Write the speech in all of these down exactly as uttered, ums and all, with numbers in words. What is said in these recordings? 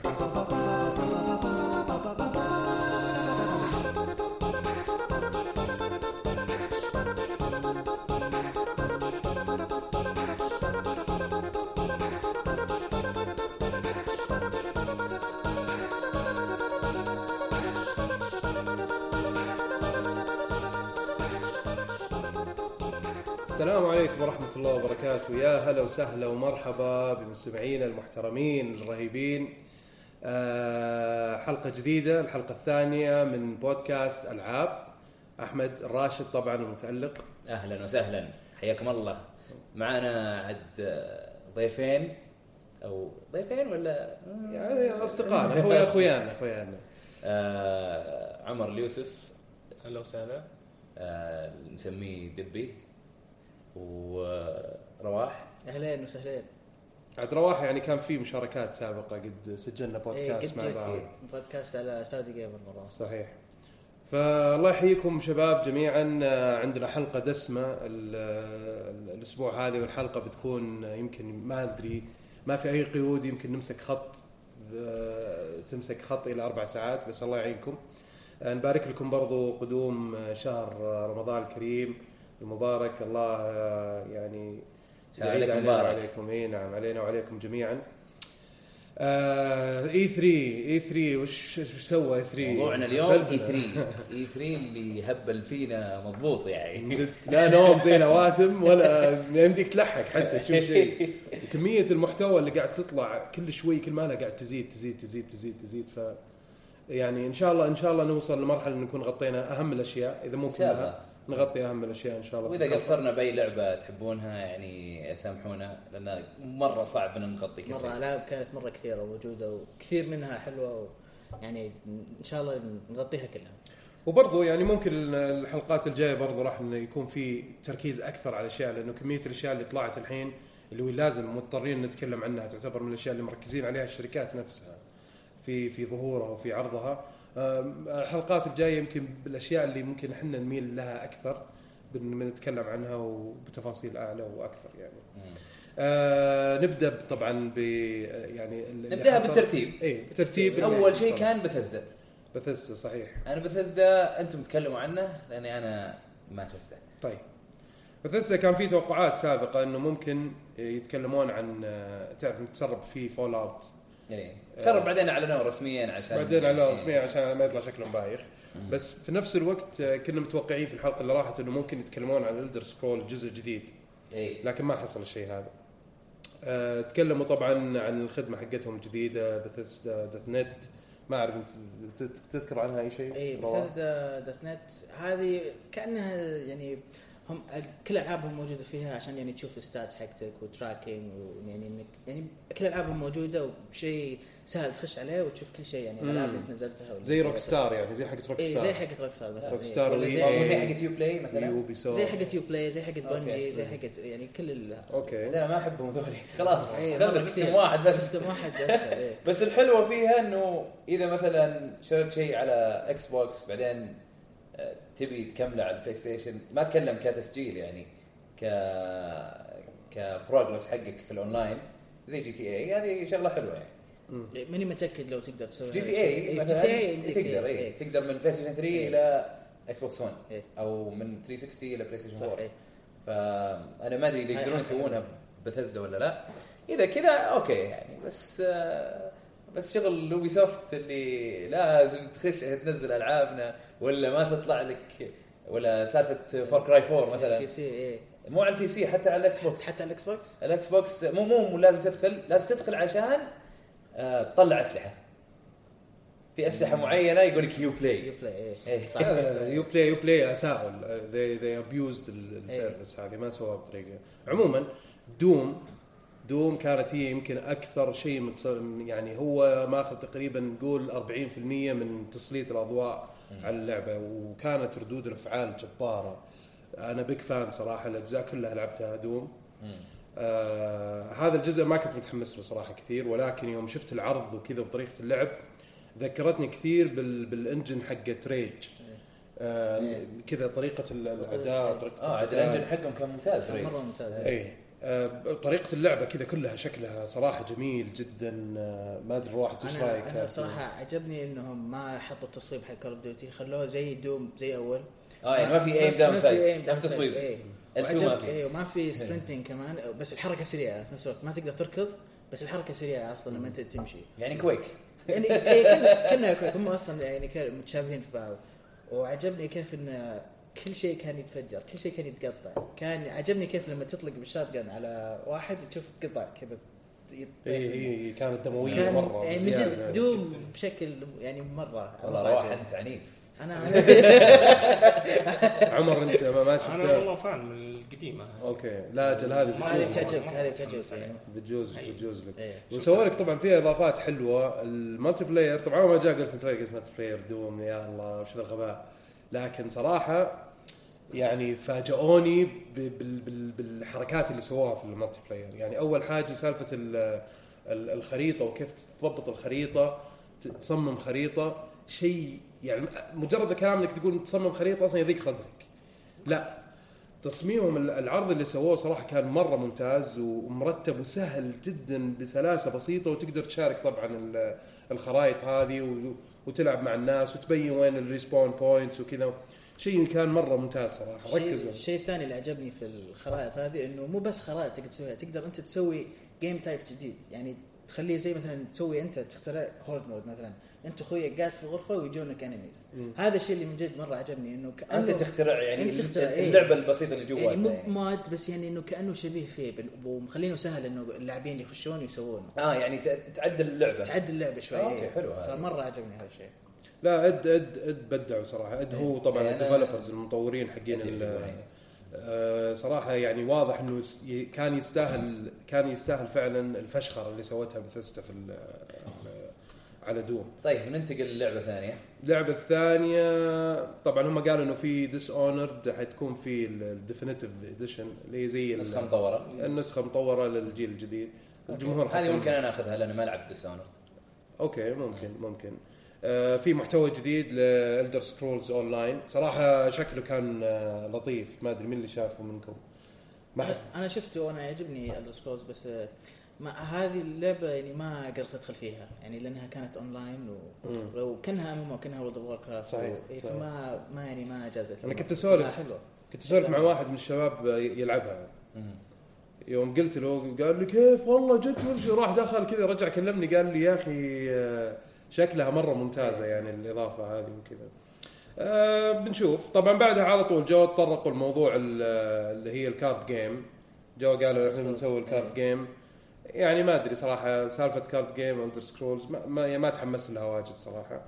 السلام عليكم ورحمة الله وبركاته. يا هلا وسهلا ومرحبا بمستمعينا المحترمين الرهيبين. أه حلقة جديدة، الحلقة الثانية من بودكاست ألعاب. أحمد الراشد طبعا المتألق. أهلا وسهلا، حياكم الله. معنا عد ضيفين أو ضيفين ولا يعني أصدقائنا، أخويا أخويانا أخويانا أه عمر اليوسف. أهلا وسهلا. أه نسميه دبي. ورواح. أهلين وسهلين. عاد رواح يعني كان في مشاركات سابقة، قد سجلنا بودكاست إيه مع بعض، بودكاست على ساودي جيمر مرة. صحيح. فالله يحييكم شباب جميعا. عندنا حلقة دسمة الأسبوع هذه، والحلقة بتكون يمكن ما أدري، ما في أي قيود، يمكن نمسك خط تمسك خط إلى أربع ساعات، بس الله يعينكم. نبارك لكم برضو قدوم شهر رمضان الكريم المبارك. الله يعني عليكم علينا وعليكم. اي نعم، علينا وعليكم جميعا. اي ثري اي ثري وش وش سوى اي ثري؟ موضوعنا اليوم اي ثري اي ثري اللي هبل فينا مضبوط يعني. لا نوم زي الأواتم ولا يمديك تلحق حتى تشوف شيء. كمية المحتوى اللي قاعد تطلع كل شوي، كل ما لا قاعد تزيد تزيد تزيد تزيد تزيد. ف يعني ان شاء الله ان شاء الله نوصل لمرحلة ان نكون غطينا اهم الاشياء، اذا مو كلها نغطي أهم الأشياء إن شاء الله. وإذا قصرنا بأي لعبة تحبونها يعني سامحونا، لأن مرة صعب أن نغطي كل شيء. مرة ألعاب كانت مرة كثيرة وموجودة وكثير منها حلوة، يعني إن شاء الله نغطيها كلها. وبرضو يعني ممكن الحلقات الجاية برضو راح يكون في تركيز أكثر على الأشياء، لأنه كمية الأشياء اللي طلعت الحين اللي هو لازم مضطرين نتكلم عنها، تعتبر من الأشياء اللي مركزين عليها الشركات نفسها في في ظهورها وفي عرضها. الحلقات الجاية يمكن بالأشياء اللي ممكن إحنا نميل لها أكثر بنتكلم عنها وبتفاصيل أعلى وأكثر يعني. آه نبدأ طبعا ب يعني نبدأ بالترتيب. إيه بالترتيب. أول شيء كان بثزدا. بثزدا صحيح. أنا بثزدا أنتم تكلموا عنه لأني أنا ما شفته. طيب بثزدا كان في توقعات سابقة إنه ممكن يتكلمون عن تعرف نتسرب فيه فول أوت. إيه تسرب بعدين أعلنوه رسميا عشان بعدين أعلنوه رسميا عشان ما يطلع شكلهم بايخ. بس في نفس الوقت كنا متوقعين في الحلقة اللي راحت إنه ممكن يتكلمون عن إلدر سكرول جزء جديد. إيه. لكن ما حصل الشيء هذا. أه تكلموا طبعا عن الخدمة حقتهم الجديدة بثزدا دوت نت. ما أعرف أنت تذكر عنها أي شيء؟ إيه بثزدا دوت نت هذه كأنها يعني هم كل ألعابهم موجودة فيها عشان يعني تشوف الستات حقتك وتراكينج، ويعني إنك يعني كل ألعابهم موجودة وشيء سهل تخش عليه وتشوف كل شيء يعني الألعاب اللي نزلتها زي روك ستار يعني زي حقت روك ستار. إيه زي حقت روك ستار مثلا. روك ستار إيه زي, زي حقت يو بلاي مثلا. زي حقت يو بلاي زي حقت بنجي زي حقت يعني كل ال أوكي. لا ما أحبهم ذولي خلاص. إيه خلص سيستم واحد بس. سيستم واحد بس. إيه. بس الحلوة فيها إنه إذا مثلا شريت شيء على إكس بوكس بعدين تبي تكمله على البلاي ستيشن، ما تكلم كتسجيل يعني ك كبروجرس حقك في الاونلاين زي جي تي اي، هذه شغله حلوه يعني. ماني متاكد لو تقدر تسوي جي تي اي مثلا تقدر اي إيه. تقدر من بلاي ستيشن ثري إيه. الى اكس بوكس ون إيه. او من ثري سكستي الى بلاي ستيشن فور. إيه. فانا ما ادري اذا يقدرون يسوونها بثزدا ولا لا. اذا كذا اوكي يعني، بس بس شغل لوبي سوفت اللي لازم تخش تنزل العابنا ولا ما تطلع لك، ولا سالفه فار كراي فور مثلا بي سي. إيه. مو على البي سي، حتى على الاكس بوكس. حتى على الاكس بوكس الاكس بوكس مو مو لازم تدخل، لازم تدخل عشان آه تطلع اسلحه في اسلحه معينه يقول لك يو بلاي يو بلاي. ايه صح. يو بلاي يو بلاي اساءوا they they abused السيرفيس هذه، ما سووها بطريقه. عموما دوم دوم كانت هي يمكن اكثر شيء يعني هو ماخذ تقريبا نقول أربعين بالمئة من تسليط الاضواء م. على اللعبه، وكانت ردود الافعال جباره. انا بيك فان صراحه، الاجزاء كلها لعبتها دوم. آه هذا الجزء ما كنت متحمس له صراحه كثير، ولكن يوم شفت العرض وكذا وطريقه اللعب ذكرتني كثير بال بالانجن حق ريج. آه كذا طريقه الاداء وطريقه اه الانجن حقهم كان ممتاز، مره ممتاز. اي طريقة اللعبة كذا كلها شكلها صراحة جميل جدا. ما أدري واحد إيش رأيك؟ أنا, أنا صراحة عجبني إنهم ما حطوا التصويب حق كول أوف ديوتي، خلوه زي دوم زي أول. آه يعني ما في ايم داون سايد، ما في تصويب. إيه. وعجب إيه وما في سبرنتين كمان، بس الحركة سريعة في نفس الوقت، ما تقدر تركض بس الحركة سريعة أصلا لما أنت تمشي. يعني كويك. يعني إيه كنا كنا كويك، هم أصلا يعني كانوا متشابهين في بعض. وعجبني كيف إن كل شيء كان يتفجر، كل شيء كان يتقطع. كان عجبني كيف لما تطلق بالشاتجن على واحد تشوف قطع كذا. إيه إيه كانت دموية كان مرة. يعني من جد دوم بشكل يعني مرة. والله واحد عنيف. أنا عمر أنت ما ما شفت؟ أنا والله فان من القديمة. أوكي لا أجل هذه هذه بتعجبك، هذه بتعجبك بتجوز بتجوز لك. إيه. وسووا لك طبعا فيها إضافات حلوة. المالتي بلاير طبعا ما جاء قلت متريق مالتي بلاير دوم يا الله وش ذا الغباء، لكن صراحة يعني فاجئوني بالحركات اللي سووها في المالتي بلاير. يعني أول حاجة سالفة الخريطة وكيف تضبط الخريطة، تصمم خريطة شيء يعني مجرد كلام انك تقول تصمم خريطة اصلا يضيق صدرك. لا تصميمهم العرض اللي سووه صراحة كان مرة ممتاز ومرتب وسهل جدا بسلاسة بسيطة، وتقدر تشارك طبعا الخرائط هذه وتلعب مع الناس وتبين وين الريسبون بوينتس وكذا. شيء كان مرة ممتاز صراحة. ركزوا. الشيء الثاني اللي عجبني في الخرائط هذه انه مو بس خرائط تقدر تسويها، تقدر انت تسوي جيم تايب جديد. يعني تخليه زي مثلا تسوي انت تخترع هورد مود مثلا، انت اخويا قاعد في غرفه ويجونك انميز. هذا الشيء اللي من جد مره عجبني، انه انت تخترع يعني انت تخترع اللعبه ايه؟ البسيطه اللي جوا يعني مو مود بس يعني انه كانه شبيه فيه ومخلينه سهل انه اللاعبين يخشون يسوونه. اه يعني تعدل اللعبه تعدل اللعبه شوي. آه اوكي حلو هذا. فمره عجبني هذا الشيء. لا اد اد اد بدعوا صراحه. اد هو طبعا يعني الديفلوبرز المطورين حقين آه صراحه يعني واضح انه كان يستاهل كان يستاهل فعلا الفشخره اللي سوتها بثيستا في على دوم. طيب ننتقل للعبه الثانيه. اللعبه الثانيه طبعا هم قالوا انه في ديس اونرد حتكون في الديفينيتيف اديشن اللي هي زي النسخه مطوره النسخه مطوره للجيل الجديد. الجمهور هذه ممكن انا اخذها لان ما لعبت ديس اونرد. اوكي ممكن ممكن آه في محتوى جديد لإلدر سكرولز أونلاين صراحة شكله كان آه لطيف. ما أدري مين اللي شافه منكم. ما أنا شفته وأنا يعجبني إلدر سكرولز، بس ما هذه اللعبة يعني ما قدرت أدخل فيها يعني لأنها كانت أونلاين ولو كأنها أمم كأنها وورلد أوف واركرافت. صحيح. فما ما يعني ما جازت. أنا كنت أسولف كنت أسولف مع واحد من الشباب يلعبها. يوم قلت له قال لي كيف والله جد ورش، راح دخل كذا رجع كلمني قال لي يا أخي آه شكلها مرة ممتازة يعني الإضافة هذه وكذا. أه بنشوف. طبعا بعدها على طول جو تطرقوا الموضوع اللي هي الكارد جيم. جو قالوا احنا بنسوي الكارد جيم. يعني ما أدري صراحة سالفة كارد جيم أندر سكرولز ما ما, ما تحمس لها واجد صراحة.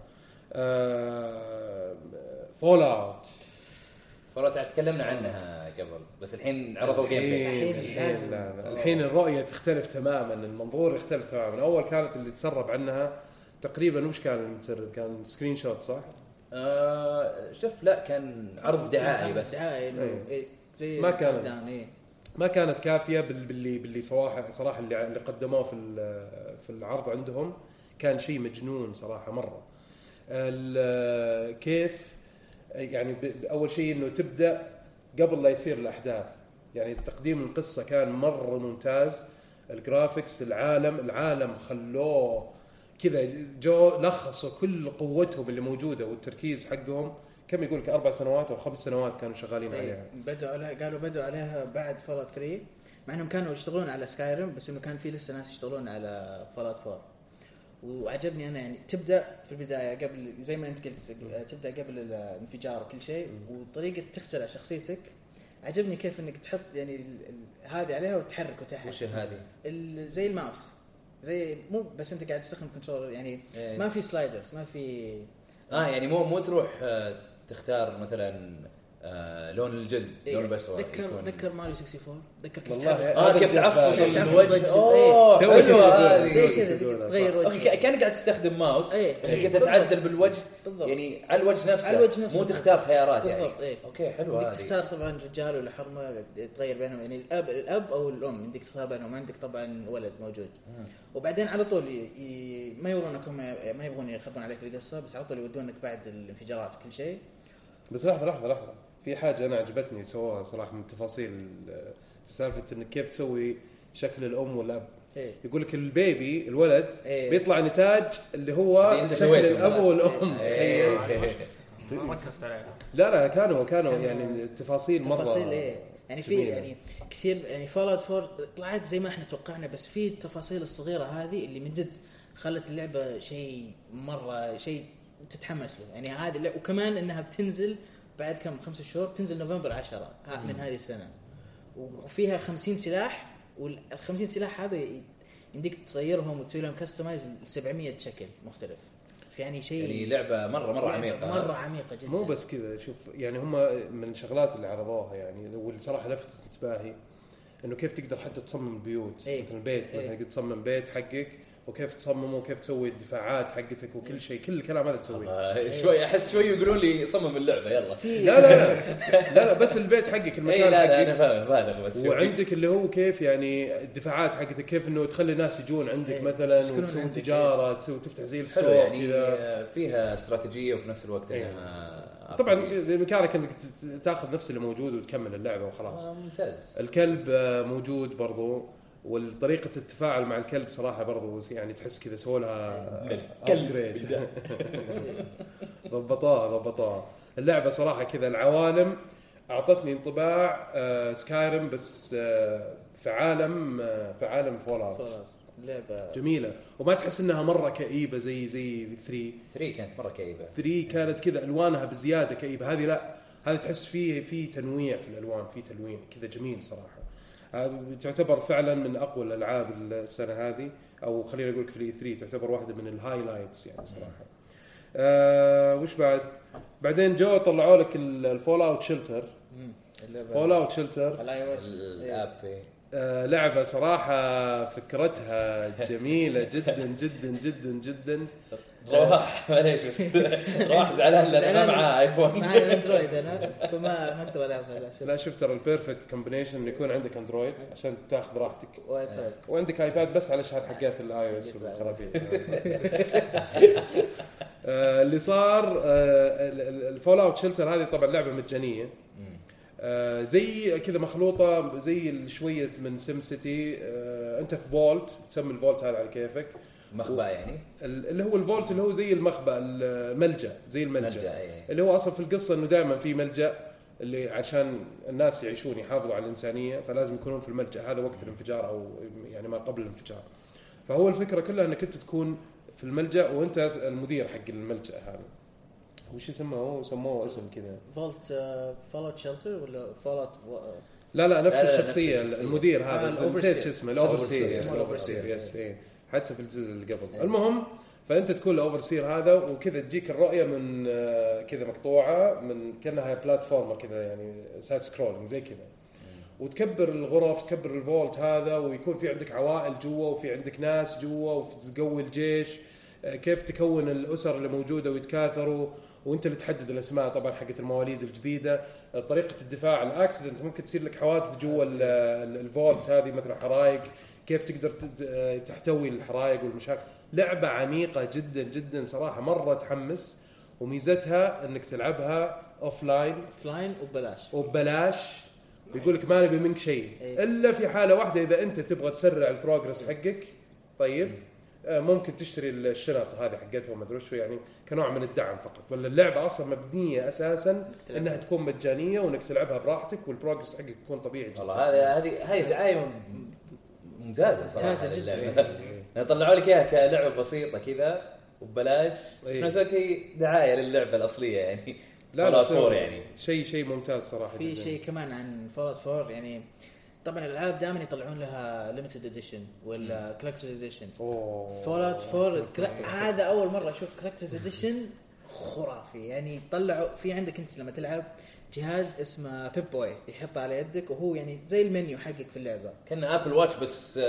أه فول اوت فول تكلمنا عنها قبل بس الحين عرضوا جيم الحين, الحين, الحين الرؤية تختلف تماما، المنظور يختلف تماما. أول كانت اللي تسرب عنها تقريبا وش كان المتسرب؟ كان سكرين شوت صح؟ آه شوف لا كان عرض دعائي بس دعائي إيه. زي ما كانت إيه. ما كانت كافية باللي باللي صراحة صراحة اللي اللي قدموه في في العرض عندهم كان شيء مجنون صراحة مرة. كيف يعني أول شيء إنه تبدأ قبل لا يصير الأحداث. يعني تقديم القصة كان مرة ممتاز. الجرافيكس العالم العالم خلوه كذا جو لخصوا كل قوتهم اللي موجودة والتركيز حقهم. كم يقول لك أربع سنوات أو خمس سنوات كانوا شغالين أيه. عليها. بدأوا عليها قالوا بدأوا عليها بعد فولات ثري مع إنهم كانوا يشتغلون على سكايرم بس إنه كان في لسه ناس يشتغلون على فولات فور. وعجبني أنا يعني تبدأ في البداية قبل زي ما أنت قلت تبدأ قبل الانفجار وكل شيء وطريقة تخترع شخصيتك. عجبني كيف إنك تحط يعني هذه عليها وتحرك وتحرك. وش هذه؟ زي الماوس زي مو بس أنت قاعد تستخدم كنترولر يعني إيه. ما في سلايدرز ما في آه يعني مو مو تروح تختار مثلا آه لون الجلد إيه. لون البشرة. ذكر ذكر ماريو أربعة وستين ذكر كيف والله اه كيف تعفض الوجه. اوه حلوه هذه زي كذا تغير وجهك كأنك قاعد تستخدم ماوس ايه. انك انت تعدل بالوجه بالضبط. يعني على الوجه نفسه, على الوجه نفسه. مو تختار خيارات يعني ايه. اوكي حلو هذه. تختار طبعا رجال ولا حرمه تغير بينهم يعني الاب الاب او الام عندك تختار بينهم. عندك طبعا ولد موجود مم. وبعدين على طول ي... ما يورونكم ما يبغون يخبون عليك القصه بس على طول يودونك بعد الانفجارات كل شيء. بس لحظه لحظه لحظه في حاجه انا عجبتني سووها صراحه من التفاصيل في سالفه انك كيف تسوي شكل الام والاب. إيه. يقول لك البيبي الولد إيه. بيطلع نتاج اللي هو شكل الاب والام. إيه. ما ركزت عليها. لا لا كانوا كانوا يعني التفاصيل مره تفاصيل ايه يعني في جميلة. يعني كثير يعني فولات فور طلعت زي ما احنا توقعنا، بس في التفاصيل الصغيره هذه اللي من جد خلت اللعبه شيء مره شيء تتحمس له. يعني هذه وكمان انها بتنزل بعد كم خمسة شهور، بتنزل نوفمبر عشرة من هذه السنه، وفيها خمسين سلاح، والخمسين سلاح هذا يمديك تغيرهم وتسوي لهم كاستمايز لسبعمية شكل مختلف. يعني شيء يعني لعبه مره مره عميقه مره عميقه جدا. مو بس كذا، شوف يعني هم من الشغلات اللي عرضوها يعني واللي صراحه لفتت انتباهي انه كيف تقدر حتى تصمم البيوت. إيه. مثلا البيت إيه. مثلا قد تصمم بيت حقك وكيف تصممه وكيف تسوي الدفاعات حقتك وكل شيء، كل الكلام هذا تسويه. شوي احس شوي يقولون لي صمم اللعبه يلا. لا لا لا لا, لا بس البيت حقك المكان إيه لا لا حقك انا فاهم بالغ بس. وعندك اللي هو كيف يعني الدفاعات حقتك، كيف انه تخلي الناس يجون عندك إيه. مثلا يسكنون وتسوي عندك. تجاره تسوي تفتح زي حلو الستور يعني كذا. فيها استراتيجيه وفي نفس الوقت إيه. انها طبعا بامكانك انك تاخذ نفس اللي موجود وتكمل اللعبه وخلاص. آه ممتاز. الكلب موجود برضو، والطريقة التفاعل مع الكلب صراحة برضو يعني تحس كذا سووا لها الكلب ضبطوها ضبطوها اللعبة صراحة كذا. العوالم أعطتني انطباع آه سكايرم بس آه في عالم آه في عالم فول اوت. لعبة جميلة وما تحس إنها مرة كئيبة زي زي ثري. ثري كانت مرة كئيبة. ثري كانت كذا ألوانها بزيادة كئيبة، هذه لا، هذه تحس فيه في تنويع في الألوان، في تلوين كذا جميل صراحة. تعتبر فعلا من أقوى الألعاب السنة هذه، أو خلينا نقول في ثري تعتبر واحدة من الهايلايتس يعني صراحة. أه وش بعد؟ بعدين جو طلعوا لك الفول اوت شيلتر. فول اوت شيلتر الاب أه لعبة صراحة فكرتها جميلة جدا جدا جدا جدا. روح معليش بس روح زعلان لأن ما معاه ايفون، معي اندرويد انا فما ما اقدر العبها للاسف. لا شوف ترى البيرفكت كومبينيشن انه يكون عندك اندرويد عشان تاخذ راحتك وايباد وعندك ايباد بس علشان حقات الاي او اس والخرابيط. اللي صار الفول اوت شيلتر هذه طبعا لعبه مجانيه آه زي كذا مخلوطه زي شويه من سيم سيتي. آه انت في فولت تسمي الفولت هذا على كيفك، مخبأ يعني اللي هو الفولت اللي هو زي المخبأ الملجأ زي الملجأ ملجأ أيه. اللي هو اصلا في القصه انه دائما في ملجأ اللي عشان الناس يعيشون يحافظوا على الانسانيه فلازم يكونون في الملجأ هذا وقت الانفجار او يعني ما قبل الانفجار. فهو الفكره كلها انك انت تكون في الملجأ وانت المدير حق الملجأ هذا. وش يسموه هو سموه اسم كذا فولت فولت شيلتر ولا فولت و... لا لا نفس لا لا الشخصيه نفس المدير هذا آه نسيت شو اسمه الاوفرسير الأوفرسير يس ايه حتى في الجزء اللي قبل. المهم فانت تكون الاوفرسير هذا وكذا تجيك الرؤيه من كذا مقطوعه من كانها بلاتفورم كذا يعني سايد سكرولينج زي كذا، وتكبر الغرف تكبر الفولت هذا ويكون في عندك عوائل جوا وفي عندك ناس جوا وتقوي الجيش، كيف تكون الاسر اللي موجوده ويتكاثروا وانت اللي تحدد الاسماء طبعا حقت المواليد الجديده. طريقه الدفاع الاكسيدنت ممكن تصير لك حوادث جوا الفولت هذه مثل حرائق، كيف تقدر تحتوي الحرائق والمشاكل. لعبه عميقه جدا جدا صراحه مره تحمس، وميزتها انك تلعبها اوف لاين اوف لاين وببلاش وببلاش بيقول لك ما نبي منك شيء الا في حاله واحده اذا انت تبغى تسرع البروجرس حقك. طيب ممكن تشتري الشنط هذه حقتهم ما ادري شو يعني كنوع من الدعم فقط، ولا اللعبه اصلا مبنيه اساسا انها تكون مجانيه وانك تلعبها براحتك والبروجرس حقك يكون طبيعي. والله هذه هذه هاي دعايه ممتازه صراحه ممتازه جدا. طلعوا لك اياها كلعبه بسيطه كذا وببلاش أيه. نزلت هي دعايه للعبه الاصليه يعني. لا لا فور يعني شيء شيء ممتاز صراحه. في شيء كمان عن فولت فور يعني طبعا الالعاب دائما يطلعون لها ليميتد اديشن ولا كولكترز اديشن. فولت فور هذا اول مره اشوف كولكترز اديشن خرافي يعني. طلعوا في عندك انت لما تلعب جهاز اسمه بيب بوي يحطه على يدك وهو يعني زي المنيو حقك في اللعبه كان ابل واتش بس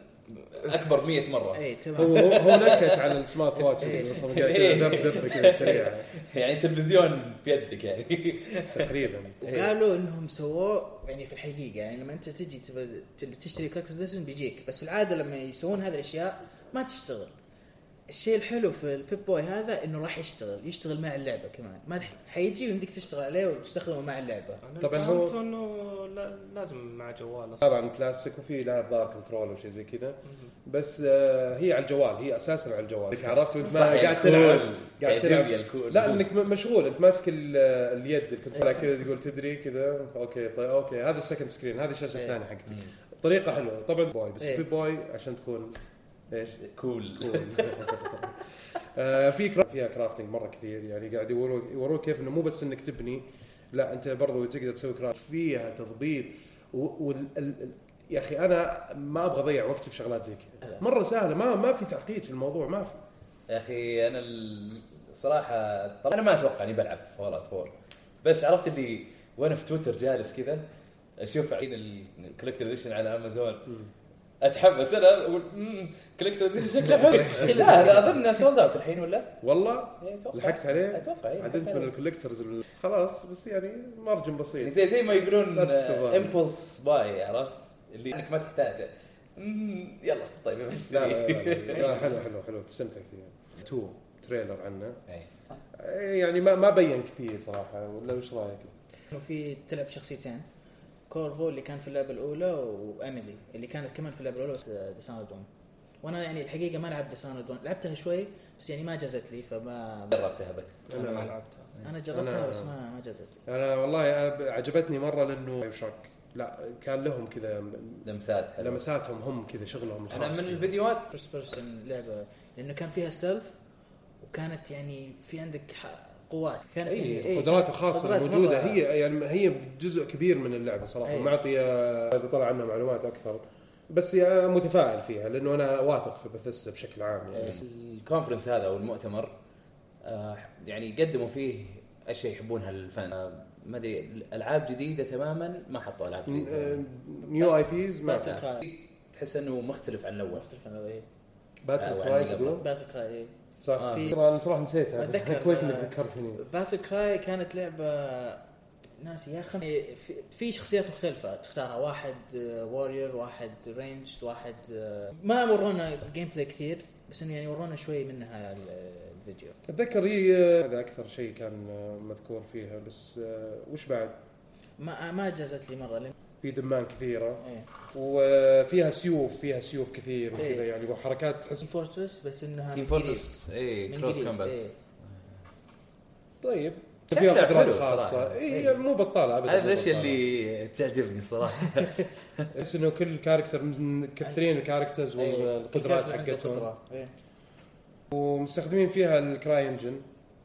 اكبر مية مره. اي تمام. هو هو نكت على السمارت واتش اصلا كذا ذب ذب كذا سريع يعني تلفزيون بيدك يعني تقريبا. وقالوا انهم سووه يعني في الحقيقه يعني لما انت تجي تشتري كولكترز اديشن بيجيك، بس في العاده لما يسوون هذه الاشياء ما تشتغل. الشيء الحلو في البيب بوي هذا انه راح يشتغل يشتغل مع اللعبه كمان، ما حيجي ويمديك تشتغل عليه وتستخدمه مع اللعبه. طبعا هو انه لازم مع جوال طبعا كلاسيك وفي لها ضار كنترول وشيء زي كذا، بس آه هي على الجوال، هي اساسا على الجوال. عرفت وانت ما قاعد تلعب قاعد تلعب لا انك مشغول، انت ماسك اليد الكنترول كذا تقول تدري كذا اوكي طيب اوكي هذا السكند سكرين، هذه الشاشه الثانيه حقتك. طريقه حلوه طبعا بوي، بس في بوي عشان تكون ايش كول آه في كرافت فيها كرافتنج مره كثير، يعني قاعد يوروك يوروك كيف انه مو بس انك تبني، لا انت برضو تقدر تسوي كرافت فيها تضبيط وال يا اخي انا ما ابغى اضيع وقتي في شغلات زي كذا، مره سهله، ما ما في تعقيد في الموضوع، ما في. يا اخي انا الصراحه طبعا انا ما اتوقع اني بلعب فولات فور، بس عرفت اللي وانا في تويتر جالس كذا اشوف عين الكولكتر اديشن على امازون اتحمس انا اقول امم كولكتر اديشن شكله حلو. لا هذا اظن سولد اوت الحين ولا والله لحقت عليه اتوقع عدلت من الكولكترز خلاص، بس يعني مارجن بسيط زي زي ما يقولون امبولس باي، عرفت اللي انك ما تحتاجه. يلا طيب بس لا لا, لا, لا حلو حلو حلو تستمتع فيه. تو تريلر عنه يعني ما ما بين كثير صراحه، ولا وش رايك؟ في تلعب شخصيتين، كورفو اللي كان في اللعبه الاولى واميلي اللي كانت كمان في اللعبه الاولى ديسانود ون. وانا يعني الحقيقه ما لعبت ديسانود ون، لعبتها شوي بس يعني ما جازت لي، فما جربتها بس انا ما لعبتها. انا جربتها أنا بس ما ما جازت لي. انا والله عجبتني مره لانه يشك لا كان لهم كذا لمسات لمساتهم هم كذا شغلهم الخاص. انا من الفيديوهات فيرست بيرسون لعبه لانه كان فيها ستيلث وكانت يعني في عندك قوات، كانت يعني قدرات الخاصه الموجوده هي يعني هي جزء كبير من اللعبه صراحه. أيه. معطيه اذا طلع عنها معلومات اكثر، بس متفائل فيها لانه انا واثق في بثيسدا بشكل عام. يعني الكونفرنس هذا او المؤتمر آه يعني قدموا فيه اشياء يحبونها الفان، آه ما ادري العاب جديده تماما ما حطوا العاب جديده، نيو اي بيز ما تحس انه مختلف عن الاول. مختلف عن الاول باتل كراي تقول باتل كراي صح. آه. انا صراحه نسيتها بس كويس انك ذكرتني. باتل كراي كانت لعبه ناسي يا اخي، في شخصيات مختلفه تختارها، واحد واريور واحد رينج واحد ما ورونا جيم بلاي كثير بس انه يعني ورونا شوي منها الفيديو. اتذكر هي هذا اكثر شيء كان مذكور فيها، بس وش بعد ما ما جازت لي مره. في دمان كثيره ايه. وفيها سيوف فيها سيوف كثير وكذا. ايه. يعني وحركات تحس فورترس بس انها تيم فورترس اي كروس كومبات. ايه. طيب فيها قدرات خاصه اي ايه. مو بطاله ابدا. هذا الاشياء اللي تعجبني الصراحه. بس انه كل كاركتر مكثرين الكاركترز والقدرات حقتهم. ايه. ومستخدمين فيها الكراي انجن،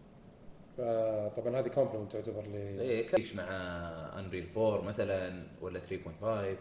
طبعا هذه كومبلمنت تعتبر لي. ايه كيف مع انريل فور مثلا ولا ثري بوينت فايف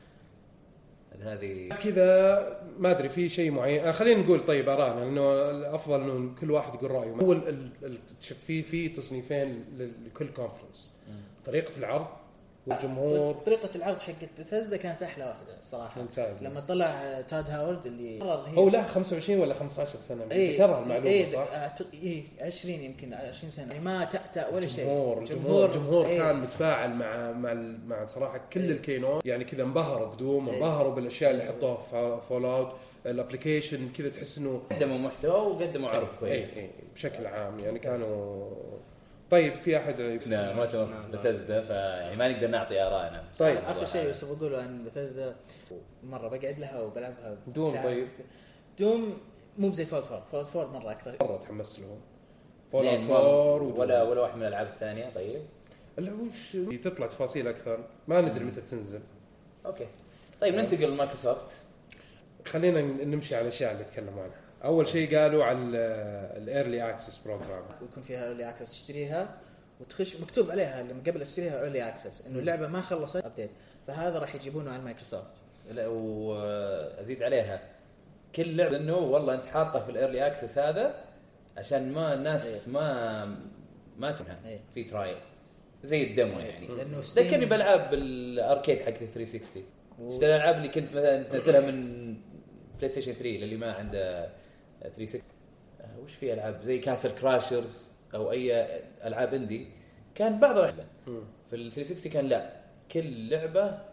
هذه كذا ما ادري في شيء معين. خلينا نقول طيب ارانا لانه الافضل انه كل واحد يقول رايه. هو في في تصنيفين لكل كونفرنس، طريقه العرض والجمهور. طريقه العرض حقت بثيسدا كانت احلى واحده الصراحه. ممتاز. لما طلع تاد هاورد اللي هو له خمسة وعشرين ولا خمسة عشر سنه ذكرها المعلومه ايه صح. ايه عشرين يمكن عشرين سنه يعني ما تأتأ ولا شيء. الجمهور الجمهور, الجمهور ايه. كان متفاعل مع مع مع صراحه كل ايه. الكينون يعني كذا انبهروا بدوم ايه. انبهروا بالاشياء اللي حطوها في فول اوت الابلكيشن كذا، تحس انه قدموا محتوى وقدموا عرض كويس. ايه. ايه. بشكل عام يعني كانوا طيب. في احد لا ما تمر بثيسدا فيعني ما نقدر نعطي آراءنا. طيب اخر شيء بس بقوله عن بثيسدا، مره بقعد لها وبلعبها دوم. طيب دوم مو بزي فول فور. فول فور مره اكثر، مره تحمس لهم فول اوت فور ولا ولا واحد من الالعاب الثانيه. طيب لا وش تطلع تفاصيل اكثر ما ندري متى تنزل. اوكي طيب ننتقل لمايكروسوفت. خلينا نمشي على الاشياء اللي تكلموا عنها. اول شيء قالوا على الايرلي اكسس بروجرام، ويكون فيها ايرلي اكسس تشتريها وتخش مكتوب عليها لما قبل اشتريها ايرلي اكسس انه اللعبه ما خلصت ابديت، فهذا راح يجيبونه على مايكروسوفت. لا وازيد عليها كل لعبه انه والله انت حاطه في الايرلي اكسس هذا عشان ما الناس ايه. ما ما تنها ايه. في ترايل زي الدمو ايه. يعني ذكرني بالعاب الاركيد حق ثلاثمية وستين و... اشتري الالعاب اللي كنت مثلا تنزلها من بلاي ستيشن ثري اللي ما عنده ثلاثمية وستين. وش في العاب زي كاسل كراشرز او اي العاب اندي كان بعض الالعاب في ال ثلاثمية وستين كان لا كل لعبه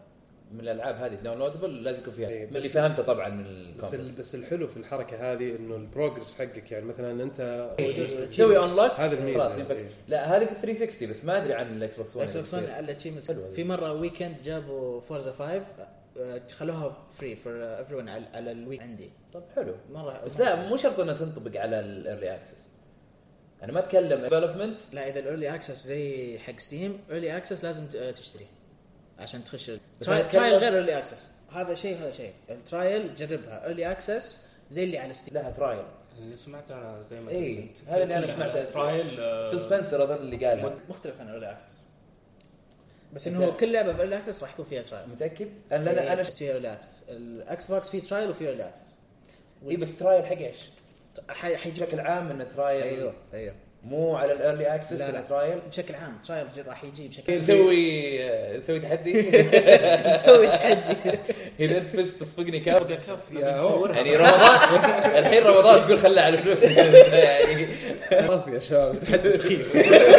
من الالعاب هذه داونلودبل لازم يكون فيها إيه، من اللي بس- فهمته طبعا من بس ال- الكونفرنس. بس الحلو في الحركه هذه انه البروجرس حقك يعني مثلا انت تسوي انلوك هذا الميزة. خلاص ينفك. إيه. لا هذه في ثلاثمية وستين بس ما ادري عن الاكس بوكس اكس بوكس ون الاتشيفمنت حلوة في مره ويكند جابوا فورزا خمسة آه، خلوها فري فور ايفري ون على الويك عندي طب حلو مره بس لا مو شرط انها تنطبق على الايرلي اكسس. انا ما اتكلم ديفلوبمنت. لا اذا الايرلي اكسس زي حق ستيم ايرلي اكسس لازم ت- تشتري عشان تخش بس أنا ترايل أتكلم- غير ايرلي اكسس هذا شيء هذا شيء الترايل جربها ايرلي اكسس زي اللي على ستيم لا ترايل. اللي سمعته انا زي ما إيه، قلت هذا اللي أنا سمعته. ترايل فيل سبنسر اظن اللي قالها. مختلف عن ايرلي اكسس بس انه هو كل لعبه في ايرلي اكسس راح يكون فيها ترايل متاكد انا لا انا انا في ايرلي اكسس الاكس بوكس فيه ترايل وفي ايرلي اكسس اي بس ترايل حق ايش حيجي بشكل عام انه ترايل ايوه ايوه مو على الايرلي اكسس لا، لا. انه ترايل. بشكل عام ترايل ج- راح يجي بشكل نسوي نسوي تحدي. نسوي تحدي اذا انت فزت تصفقني كاف بقى كف يا هو. يعني رمضان الحين رمضان تقول خلى على الفلوس يعني. خلاص يا شباب تحدي سخيف.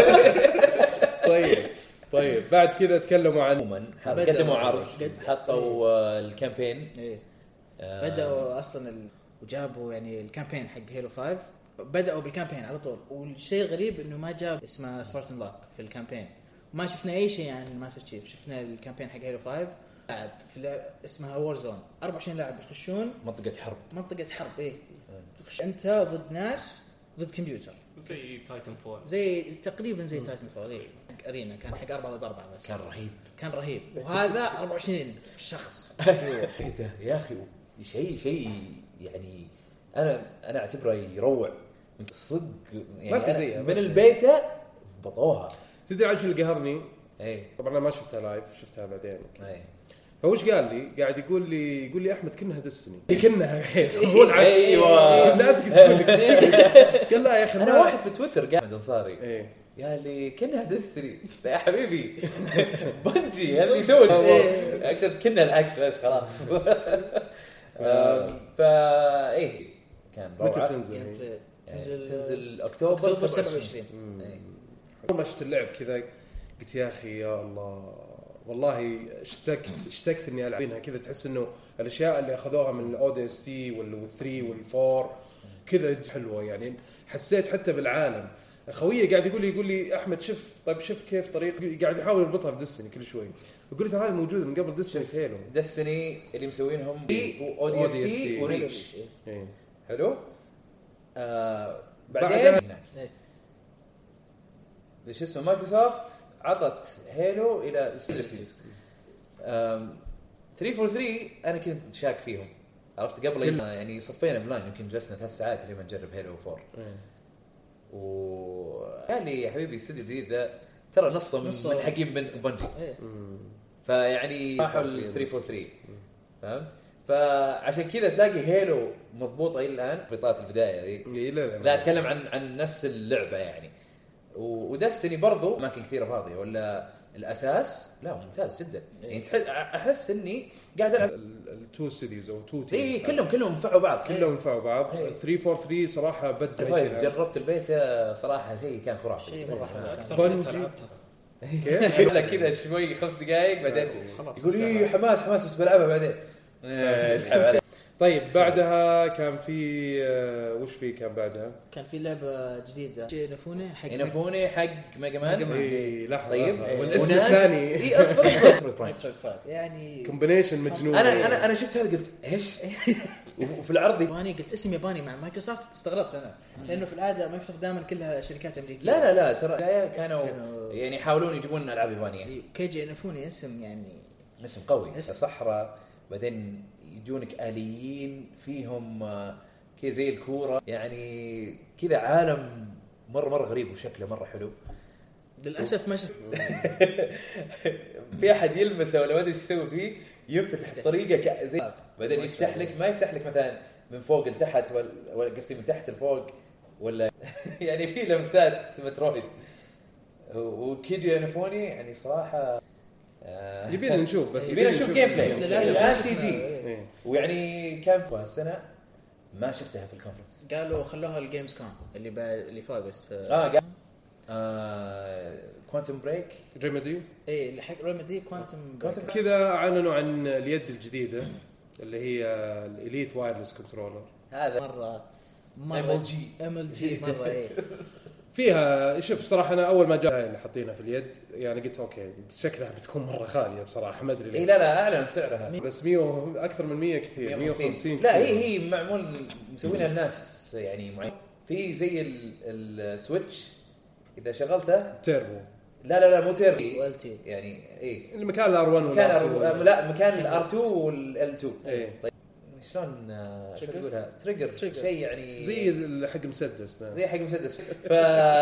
طيب طيب بعد كذا تكلموا عن عموما بدأوا- قدموا عرض قد- حطوا آه، الكامبين. ايه آه، بدأوا اصلا ال... وجابوا يعني الكامبين حق هيرو خمسة بدأوا بالكامبين على طول والشيء الغريب انه ما جاب اسمه سبارتن لوك في الكامبين وما شفنا اي شيء عن ماستر تشيف. شفنا الكامبين حق هيرو خمسة لاعب في لعب اسمها وور زون أربعة وعشرين لاعب يخشون منطقة حرب. منطقة حرب ايه تخش انت ضد ناس ضد كمبيوتر زي تايتن فول زي تقريبا زي تايتن فول ايه ارينا كان حق أربعة ضد أربعة بس كان رهيب. كان رهيب وهذا أربعة وعشرين شخص ايه ده يا اخي شيء شيء يعني انا انا اعتبره يروع من صدق يعني ما في أنا زيها، ما من في البيتا بطوها. تدري عن شو اللي قهرني؟ اي طبعا انا ما شفتها لايف شفتها بعدين. اي فوش قال لي قاعد يقول لي يقول لي احمد كنها دستني كنها هو العكس. ايوه لا تقدر تقول لك قال لا يا اخي انا ما- واحد في تويتر قاعد من انصاري ايه يا لي كنا دستري لا يا حبيبي بنجي هذا اللي يسوي اكتب كنا العكس بس خلاص. آم، فا ايه كان متى روعه. تنزل؟ جيم إيه. بلاي. تنزل تنزل تنزل اكتوبر اكتوبر سبعة سبعة وعشرين. وعشرين إيه. اول ما شفت اللعب كذا قلت يا اخي يا الله والله اشتقت اشتقت اني العبينها كذا. تحس انه الاشياء اللي اخذوها من الاو دي اس تي والثري والفور كذا حلوه يعني. حسيت حتى بالعالم. خويه قاعد يقول لي يقول لي احمد شوف طيب شوف كيف طريق قاعد يحاول يربطها بدستني كل شوي. يقول ترى هذه موجوده من قبل دستني في هيلو. دستني اللي مسوينهم او دي اس تي أو دي إس تي. وريتش ايه حلو. آه بعدها- بعدين هناك إيه. ايش اسمه مايكروسوفت عطت هيلو الى ستيلز. ثلاثمية وثلاثة وثلاثين انا كنت شاك فيهم عرفت قبل كل- يعني صفينا بلاين يمكن جلسنا ثلاث ساعات لما نجرب هيلو فور. إيه. وقال لي يا حبيبي استوديو جديد ذا ترى نصه من, نصه. من حقين من بنجي. إيه. مم. فيعني راحوا ال ثلاثمية وثلاثة وثلاثين فهمت. فعشان كذا تلاقي هيلو مضبوطه الى الان في طاقه البدايه ذي. إيه لا لا اتكلم عن عن نفس اللعبه يعني. ودستني برضو اماكن كثيره فاضيه ولا الاساس لا ممتاز جدا يعني. تحس احس اني قاعد العب التو ستوديوز او تو تيمز اي كلهم كلهم نفعوا بعض. كلهم ينفعوا بعض. إيه. ثلاثمية وأربعة وثلاثين صراحه بدوا الفايف جربت البيت صراحه شيء كان خرافي. شيء مرة حلو كان. اكثر بنجي. من لعبتها كيف يقول لك كذا شوي خمس دقائق بعدين خلاص يقول ايه حماس حماس بس بلعبها بعدين إيه، اسحب عليه. طيب بعدها كان في آه، وش في كان بعدها؟ كان في لعبة جديدة نفوني حق ينفوني حق ميجا مان. ميجا مان. اي لحظه طيب لحظة. والاسم وناس- الثاني اي اصبر اصبر مترويد برايم. يعني كومبينيشن مجنون. انا انا انا شفت هذا قلت ايش وفي العرض ياباني قلت اسم ياباني مع مايكروسوفت استغربت انا لانه في العاده مايكروسوفت دائما كلها شركات امريكيه. لا لا لا ترى البداية كانوا كانوا- يعني يحاولون يجيبون العاب يابانيه. كيجي نفوني اسم يعني اسم قوي اسم. صحراء بعدين يجونك آليين فيهم آه، كذا زي الكوره يعني كذا عالم مره مره غريب وشكله مره حلو. للاسف ما شفت في احد يلمسه ولا ما ادري ايش يسوي فيه ينفتح بطريقه ك- زي بعدين يفتح لك ما يفتح لك مثلا من فوق لتحت ولا ولا قصدي من تحت لفوق ولا يعني في لمسات مترويد. وكيجي انفوني يعني صراحه آه، يبينا نشوف بس يبينا نشوف جيم بلاي. للاسف الآن ما سي شفنا. جي. إيه. ويعني كان في السنه ما شفتها في الكونفرنس. قالوا خلوها الجيمز كون اللي با... اللي فاق بس ف... اه قال كوانتم بريك ريميدي ايه اللي حق ريميدي كوانتم كذا اعلنوا عن اليد الجديده اللي هي الاليت وايرلس كنترولر. هذا مره ام ال جي ام ال جي مره ايه فيها. شوف صراحه انا اول ما جاء اللي حاطينها في اليد يعني قلت اوكي شكلها بتكون مره غاليه بصراحه ما ادري اي لا لا اعلن سعرها بس مية اكثر من مية كثير مية وخمسين لا هي هي معمول مسوينها الناس يعني معين في زي السويتش اذا شغلته تيربو. لا لا لا مو تيربو والتي يعني اي المكان الار واحد مكان أر... لا مكان الار تو والال اثنين ايه. طيب شلون شو تقولها تريجر شيء يعني زي حق مسدس زي حق مسدس ف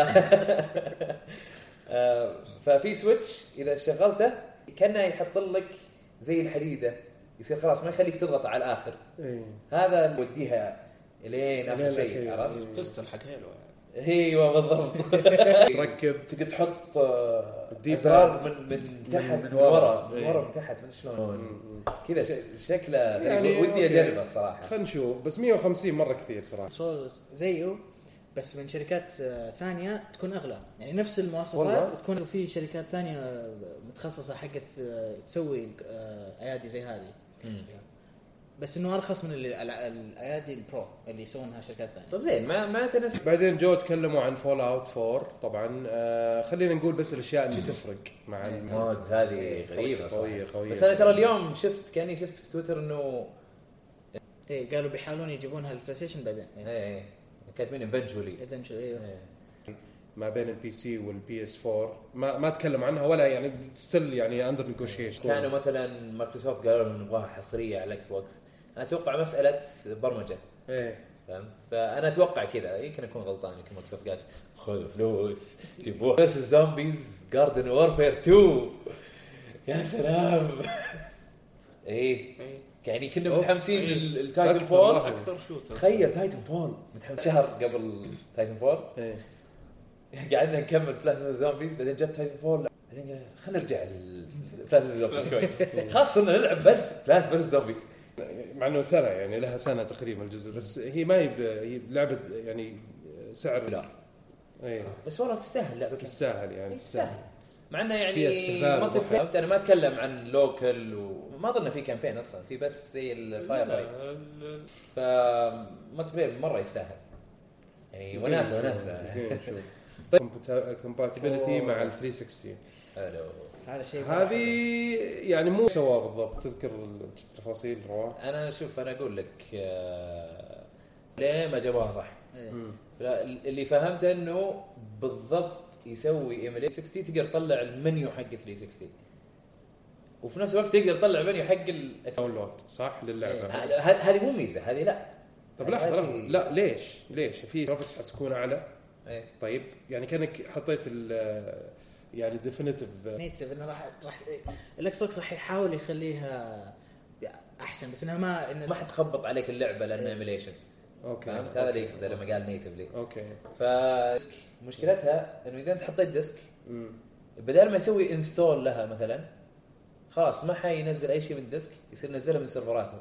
ففي سويتش اذا شغلته كانه يحط لك زي الحديده يصير خلاص ما يخليك تضغط على الاخر. ايه. هذا وديها الين اخر شيء عرفت بستن حق حلو ايوه بالضبط. تركب تقدر تحط ازرار من من تحت من ورا من ورا من تحت ما شلون كذا شكله يعني ودي اجربه الصراحه. خلينا نشوف بس مية وخمسين مره كثير صراحه. كنترولز زيه بس من شركات ثانيه تكون اغلى يعني نفس المواصفات وتكون في شركات ثانيه متخصصه حقت تسوي ايادي زي هذه بس انه ارخص من الايادي البرو اللي يسوونها شركات ثانيه. طيب زين ما ما تنس. بعدين جو تكلموا عن فول اوت فور طبعا. آه خلينا نقول بس الاشياء اللي تفرق مع المود هذه غريبه قويه قويه بس انا ترى اليوم شفت كاني شفت في تويتر انه ايه قالوا بيحاولون يجيبونها البلاي ستيشن بعدين ايه كاتبين ايفنتشولي ايفنتشولي ايه ما بين البي سي والبي اس فور ما ما تكلم عنها ولا يعني ستيل يعني اندر نيغوشيشن. كانوا مثلا مايكروسوفت قالوا لهم نبغاها حصريه على الاكس بوكس. انا اتوقع مساله برمجه ايه فهمت فانا اتوقع كذا يمكن اكون غلطان يمكن مايكروسوفت قالت خذ فلوس جيبوها بس الزومبيز جاردن وورفير تو يا سلام. ايه يعني كنا متحمسين للتايتن فول اكثر شوتر. تخيل تايتن فول متحمس شهر قبل تايتن فول ايه قعدنا نكمل بلازما زومبيز بعدين جت تايتن فول بعدين خلينا نرجع لبلازما زومبيز شوي خلاص صرنا نلعب بس بلازما زومبيز مع انه سنه يعني لها سنه تقريبا الجزء بس هي ما هي هي لعبه يعني سعر لا ايه بس والله تستاهل لعبه تستاهل يعني تستاهل مع انه يعني ما فهمت انا ما اتكلم عن لوكل وما اظن في كامبين اصلا في بس زي الفاير رايت فمالتي مره يستاهل يعني وناسه وناسه. طيب كومباتيبلتي مع ال ثلاثمية وستين حلو هذا شيء هذه يعني مو سوا بالضبط تذكر التفاصيل رواه. انا شوف انا اقول لك ليه ما جابوها صح. اللي فهمته انه بالضبط يسوي ايميل ستين تقدر تطلع المنيو حق ثلاثمية وستين وفي نفس الوقت تقدر تطلع المنيو حق الداونلود صح للعبه. هذه مو ميزه هذه لا. طب لحظه لا ليش ليش في جرافيكس حتكون اعلى. ايه طيب يعني كانك حطيت ال يعني ديفينيتيف نيتيف انه راح راح الاكس بوكس راح يحاول يخليها احسن بس انها ما إنه ما حتخبط عليك اللعبه لانها ايميليشن. اوكي فهمت هذا اللي يقصده لما قال نيتفلي. اوكي فمشكلتها انه اذا انت حطيت ديسك بدل ما يسوي انستول لها مثلا خلاص ما حينزل اي شيء من الديسك يصير ينزلها من سيرفراته.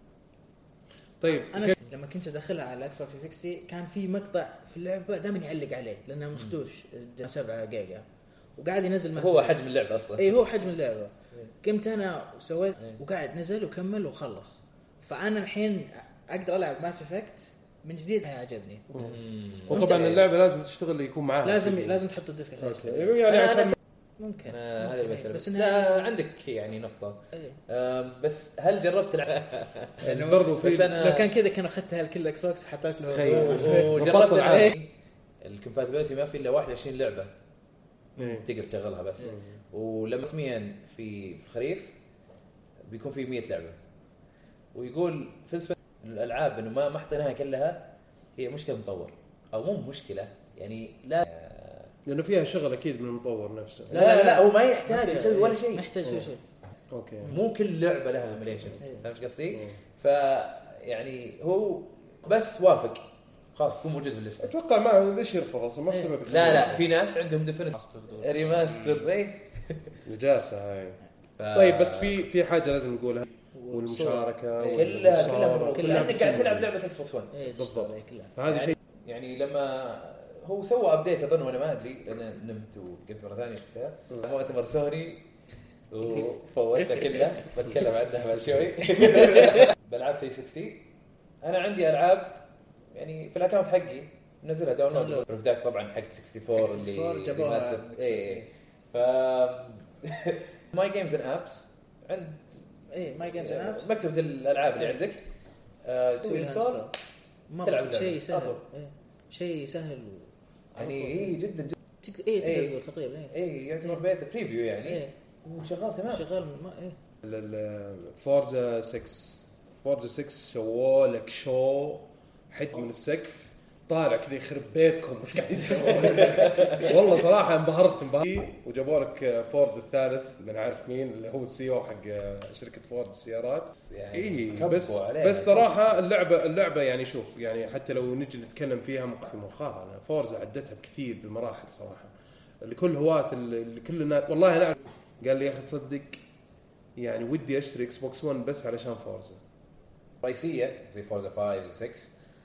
طيب انا لما كنت ادخلها على الاكس بوكس ستين كان في مقطع في اللعبه دائما يعلق عليه لانه مخدوش سبعة جيجا وقاعد ينزل هو حجم اللعبه اصلا. اي هو حجم اللعبه. قمت انا وسويت وقاعد نزل وكمل وخلص فانا الحين اقدر العب ماس افكت من جديد. عجبني. وطبعا اللعبه لازم تشتغل يكون معها لازم سي. لازم تحط الديسك يعني عشان ممكن هذا المسألة بس, بس لا عندك يعني نقطة أيه. بس هل جربت يعني برضو في لو كان كذا كان اخذتها الكل اكس بوكس وحطيت له وجربت عليه الكومباتيبلتي ما في الا واحد وعشرين لعبة أيه. تقدر تشغلها بس أيه. ولما رسميا في الخريف بيكون في مية لعبة ويقول فلسفة الالعاب انه ما ما حطيناها كلها هي مشكلة مطور او مو مشكلة يعني لا لانه فيها شغل اكيد من المطور نفسه. لا لا, لا, لا هو ما يحتاج يسوي ولا شيء. ما يحتاج يسوي شيء. اوكي مو كل لعبه لها ايميليشن فهمت قصدي؟ ف يعني هو بس وافق خلاص تكون موجود في الليست. اتوقع ما ليش يرفض اصلا ما في سبب. لا لا في ناس عندهم ديفينيت ريماستر اي نجاسه هاي. طيب بس في في حاجه لازم نقولها والمشاركه كلها كلها كلها قاعد تلعب لعبه اكس بوكس ون بالضبط. هذا شيء يعني لما هو سوى ابديت اظن وانا ما ادري لان نمت وقلت مره ثانيه شفتها مؤتمر سوني وفوتها كلها بتكلم عنها بعد شوي. بلعب ثلاثمية وستين انا عندي العاب يعني في الاكونت حقي نزلها داونلود رفداك طبعا حق أربعة وستين اللي جابوها اي ف ماي جيمز اند ابس عند ايه ماي جيمز اند ابس مكتبه الالعاب اللي عندك تسوي انستول مره شيء سهل إيه. شيء سهل يعني اي جدا جدا تقدر ايه تقدر تقول تقريبا اي ايه يعتبر بيتا بريفيو يعني ايه وشغال تمام شغال ما ايه الفورزا ستة فورزا ستة سووا لك شو حد من السقف طالع كذا يخرب بيتكم مش قاعدين تسوون. والله صراحه انبهرت انبهرت وجابوا لك فورد الثالث من عارف مين اللي هو السي او حق شركه فورد السيارات يعني اي بس بس صراحه اللعبه اللعبه يعني شوف يعني حتى لو نجي نتكلم فيها في مقارنه فورزا عدتها بكثير بالمراحل صراحه لكل هواة لكل الناس. والله انا قال لي يا اخي تصدق يعني ودي اشتري اكس بوكس ون بس علشان فورزا رئيسيه زي فورزا خمسة وستة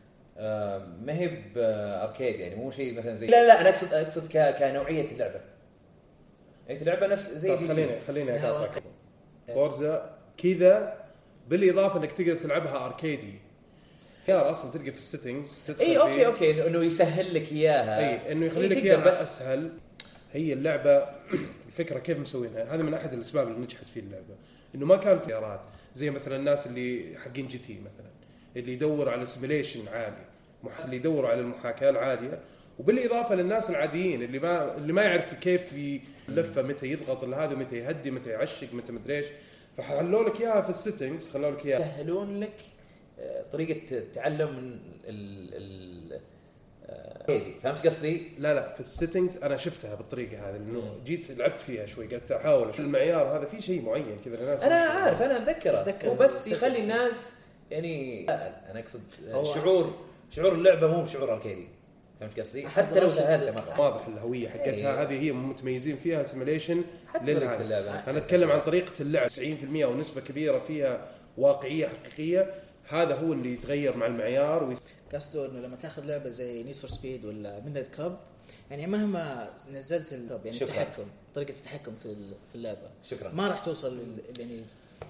ما هي باركيد يعني مو شيء مثلا زي لا لا انا اقصد اقصد كنوعيه اللعبه اي اللعبه نفس زي دي خليني خليني اقاطعك فورزا كذا بالاضافه انك تقدر تلعبها اركيدي خيار اصلا تلقى في السيتنجز تدخل اي اوكي اوكي انه يسهل لك اياها اي انه يخلي لك اياها بس اسهل. هي اللعبه الفكره كيف مسوينها هذا من احد الاسباب اللي نجحت فيه اللعبه انه ما كان خيارات زي مثلا الناس اللي حقين جي تي مثلا اللي يدور على سيميليشن عالي اللي يدور على المحاكاه العاليه وبالاضافه للناس العاديين اللي ما اللي ما يعرف كيف يلفه متى يضغط لهذا متى يهدي متى يعشق متى مدري ايش فحلوا لك اياها في السيتنجز خلوا لك اياها يسهلون لك طريقه تعلم ال ال هذه فهمت قصدي؟ لا لا في السيتنجز انا شفتها بالطريقه هذه لانه جيت لعبت فيها شوي قلت احاول اشوف المعيار هذا في شيء معين كذا الناس انا عارف انا اتذكره وبس يخلي الناس يعني انا اقصد شعور شعور اللعبه مو بشعور اركيدي فهمت قصدي؟ حتى لو سهلتها مره واضح الهويه حقتها هذه هي متميزين فيها سيميليشن للعبه. انا اتكلم عن طريقه اللعب تسعين بالمئة ونسبه كبيره فيها واقعيه حقيقيه هذا هو اللي يتغير مع المعيار ويس... قصده انه لما تاخذ لعبه زي نيد فور سبيد ولا ميدنايت كلاب يعني مهما نزلت الكلاب يعني التحكم طريقه التحكم في في اللعبه شكرا ما راح توصل يعني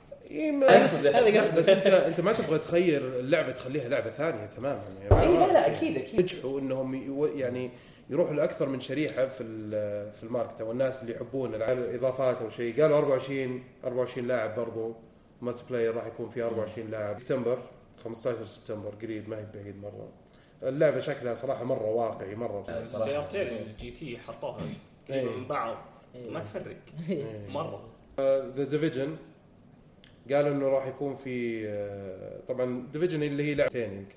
هذا قصد بس انت انت ما تبغى تغير اللعبه تخليها لعبه ثانيه تماما يعني اي لا لا اكيد اكيد نجحوا انهم يعني يروحوا لاكثر من شريحه في في الماركت والناس اللي يحبون الاضافات او شيء قالوا أربعة وعشرين أربعة وعشرين لاعب برضو مالتي بلاير راح يكون في أربعة وعشرين لاعب سبتمبر خمسة عشر سبتمبر قريب ما هي بعيد مره. اللعبه شكلها صراحه مره واقعي مره سيارتين الجي تي حطوها من بعض ما تفرق مره. ذا ديفيجن قالوا انه راح يكون في طبعا ديفيجن اللي هي لعبتين يمكن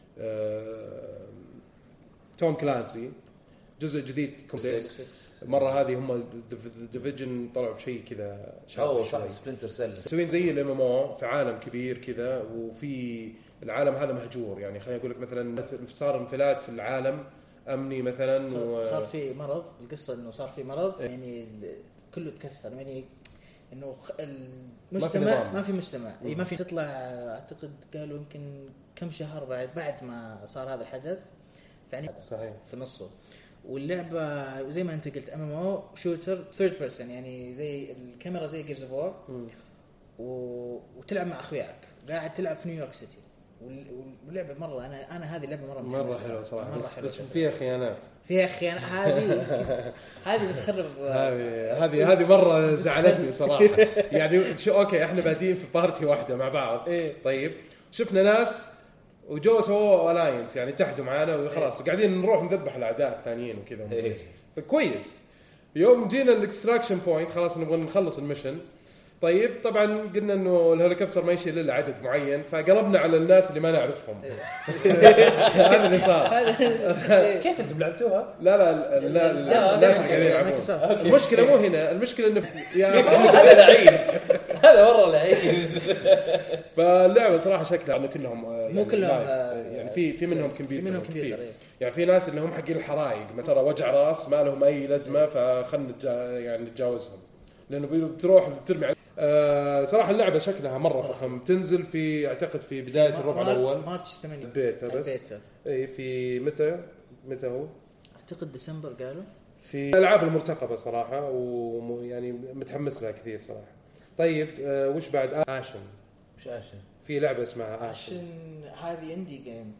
توم كلانسي جزء جديد كومبلكس المره هذه هم ديفيجن طلعوا بشيء كذا شاطر شوي سبلنتر سيل مسوين زي الام ام او في عالم كبير كذا وفي العالم هذا مهجور يعني خلينا اقول لك مثلا صار انفلات في العالم امني مثلا صار, صار في مرض القصه انه صار في مرض يعني كله تكسر يعني انه المجتمع ما, ما في مجتمع اي ما في تطلع اعتقد قالوا يمكن كم شهر بعد بعد ما صار هذا الحدث يعني صحيح في نصه. واللعبه زي ما انت قلت ام ام او شوتر ثيرد بيرسون يعني زي الكاميرا زي جيرز اوف وور وتلعب مع اخوياك قاعد تلعب في نيويورك سيتي واللعبه مره انا انا هذه اللعبه مره مره حلوه صراحه بس, بس فيها خيانات فيها خيانات هذه هذه بتخرب هذه هذه هذه مره زعلتني صراحه يعني شو اوكي احنا بادين في بارتي واحده مع بعض إيه؟ طيب شفنا ناس وجو سووا الاينس يعني اتحدوا معنا وخلاص إيه؟ وقاعدين نروح نذبح الاعداء الثانيين وكذا إيه؟ كويس. يوم جينا الاكستراكشن بوينت خلاص نبغى نخلص الميشن طيب طبعا قلنا انه الهليكوبتر ما يشيل الا عدد معين فقلبنا على الناس اللي ما نعرفهم هذا اللي صار. كيف انتم لعبتوها؟ لا لا لا الناس اللي قاعدين يلعبون المشكله مو هنا المشكله انه يا هذا لعين هذا مره لعين. فاللعبه صراحه شكلها انه كلهم مو كلهم يعني في في منهم كمبيوتر كثير يعني في ناس اللي هم حقين الحرائق مثلا وجع راس ما لهم اي لازمه فخلنا يعني نتجاوزهم لانه بتروح بترمي آه صراحه اللعبه شكلها مره فخم تنزل في اعتقد في بدايه الربع الاول مارس ثمانية البيتا بس اي في متى متى هو اعتقد ديسمبر قالوا في الالعاب المرتقبه صراحه ويعني متحمس لها كثير صراحه. طيب آه وش بعد؟ آشن. وش آشن؟ في لعبه اسمها آشن. آشن هذه اندي جيم.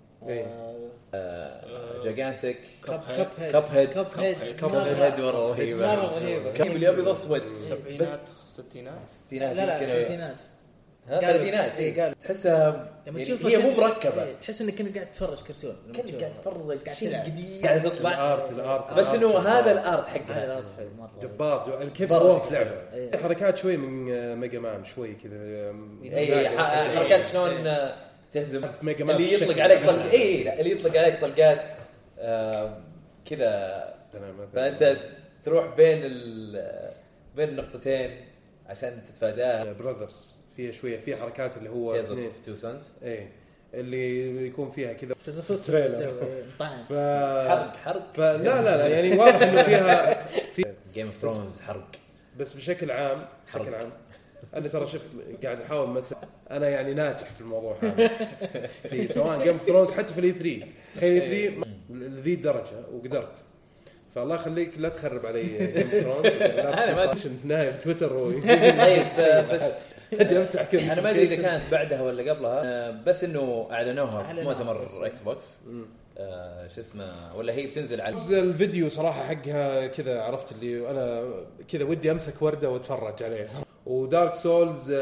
جاجانتك كاب كاب هيد كاب هيد كاب هيد كاب هيد ورا رهيبه مرة رهيبة. كيف اللي ابيض اسود سبعينات ستينات ستينات لا لا يمكن ثلاثينات ثلاثينات إيه قالوا تحسها لما يعني تشوفها هي مو كأن- مركبه إيه، تحس انك كنت قاعد تتفرج كرتون لما كنت تشوفها. قاعد تتفرج قاعد شيء تلعب. جديد قاعد تطلع الارت الارت بس انه هذا الارت هذا حقها الارت حلو مره جبار جو... كيف مرة سووه في في لعبه إيه. حركات شوي من آه، ميجا مان شوي كذا. اي ح- حركات شلون آه، تهزم ميجا مان اللي يطلق بشكل عليك عام. طلق اي لا اللي يطلق عليك طلقات آه، كذا تمام. فانت تروح بين ال بين النقطتين عشان تتفاداها. براذرز فيها شويه في حركات اللي هو تيز اوف اثنين تو سونز ايه اللي يكون فيها كذا تدفص تريلر. طعن ف... حرق حرق فلا لا لا يعني واضح انه فيها في جيم اوف ثرونز حرق بس بشكل عام بشكل حرق. عام انا ترى شفت قاعد احاول مثلا انا يعني ناجح في الموضوع هذا في سواء جيم اوف ثرونز حتى في الاي ثلاثة تخيل اي ثلاثة لذي الدرجه وقدرت. فالله يخليك لا تخرب علي جيم اوف ثرونز أنا ما لا في نهايه في تويتر ويجي طيب آه، بس اجي افتح كذا انا ما ادري اذا كانت بعدها ولا قبلها آه، بس انه اعلنوها في أعلنوها بس. مؤتمر اكس بوكس آه، شو اسمه ولا هي بتنزل على الفيديو صراحه حقها كذا عرفت اللي انا كذا ودي امسك ورده واتفرج عليه. ودارك سولز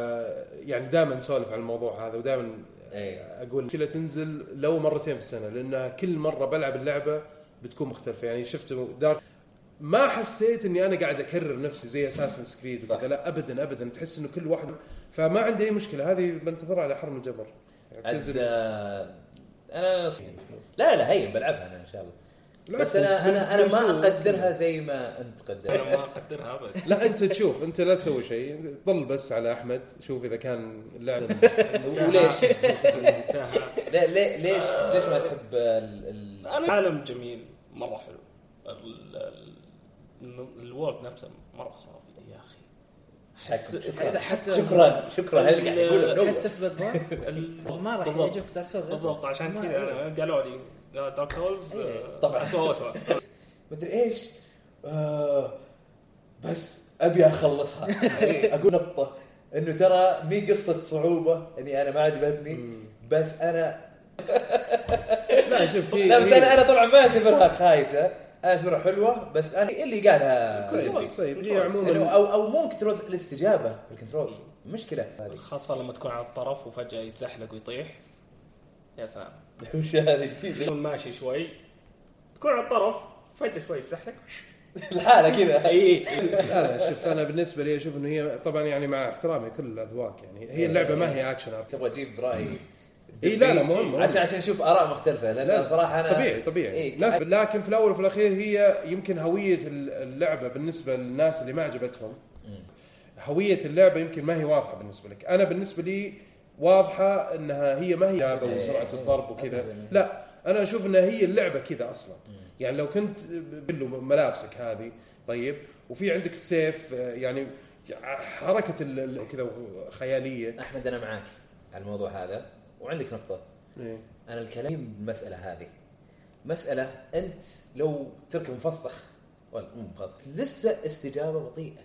يعني دائما نسولف عن الموضوع هذا ودائما أي. اقول كذا تنزل لو مرتين في السنه لان كل مره بلعب اللعبه بتكون مختلفه. يعني شفت دارك ما حسيت اني انا قاعد اكرر نفسي زي اساسن سكريد وكذا لا ابدا ابدا تحس انه كل واحد فما عندي اي مشكله. هذه بنتظرها على حرم الجبر يعني عد آه، انا لا لا هي بلعبها انا ان شاء الله لا بس انا انا انا ما اقدرها زي ما انت تقدرها. انا ما اقدرها ابد. لا انت تشوف انت لا تسوي شيء ضل بس على احمد شوف اذا كان اللعبه وليش انتهى. لا ليه ليش ليش ما تحب ال ال انا عالم جميل مره حلو. ال- ال- الورد نفسه مره خرافي يا اخي. حتى حتى شكرا شكرا هل قاعد يقول حتى في بلاد ال- ما راح بالضبط. يعجبك دارك سولز بالضبط عشان كذا انا قالوا لي دارك سولز إيه. طبعاً. اسوء اسوء. مدري ايش آه بس ابي اخلصها. اقول نقطه انه ترى مي قصه صعوبه اني انا ما عجبتني بس انا لا شوف في لا بس انا انا طبعا ما اعتبرها خايسه انا اعتبرها حلوه بس انا اللي قالها طيب, طيب هي إنه عموما او او مو كنترولز الاستجابه في الكنترولز مشكله هذه. خاصه لما تكون على الطرف وفجاه يتزحلق ويطيح يا سلام. وش هذه جديده تكون ماشي شوي تكون على الطرف فجاه شوي تزحلق الحاله كذا. اي لا لا شوف انا بالنسبه لي اشوف انه هي طبعا يعني مع احترامي كل الاذواق يعني هي اللعبه ما هي اكشن ار تبغى تجيب راي اي لا لا مهم, مهم. عشان عشان نشوف اراء مختلفه لان لا صراحه انا طبيعي طبيعي إيه ناس لكن في الاول وفي الاخير هي يمكن هويه اللعبه بالنسبه للناس اللي ما عجبتهم هويه اللعبه يمكن ما هي واضحه بالنسبه لك. انا بالنسبه لي واضحه انها هي ما هي لعبه وسرعه الضرب وكذا لا انا اشوف انها هي اللعبه كذا اصلا. يعني لو كنت له ملابسك هذه طيب وفي عندك السيف يعني حركه كذا خياليه. احمد انا معاك على الموضوع هذا وعندك نقطه. إيه؟ انا الكلام بالمساله هذه مساله انت لو تركب مفسخ ولا مو مفسخ لسه استجابه بطيئه.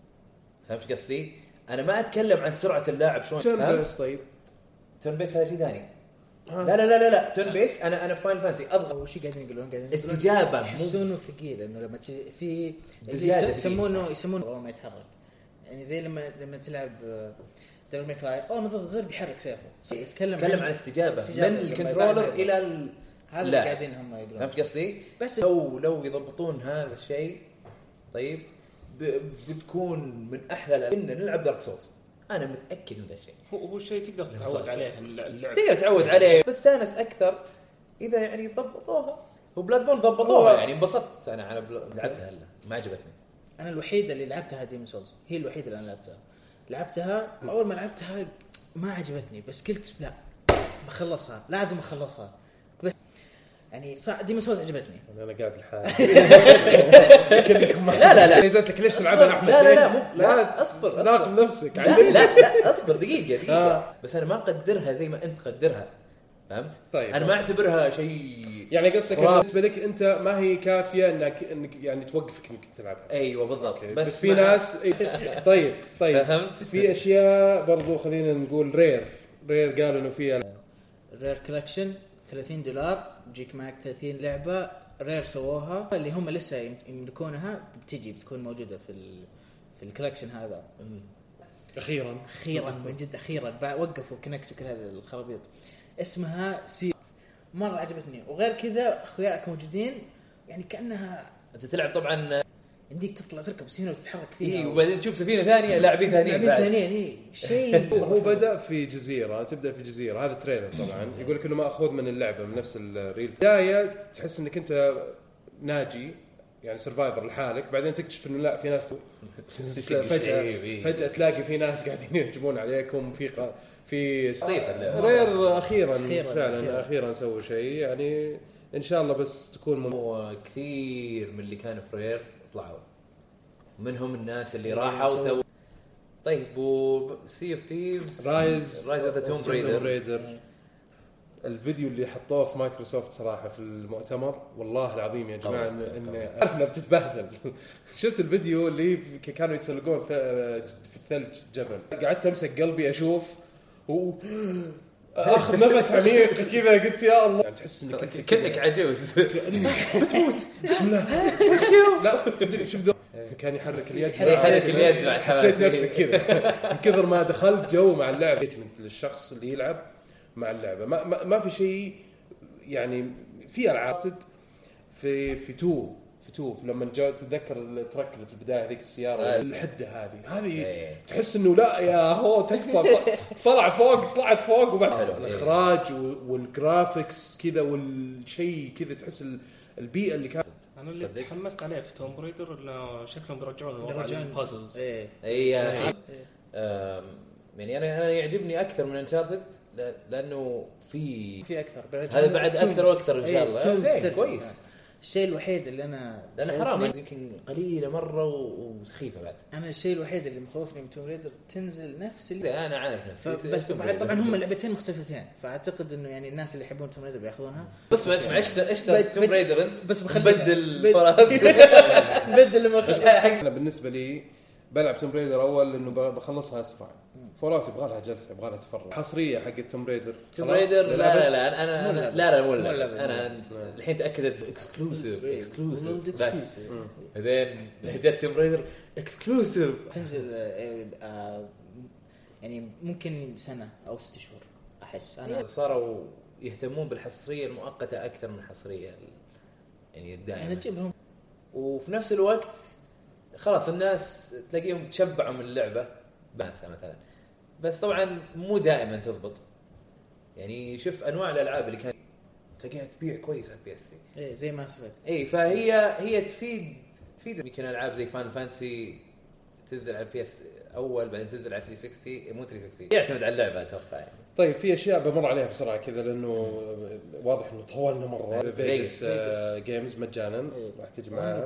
فهمت قصدي؟ انا ما اتكلم عن سرعه اللاعب شلون تيرن بيس. طيب تيرن بيس هذا شيء ثاني. لا لا لا لا لا تيرن بيس انا انا فاين فانتسي اضغط وش قاعدين يقولون قاعدين استجابه مو يحسونه ثقيل انه لما تجي في بزيادة يسمونه يسمونه اول ما يتحرك يعني زي لما لما تلعب دبل ميك راي اول ما تضغط زر بيحرك سيفه يتكلم تكلم عن استجابه, استجابة من الكنترولر الى ال... هذا اللي لا. قاعدين هم يقولون. فهمت قصدي؟ بس لو لو يضبطون هذا الشيء طيب ب... بتكون من احلى الألعاب. إن نلعب دارك سولز انا متاكد من ذا الشيء. هو هو شيء تقدر تتعود عليه اللعب تقدر تعود عليه بستانس اكثر اذا يعني ضبطوها. وبلاد بورن ضبطوها يعني انبسطت انا على بل... لعبتها هلا ما عجبتني. انا الوحيده اللي لعبتها ديمون سولز هي الوحيده اللي انا لعبتها لعبتها اول ما لعبتها ما عجبتني بس قلت لا بخلصها لازم اخلصها بس يعني صح ديمون سولز عجبتني انا قاعد الحال كلكم لا لا لا نزلت لك ليش تلعبها يا احمد؟ لا لا لا مو لا اصبر ناقم نفسك لا لا لا اصبر دقيقه دقيقه آه. بس انا ما اقدرها زي ما انت تقدرها فهمت؟ طيب انا ما اعتبرها شيء يعني قصدك خرافي. بالنسبه لك انت ما هي كافيه انك انك يعني توقفك انك تلعبها. ايوه بالضبط. بس, بس, بس في مع- ناس طيب طيب فهمت؟ في اشياء برضو خلينا نقول رير رير قالوا انه فيها رير كولكشن ثلاثين دولار بيجيك معك ثلاثين لعبه رير سووها اللي هم لسه يملكونها بتجي بتكون موجوده في ال في الكولكشن هذا. اخيرا اخيرا من جد اخيرا وقفوا كونكت وكل هذا الخرابيط. اسمها سي مره عجبتني. وغير كذا اخوياك موجودين يعني كانها انت تلعب طبعا عندك تطلع تركب سفينه وتتحرك فيها. اي وبعدين تشوف سفينه ثانيه لاعبين ثانيين لاعبين بعد. ثانيين اي شيء. هو بدا في جزيره تبدا في جزيره هذا تريلر طبعا يقول لك انه ماخوذ من اللعبه من نفس الريل. بدايه تحس انك انت ناجي يعني سرفايفر لحالك بعدين تكتشف انه لا في ناس فجاه فجاه تلاقي في ناس قاعدين يهجمون عليكم في ق... في رير اخيرا فعلا اخيرا سووا شيء يعني ان شاء الله بس تكون مم... كثير من اللي كانوا فرير طلعوا منهم الناس اللي راحوا وسووا. طيب وسي اوف ثيفز رايز رايز اوف ذا توم بريدر الفيديو اللي حطوه في مايكروسوفت صراحه في المؤتمر والله العظيم يا جماعه ان ان عرفنا بتتبهدل. شفت الفيديو اللي كانوا يتسلقون في الثلج جبل قعدت امسك قلبي اشوف و اخذ نفس عميق كذا قلت يا الله يعني تحس انك كأنك عجوز بتموت بسم الله لا تدري شوف ذا كان يحرك اليد يحرك اليد حسيت نفسي كذا من كثر ما دخلت جو مع اللعبه للشخص اللي يلعب مع اللعبه ما ما, ما في شيء يعني في العاب في في تو في تو لما جاء تتذكر الترك اللي في البدايه هذيك السياره آه. الحده هذه هذه تحس انه لا يا هو تكفى طلع فوق طلعت فوق وبعد الاخراج والجرافيكس كذا والشيء كذا تحس البيئه اللي كانت. انا اللي تحمست عليه في توم بريدر انه شكلهم بيرجعون الوضع البازلز. اي اي يعني انا انا يعجبني اكثر من انشارتد لانه في في اكثر هذا بعد اكثر واكثر ان شاء الله زين كويس. الشيء الوحيد اللي انا لأن حرام يمكن قليلة مرة وسخيفة بعد. أنا الشيء الوحيد اللي مخوفني من توم ريدر تنزل نفس اللي أنا عارف نفسي بس طبعا طبعا هم لعبتين مختلفتين فأعتقد إنه يعني الناس اللي يحبون توم ريدر بياخذونها. بس ما اسمع اشتري اشتري توم ريدر أنت بس ببدل فرات بدل لما بس أنا بالنسبة لي بلعب توم ريدر أول لأنه بخلصها أسرع. فورات يبغى لها جلسه يبغى لها تفرغ حصريه حق توم ريدر. توم ريدر لا لا لا انا انا لا لا ولا انا الحين تاكدت اكسكلوسيف اكسكلوسيف بس بعدين جت توم ريدر اكسكلوسيف تنزل يعني ممكن سنه او ست شهور احس. انا صاروا يهتمون بالحصريه المؤقته اكثر من الحصريه يعني الدائمه انا اجيبهم وفي نفس الوقت خلاص الناس تلاقيهم تشبعوا من اللعبه بس مثلا بس طبعا مو دائما تضبط يعني شوف انواع الالعاب اللي كانت تلاقيها تبيع كويس على البي اس ثري اي زي ما سويت اي فهي هي تفيد تفيد يمكن العاب زي فان فانسي تنزل على البي اس اول بعدين تنزل على ثلاثمية وستين مو ثلاثمية وستين يعتمد على اللعبه اتوقع يعني. طيب في اشياء بمر عليها بسرعه كذا لانه واضح انه طولنا مره. فيجاس جيمز مجانا راح تجي معاها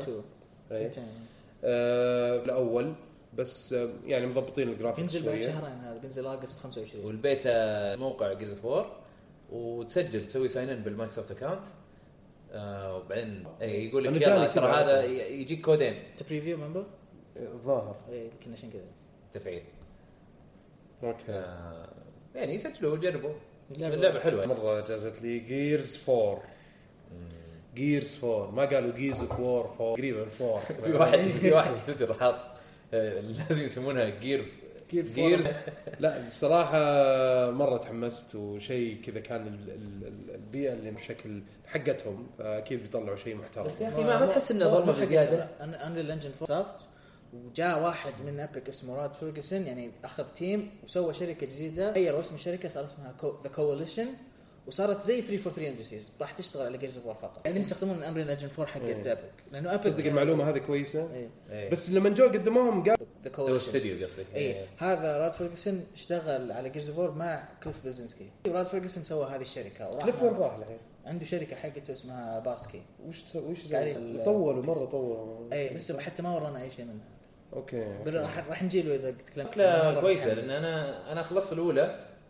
الاول بس يعني مضبطين الجرافيكس شويه. بينزل بعد شهرين هذا بينزل اغسطس خمسة وعشرين والبيتا موقع جيرز فور وتسجل تسوي ساين ان بالمايكروسوفت اكاونت آه وبعدين اي يقول لك يلا ترى هذا يجيك كودين تبريفيو ممبر الظاهر اي يمكن عشان كذا تفعيل اوكي آه يعني يسجلوا وجربوا اللعبة, اللعبة حلوة مرة جازت لي جيرز فور جيرز فور ما قالوا جيرز فور فور قريبا فور في واحد في واحد تويتر حاط لازم يسمونها جير جيرز لا الصراحة مرة تحمست وشيء كذا كان البيئة اللي بشكل حقتهم فأكيد بيطلعوا شيء محترم. بس يا أخي ما ما تحس إنه ظلمة بزيادة. أنا أنا الإنجن سافت وجاء واحد من أبيك اسمه راد فيرغسون يعني أخذ تيم وسوى شركة جديدة غير اسم الشركة صار اسمها ذا كواليشن وصارت زي ثلاثمية وثلاثة وأربعين اندستريز راح تشتغل على جيرز اوف وور فقط يعني يستخدمون انريل انجن فور حق ابيك لانه ابيك تصدق المعلومه هذه كويسه ايه. بس لما جو قدموهم قال سووا استوديو قصدي اي هذا راد فيرغسون اشتغل على جيرز اوف وور مع كليف بلزنسكي وراد فيرغسون سوى هذه الشركه كليف وين راح الحين عنده شركه حقته اسمها باسكي وش وش طولوا مره طولوا اي لسه حتى ما ورانا اي شيء منها اوكي راح راح نجي له اذا تكلمت لا كويسه لان انا انا خلصت الاولى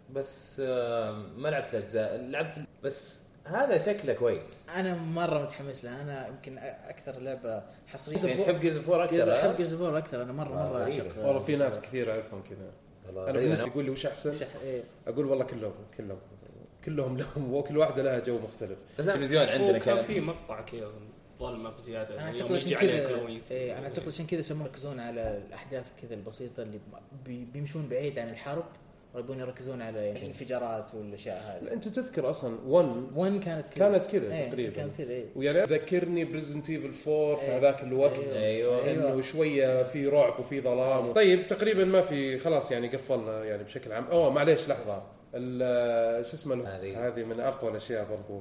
بس آه ما لعبت الاجزاء لعبت بس هذا شكله كويس. انا مره متحمس له. انا يمكن اكثر لعبه حصريه يعني تحب جيرز فور اكثر؟ احب جيرز فور اكثر. انا مره مره اعشق. والله في ناس كثير اعرفهم كذا. انا بالنسبه يقول لي وش احسن إيه؟ اقول والله كلهم كلهم كلهم لهم وكل واحده لها جو مختلف. التلفزيون عندنا كان في مقطع كذا ظلمه بزياده انا اعتقد عشان كذا إيه انا اعتقد عشان كذا سموه يركزون على الاحداث كذا البسيطه اللي بي بيمشون بعيد عن الحرب ويبون يركزون على يعني الانفجارات والاشياء هذه. انت تذكر اصلا واحد واحد كانت كذا كانت كذا ايه تقريبا كانت كذا ايه. ويعني ذكرني بريزنت ايفل فور في ايه هذاك الوقت ايوه, أيوة. انه شويه في رعب وفي ظلام. طيب تقريبا ما في خلاص يعني قفلنا يعني بشكل عام. اوه معليش لحظه شو اسمه هذه من اقوى الاشياء برضو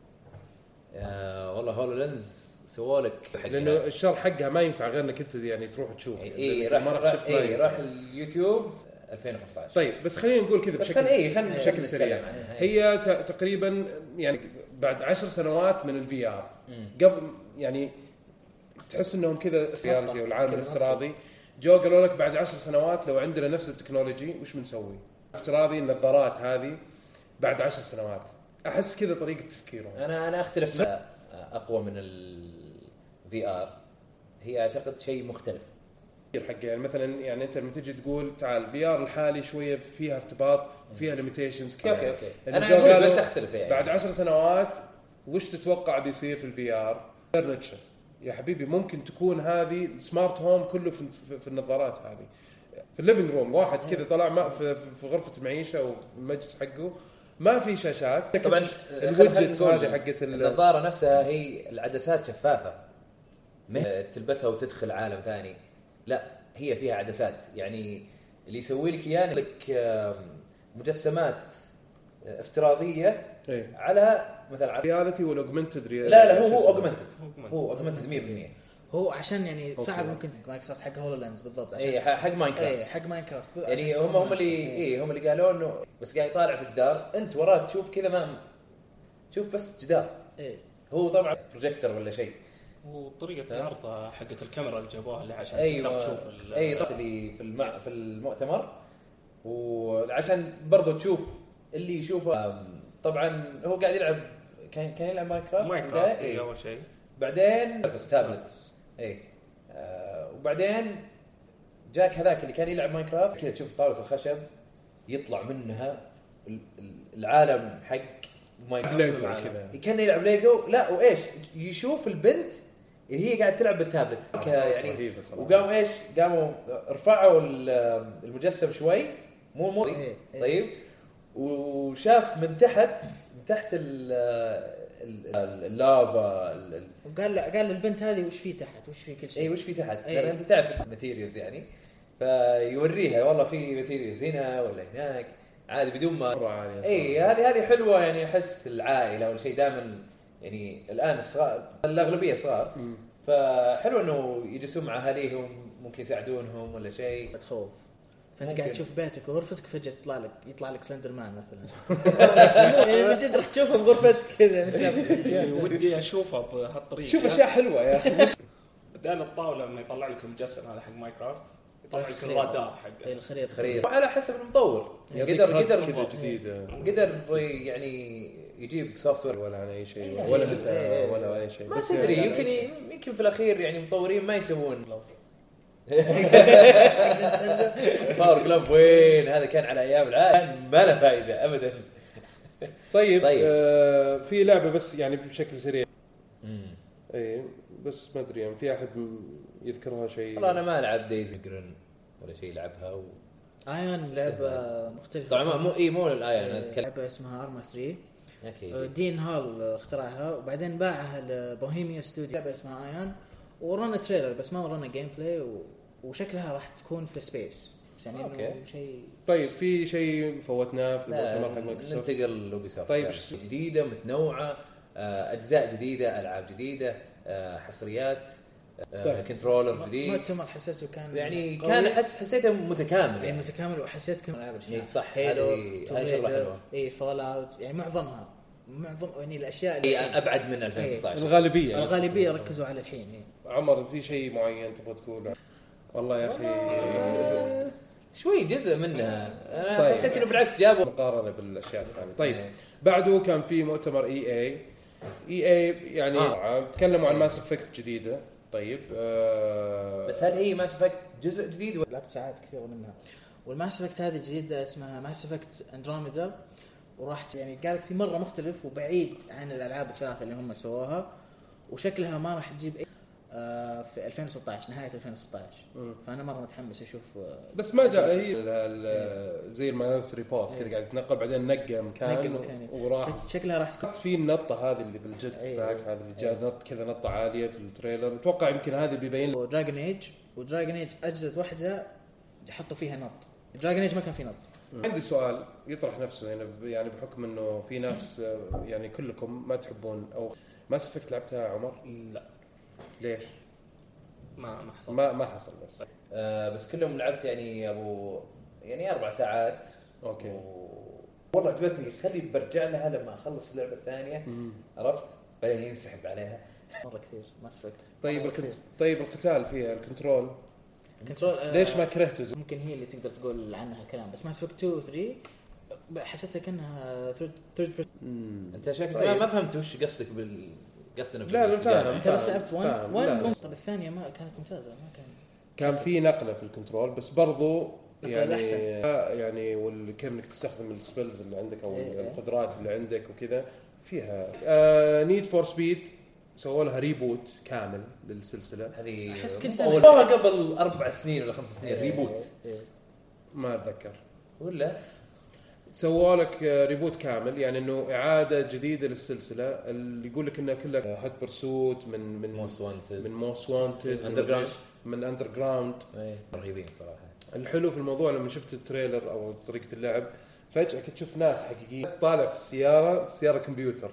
والله هولولينز سوالك لانه الشر حقها ما ينفع غير انك انت يعني تروح تشوف يعني اي راح راح اي راح اليوتيوب ألفين وخمسة عشر. طيب بس خلينا نقول كذا بشكل ايه خلينا بشكل سريع. هي تقريبا يعني بعد عشر سنوات من الفي ار قبل يعني تحس انهم كذا رياليتي والعالم الافتراضي جو قالوا لك بعد عشر سنوات لو عندنا نفس التكنولوجي وش بنسوي افتراضي النظارات هذه بعد عشر سنوات. احس كذا طريقه تفكيرهم. انا انا اختلف اقوى من الفي ار. هي اعتقد شيء مختلف حق يعني مثلا يعني انت لما تيجي تقول تعال في ار الحالي شويه فيها ارتباط فيها ليميتيشنز كذا. اوكي اوكي انا اقول بس اختلف يعني بعد عشر سنوات وش تتوقع بيصير في الفي ار فرنتشر يا حبيبي ممكن تكون هذه سمارت هوم كله في, في, في النظارات هذه في الليفينج روم. واحد كذا طلع ما في, في غرفه المعيشه او المجلس حقه ما في شاشات. طبعا الويدجت هذه حقت النظاره نفسها هي العدسات شفافه تلبسها وتدخل عالم ثاني. لا هي فيها عدسات يعني اللي يسوي لك يعني لك مجسمات افتراضيه إيه؟ على مثلا على رياليتي والاوجمنتد رياليتي. لا لا هو هو اوجمنتد هو اوجمنتد مية بالمية. هو عشان يعني صعب ممكن مايكروسوفت حق هولولينز بالضبط عشان اي حق ماينكرافت اي حق ماينكرافت يعني هم هم اللي اي هم اللي قالوا انه بس قاعد يطالع في الجدار انت وراك تشوف كذا ما تشوف بس جدار. اي هو طبعا بروجيكتور ولا شيء وطريقه العرض حقت الكاميرا اللي جابوها اللي عشان أيوة تقدر تشوف اي طريقه اللي في المع... في المؤتمر وعشان برضو تشوف اللي يشوفه. طبعا هو قاعد يلعب كان كان يلعب ماينكرافت ماينكرافت اي اول شيء بعدين في تابلت اي آه وبعدين جاك هذاك اللي كان يلعب ماينكرافت كذا تشوف طاوله الخشب يطلع منها العالم حق ماينكرافت كان يلعب ليجو. لا وايش يشوف البنت اللي هي قاعد تلعب بالتابلت يعني وقام ايش قاموا رفعوا المجسم شوي مو مو طيب وشاف من تحت من تحت اللافا وقال قال للبنت هذه وش في تحت وش في كل شيء اي وش في تحت لان انت تعرف الماتيريالز يعني فيوريها والله في ماتيريالز هنا ولا هناك عادي بدون ما اي هذه هذه حلوه يعني احس العائله ولا شيء دائما يعني الان الصغار الاغلبيه صغار فحلو انه يجلسون مع اهاليهم ممكن يساعدونهم ولا شيء. تخوف فانت قاعد تشوف بيتك وغرفتك فجاه تطلع لك يطلع لك سلندر مان مثلا يعني من جد راح تشوفه بغرفتك كذا. ودي اشوفه بهالطريقه شوف اشياء حلوه يا اخي. بدال الطاوله لما يطلع لك المجسم هذا حق ماينكرافت يطلع لك الرادار حق الخريطه خريطه وعلى حسب المطور قدر قدر كذا جديد قدر يعني يجيب سوفت وير ولا عن اي شيء ولا بتا ولا اي شيء ما تدري يمكن يمكن في الاخير يعني مطورين ما يسوون باور جلوب وين هذا كان على ايام العالم ما له فائده ابدا. طيب, طيب. آه في لعبه بس يعني بشكل سريع اي بس ما ادري يعني في احد يذكرها شيء. والله انا ما لعب دايز جرين ولا شيء لعبها و... ايون لعبه مختلفه طبعا مو اي مو الايون انا اتكلم لعبه اسمها ارما ثري اوكي دين هول اخترعها وبعدين باعها لبوهيميا ستوديو. لعبه اسمها ايون ورانا تريلر بس ما ورانا جيم بلاي و... وشكلها راح تكون في سبيس يعني انه شيء. طيب في شيء فوتناه في المؤتمر حق مايكروسوفت ننتقل لوبيسوفت. طيب جديده متنوعه اجزاء جديده العاب جديده حصريات طيب. كنترولر جديد. مؤتمر حسيته كان يعني كان احس حسيته متكامل يعني متكامل وحسيت كم العاب الاشياء صح هذه هاي شغله حلوه اي فول اوت يعني معظمها معظم يعني الاشياء اللي إيه ابعد من ألفين وستة عشر الغالبيه الغالبيه ركزوا على الحين. عمر في شيء معين تبغى تقوله؟ والله يا اخي شوي جزء منها. انا طيب. حسيت انه بالعكس جابوا مقارنه بالاشياء الثانيه. طيب بعده كان في مؤتمر اي اي اي اي يعني آه. تكلموا عن ماس افكت جديده. طيب آه بس هل هي ماس افكت جزء جديد ولا لعبت ساعات كثير منها. والماس افكت هذه جديدة اسمها ماس افكت اندروميدا، وراح يعني جالكسي مرة مختلف وبعيد عن الألعاب الثلاثة اللي هم سووها، وشكلها ما راح تجيب أي آه في ألفين وستة عشر نهاية ألفين وستة عشر. فأنا مرة متحمس أشوف. آه بس ما جاء هي ال- ال- زي الماينورتي ريبورت كذا قاعد يتنقل بعدين نقى مكان نقى مكان. وراح شك- شكلها راح تكون في النطه هذه اللي بالجد أي. باك هذا اللي جاء نط كذا نطه عاليه في التريلر. اتوقع يمكن هذه بيبين ودراجون ايج ودراجون ايج أجزاء واحدة يحطوا فيها نط. دراجون ايج ما كان في نط. عندي سؤال يطرح نفسه هنا ب- يعني بحكم انه في ناس آه، يعني كلكم ما تحبون او ماس افكت لعبتها عمر؟ لا ليش؟ ما ما حصل. ما ما حصل بس آه بس كلهم لعبت يعني ابو يعني اربع ساعات. اوكي. و... والله عجبتني. خلي برجع لها لما اخلص اللعبه الثانيه. عرفت بعدين ينسحب عليها مرة كثير ماس افكت. طيب الكنت... طيب القتال فيها الكنترول كنترول آه ليش ما كرهته زي... ممكن هي اللي تقدر تقول عنها كلام، بس ماس افكت اثنين و ثلاثة حسيتها كانها ثيرد انت شكلك طيب. ما ما فهمت وش قصدك بال قصدنا لا، لا، فاهم. انت بس لعبت فاهم. واحد لا، واحد بس- طب الثانيه ما كانت ممتازه ما كان كان في نقله في الكنترول بس برضو يعني الأحسن. يعني وكيف انك تستخدم السبيلز اللي عندك او إيه. القدرات اللي عندك وكذا فيها. آه نيد فور سبيد سووا لها ريبوت كامل للسلسله. هذه أحس كل مو سنة. أول- والله قبل اربع سنين ولا خمس سنين ريبوت إيه، إيه. ما اتذكر. ولا سووا لك ريبوت كامل يعني انه اعاده جديده للسلسله اللي يقول لك انها كلها هات برسوت من من موست وانتد من موست وانتد Underground. من اندر جراوند. رهيبين صراحه. الحلو في الموضوع لما شفت التريلر او طريقه اللعب فجاه كنت تشوف ناس حقيقيين طالع في السياره السياره كمبيوتر.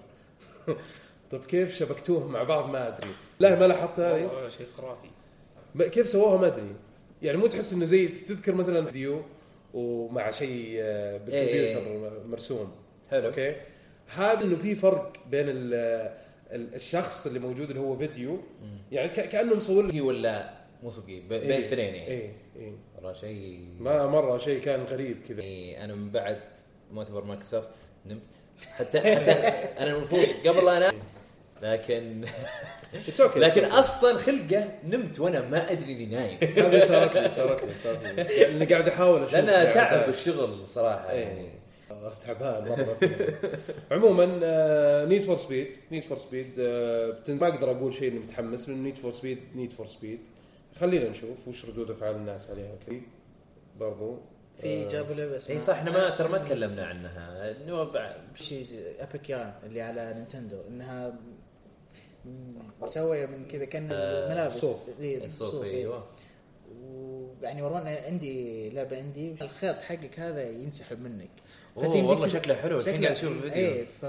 طب كيف شبكتوهم مع بعض ما ادري. لا ما لاحظت هذه والله شيء خرافي. ب- كيف سووها ما ادري. يعني مو تحس انه زي تذكر مثلا فيديو ومع شيء آه، بالكمبيوتر مرسوم. حلو. اوكي هذا انه في فرق بين ال- ال- الشخص اللي موجود اللي هو فيديو يعني ك- كانه مصور لك هي ولا مو صدقي ب- بين إيه. الاثنين يعني ايه ايه والله شيء ما مره شيء كان غريب كذا. يعني انا من بعد مؤتمر مايكروسوفت نمت حتى حتى انا المفروض قبل لا انام لكن It's okay. لكن اصلا خلقه نمت وانا ما ادري اني نايم هذه صارت لي صارت لي صارت لي لاني قاعد احاول اشوف لانها قاعد- تعب الشغل صراحه إيه. يعني آه، تعبان مره. عموما نيد فور سبيد نيد فور سبيد ما اقدر اقول شيء اني متحمس لان نيد فور سبيد نيد فور سبيد خلينا نشوف وش ردود افعال الناس عليها وكذا برضو. في جابوا لعبه اسمها اي صح احنا ما ترى ما تكلمنا عنها انه بعد شيء ابيك يارن اللي على نينتندو انها مسويه من كذا كان ملابس صوف. إيه، الصوف صوف، إيه. ايوه ويعني ورونا عندي لعبه عندي الخيط حقك هذا ينسحب منك أوه، فتيمديك والله تس- شكله حلو الحين قاعد اشوف الفيديو ايه ف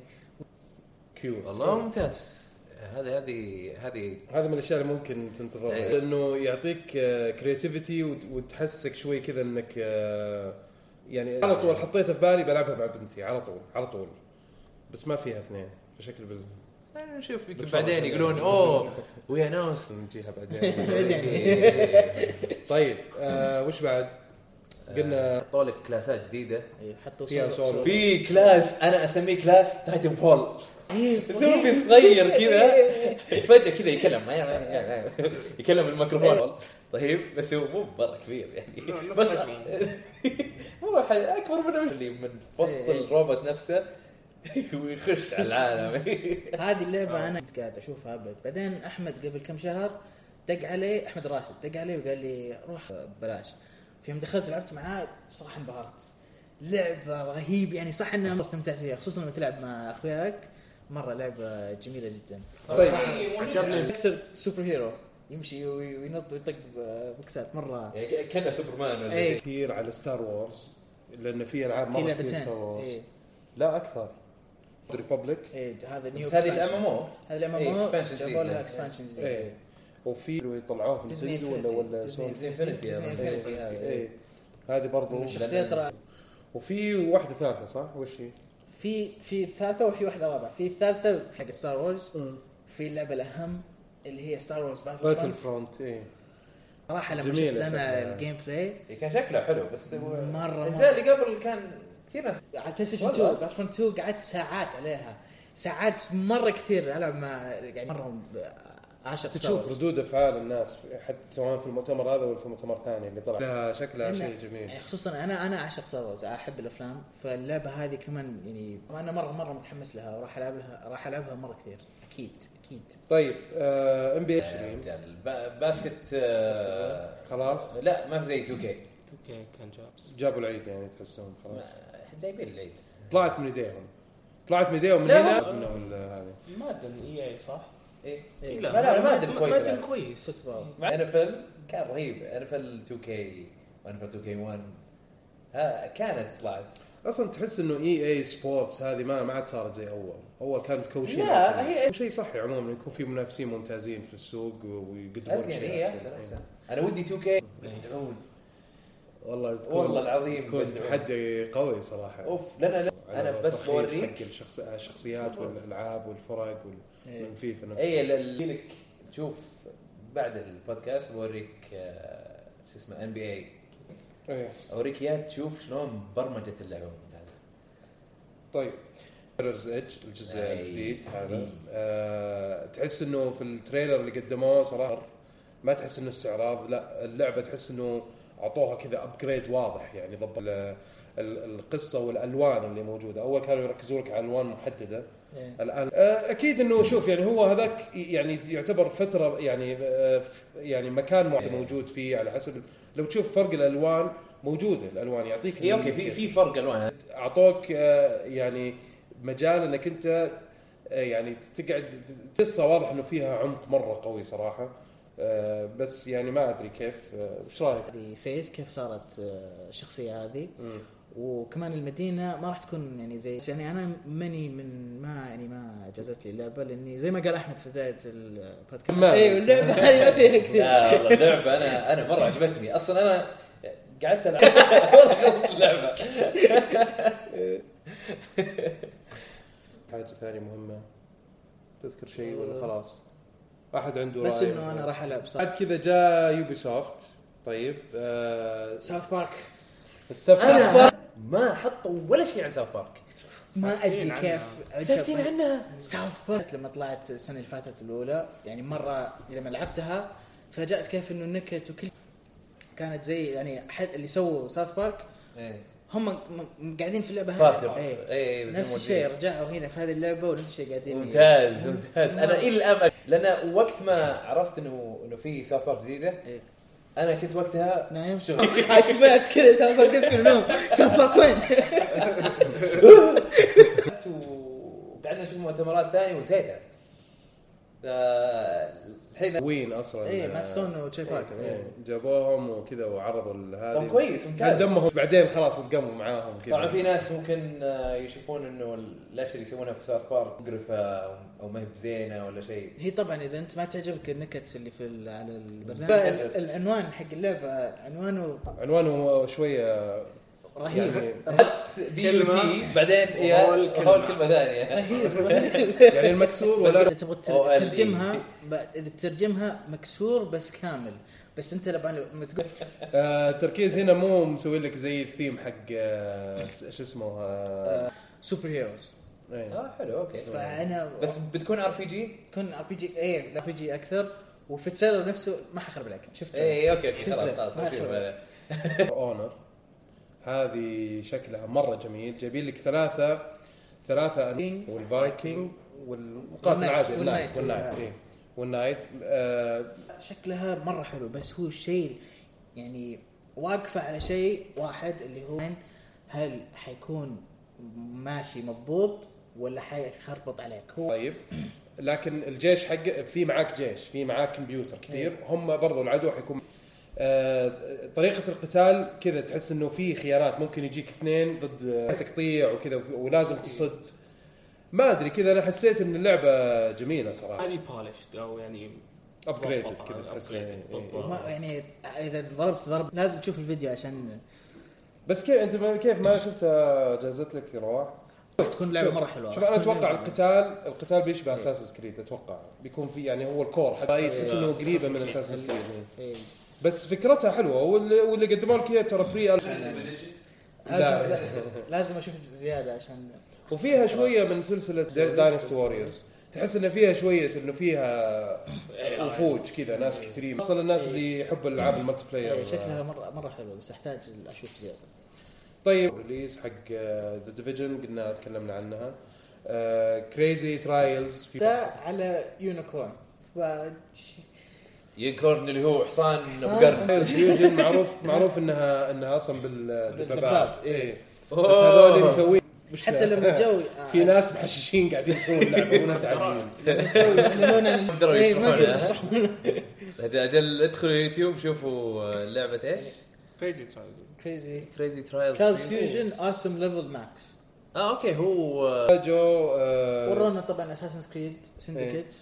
كيوت. والله ممتاز هذه هذه هذه هذا من الاشياء اللي ممكن تنتظرها إيه. لانه يعطيك كرياتيفيتي وتحسك شوي كذا انك آه، يعني على طول حطيتها في بالي بلعبها مع بنتي على طول على طول بس ما فيها اثنين فشكل بال نشوف يمكن بتفرج بعدين عليها. يقولون اوه ويا ناس نجيها بعدين. إيه. طيب آه وش بعد قلنا طولك كلاسات جديده إيه، حطوا فيها صور- صور. صور. في كلاس انا اسميه كلاس تايتن فول ثوبي صغير كذا فجاه كذا يكلم يكلم الميكروفون طيب بس هو مو برا كبير يعني نفس بس حجمه. مو اكبر منه اللي من وسط الروبوت نفسه ويخش على العالم هذه اللعبه انا كنت قاعد اشوفها ابد بعدين احمد قبل كم شهر دق علي احمد راشد دق علي وقال لي روح ببلاش في يوم دخلت لعبت معاه صراحه انبهرت لعبه رهيب يعني صح انها استمتعت فيها خصوصا لما تلعب مع اخوياك مره لعبه جميله جدا طيب عجبني اكثر سوبر هيرو يمشي وي- وينط ويطق بوكسات مره يعني كانه سوبرمان ولا إيه. شيء كثير على ستار وورز لان في العاب في مره كثير لعبتين ستار وورز إيه. لا اكثر ريبوبليك إيه هذا نيو بس هذه الام ام او هذا الام إيه، ام او expansion جابوا جديد. لها اكسبانشن جديد ايه وفي اللي يطلعوه في ديزني نسيدو ولا ولا سوني ديزني انفينيتي ديزني انفينيتي هذا ايه هذه برضو الشخصيات ترى وفي واحده ثالثه صح وش هي في في الثالثه وفي واحده رابعه في الثالثه حق ستار وورز في اللعبه الاهم اللي هي ستار وورز باتل باتل فرونت فرونت ايه صراحه لما جميلة شفت انا شكلها. الجيم بلاي كان شكله حلو بس هو مرة- الأجزاء اللي قبل كان كثير ناس على بلاي ستيشن والله. تو باتفرونت تو قعدت ساعات عليها ساعات مره كثير العب مع يعني مره عشر تشوف ردود افعال الناس حتى سواء في المؤتمر هذا ولا في المؤتمر الثاني اللي طلع لها شكلها شيء جميل. يعني خصوصا انا انا اعشق ستار احب الافلام فاللعبه هذه كمان يعني انا مره مره متحمس لها وراح العب لها راح العبها مره كثير اكيد اكيد. طيب ام بي عشرين باسكت آه خلاص لا ما في زي تو كي اوكي كان جاب جابوا العيد يعني تحسون خلاص جايبين العيد طلعت من ايديهم طلعت من ايديهم من لا، هنا من ال- هذه ما ادري اي اي صح. ايه إيه. لا لا ما ادري كويس ما ادري كويس. فوتبول. مع ان اف ال كان رهيب ان اف ال تو كي وان اف ال تو كي واحد ها كانت طلعت اصلا تحس انه اي اي سبورتس هذه ما ما عاد صارت زي اول اول كانت كوشين لا، هي- شيء صحي عموما يكون في منافسين ممتازين في السوق ويقدمون ازين شيء ايه أحسن. احسن احسن انا ودي تو كي والله تكون والله العظيم تكون بدعو. تحدي قوي صراحه اوف لنا لا. انا على بس ترخيص بوريك حق الشخص... الشخصيات والالعاب والفرق إيه. والفيفا نفسها اي اللي لك تشوف بعد البودكاست بوريك آه، شو اسمه ان بي اي ايه اوريك اياه تشوف شلون برمجه اللعبه ممتازه. طيب ميررز ايدج الجزء أي. الجديد هذا أي. آه تحس انه في التريلر اللي قدموه صراحه ما تحس انه استعراض لا اللعبه تحس انه اعطوها كذا ابجريد واضح يعني ضبط ال- ال- القصه والالوان اللي موجوده اول كانوا يركزوا لك على الوان محدده إيه. الان آه اكيد انه شوف يعني هو هذاك يعني يعتبر فتره يعني آه ف- يعني مكان معين موجود فيه على حسب لو تشوف فرق الالوان موجوده الالوان يعطيك اي اوكي في في فرق الوان اعطوك آه، يعني مجال انك انت آه، يعني تقعد قصه واضح انه فيها عمق مره قوي صراحه آه، بس يعني ما ادري كيف آه، وش رايك؟ هذه فيث كيف صارت آه، الشخصيه هذه وكمان المدينه ما راح تكون يعني زي يعني انا ماني من ما يعني ما جازت لي اللعبه لاني زي ما قال احمد في بدايه البودكاست ما- ايوه اللعبه هذه ما فيها كذا لا والله اللعبه انا انا مره عجبتني اصلا انا قعدت العب والله خلصت اللعبه. حاجه ثانيه مهمه تذكر شيء ولا خلاص؟ احد عنده بس رأي؟ انه انا راح العب بعد كذا جاء يوبي سوفت طيب آه، ساوث بارك استفسر انا ما حطوا ولا شيء عن ساوث بارك ما ادري عنها. كيف ساكتين عنها. ساوث بارك لما طلعت السنه اللي فاتت الاولى يعني مره لما لعبتها تفاجات كيف انه النكت وكل كانت زي يعني حد اللي سووا ساوث بارك ايه هم م- قاعدين في اللعبه فاكر هذه ايه. ايه نفس الشيء رجعوا هنا في هذه اللعبه ونفس الشيء قاعدين ممتاز ممتاز انا الى الان لان وقت ما عرفت انه انه في ساوث بارك جديده إيه. انا كنت وقتها نايم في شغل هاي سمعت كذا ساوث بارك قلت له نوم ساوث بارك وين وقعدنا نشوف مؤتمرات ثانيه ونسيتها آه، الحين وين اصلا ايه مات ستون وتشي باركر إيه، إيه. جابوهم وكذا وعرضوا هذه طب كويس كان ممتاز دمهم بعدين خلاص اتقموا معاهم كذا طبعا في ناس ممكن آه، يشوفون انه الاشياء اللي يسوونها في ساوث بارك مقرفه او أو ما هي بزينه ولا شيء. هي طبعا اذا انت ما تعجبك النكت اللي في ال- على البرنامج صحيح. العنوان حق اللعبه عنوانه عنوانه شويه رهيب يعني بي يو تي بعدين يا وهول كلمة. هول كلمه ثانيه رهيب رهيب يعني المكسور بس ولا اذا تبغى أو تر- ال إي. ترجمها ب- اذا ترجمها مكسور بس كامل بس انت طبعا لما تقول آه التركيز هنا مو مسوي لك زي الثيم حق آه شو اسمه آه سوبر هيروز إيه. اه حلو اوكي فانا بس بتكون ار بي جي تكون ار بي جي ايه ار بي جي اكثر وفي التريلر نفسه ما حخرب عليك شفت اي اوكي اوكي شفت خلاص له. خلاص ما أشوف أخرب. هذا. اونر هذه شكلها مره جميل جايبين لك ثلاثه ثلاثه King. والفايكنج والمقاتل والنايت. العادي والنايت. النايت والنايت إيه. والنايت آه شكلها مره حلو بس هو الشيء يعني واقفه على شيء واحد اللي هو هل حيكون ماشي مضبوط ولا حيخربط عليك هو طيب لكن الجيش حق في معاك جيش في معاك كمبيوتر كثير هم برضو العدو حيكون آه طريقة القتال كذا تحس انه في خيارات ممكن يجيك اثنين ضد آه، تقطيع وكذا ولازم تصد ما ادري كذا انا حسيت ان اللعبة جميلة صراحة هذه بولش او يعني ابجريدد ضبطها، كذا تحس upgraded، إيه. ضبطها. ما يعني اذا ضربت ضرب لازم تشوف الفيديو عشان بس كيف انت ما كيف ما شفتها جازت لك رواح تكون لعبه شوف- مره حلوه شوف انا تكون اتوقع لعبة- القتال القتال بيشبه اساس كريد اتوقع بيكون في يعني هو الكور حتى يحس انه قريبه من اساس كريد إيه. بس فكرتها حلوه واللي, واللي قدموا لك اياها ترى بري لازم لازم اشوف زياده عشان. وفيها شويه من سلسله داينستي واريورز، تحس ان فيها شويه انه فيها وفوج كذا ناس كثيرين، اصلا الناس اللي يحبوا الالعاب الملتي بلاير. شكلها مره مره حلوه بس احتاج اشوف زياده. طيب ريليز حق ذا ديفيجن قلنا تكلمنا عنها. كريزي ترايلز في على يونيكورن ف يونيكورن اللي هو حصان بقرن. فيوجن معروف معروف انها انها اصلا بالدبابات. ايه بس هذول اللي مسوين حتى لما جو في ناس محششين قاعدين يسوون اللعبه وناس عاديين يقدروا يشرحونها. اجل ادخلوا يوتيوب شوفوا لعبه ايش كريزي ترايلز كريزي كريزي ترايلز ترايلز فيوجن اوسم ليفل ماكس. اه اوكي هو جو ورونا طبعا اساسن كريد سندكيت.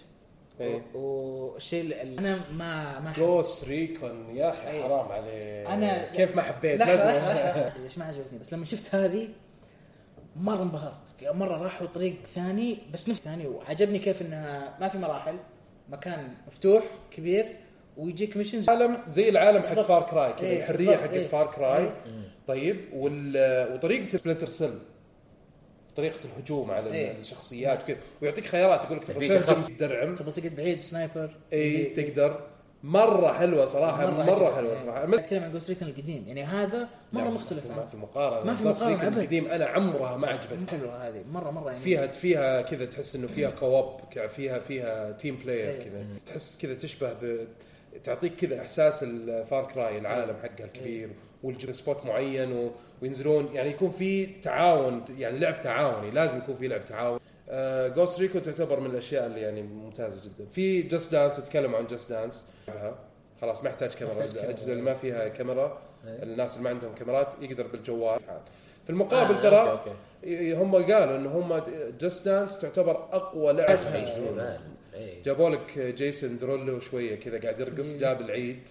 والشيء اللي انا ما ما جوست ريكون يا اخي حرام عليك. انا كيف ما حبيت ليش ما عجبتني بس لما شفت هذه مره انبهرت. مره راحوا طريق ثاني بس نفس ثاني وعجبني كيف انها ما في مراحل مكان مفتوح كبير ويجيك ميشنز عالم زي العالم حق فار كراي كذا. ايه الحريه حق ايه فار كراي. ايه طيب وطريقه سبلنتر سيل طريقه الهجوم على ايه الشخصيات وكذا ويعطيك خيارات يقول لك تبغى تهجم درعم تبغى تقعد بعيد سنايبر اي تقدر. مره حلوه صراحه مره, مرة حلوه صراحه. ما اتكلم عن جوست ريكون القديم يعني هذا مره مختلف. ما في مقارنه ما في مقارنه القديم انا عمرها ما عجبتني. حلوه هذه مره مره يعني فيها فيها كذا تحس انه فيها كواب فيها فيها تيم بلاير كذا تحس كذا تشبه ب... تعطيك كذا احساس الفار كراي العالم حقها الكبير والجن سبوت معين و... وينزلون يعني يكون في تعاون يعني لعب تعاوني لازم يكون في لعب تعاون. جوست ريكو تعتبر من الاشياء اللي يعني ممتازه جدا. في جاست دانس تتكلم عن جاست دانس خلاص ما يحتاج كاميرا. الاجهزه اللي ما فيها كاميرا الناس اللي ما عندهم كاميرات يقدر بالجوال. في المقابل آه، ترى أوكي أوكي. هم قالوا انه هم جاست دانس تعتبر اقوى لعبه. جابوا لك جيسون درولو شويه كذا قاعد يرقص جاب العيد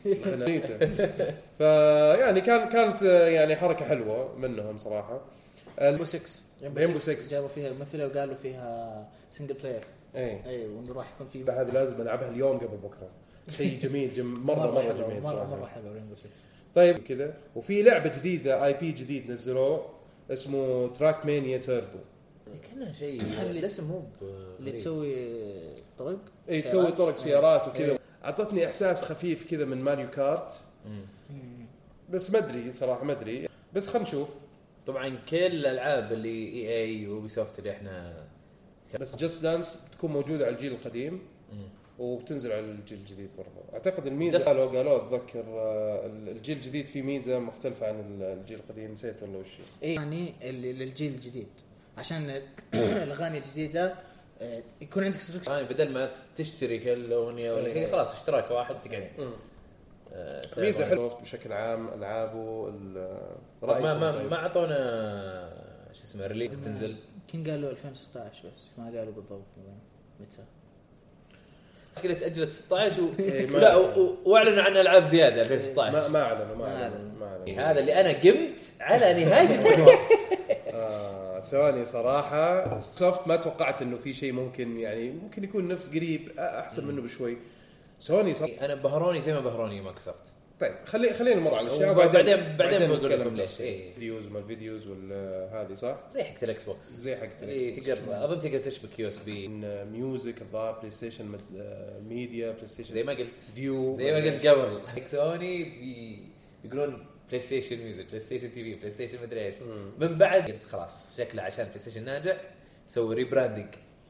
فيعني كان كانت يعني حركه حلوه منهم صراحه. ريمبو ستة ريمبو ستة جابوا فيها الممثله وقالوا فيها سنجل بلاير. اي اي وانه راح يكون في بعد لازم العبها اليوم قبل بكره. شيء جميل جم مره مره, مرة جميل صراحه مره مره حلو ريمبو ستة. طيب كذا وفي لعبه جديده اي بي جديد نزلوه اسمه تراك مانيا توربو. كنا شيء الاسم مو اللي تسوي طرق اي تسوي طرق سيارات وكذا. اعطتني احساس خفيف كذا من ماريو كارت بس ما ادري صراحه ما ادري بس خلينا نشوف. طبعا كل الالعاب اللي اي اي وبي سوفت اللي احنا بس جاست دانس تكون موجوده على الجيل القديم وبتنزل على الجيل الجديد برضه. اعتقد الميزه قالوا قالوا اتذكر الجيل الجديد في ميزه مختلفه عن الجيل القديم نسيت ولا وش ايه يعني للجيل الجديد عشان الاغاني الجديده يكون عندك سبسكريبشن يعني بدل ما تشتري كل اغنيه ولا شيء خلاص اشتراك واحد تقعد. آه ميزه حلوه بشكل عام العابه الراي ما ما ما اعطونا شو اسمه ريليز تنزل. كان قالوا ألفين وستة عشر بس ما قالوا بالضبط متى. مشكلة أجلت ستة عشر و... لا واعلنوا عن العاب زياده ألفين وستة عشر. ما ما اعلنوا ما اعلنوا ما اعلنوا. هذا اللي انا قمت على نهايه الموضوع. آه سوني صراحه سوفت ما توقعت انه في شيء ممكن يعني ممكن يكون نفس قريب احسن منه بشوي. سوني صراحة انا بهروني زي ما بهروني مايكروسوفت. طيب خلي خلينا نمر على الاشياء وبعدين بعدين بقول لكم ليش. ايه فيديوز ما الفيديوز ولا هذه صح زي حق الاكس بوكس زي حق الاكس بوكس اظن تقدر تشبك يو اس بي ميوزك الظاهر بلاي ستيشن ميديا بلاي ستيشن زي ما قلت فيو زي ما قلت قبل حق سوني يقولون بلاي ستيشن ميوزك بلاي ستيشن تي في بلاي ستيشن مدري ايش. من بعد قلت خلاص شكله عشان بلاي ستيشن ناجح سووا ريبراندنج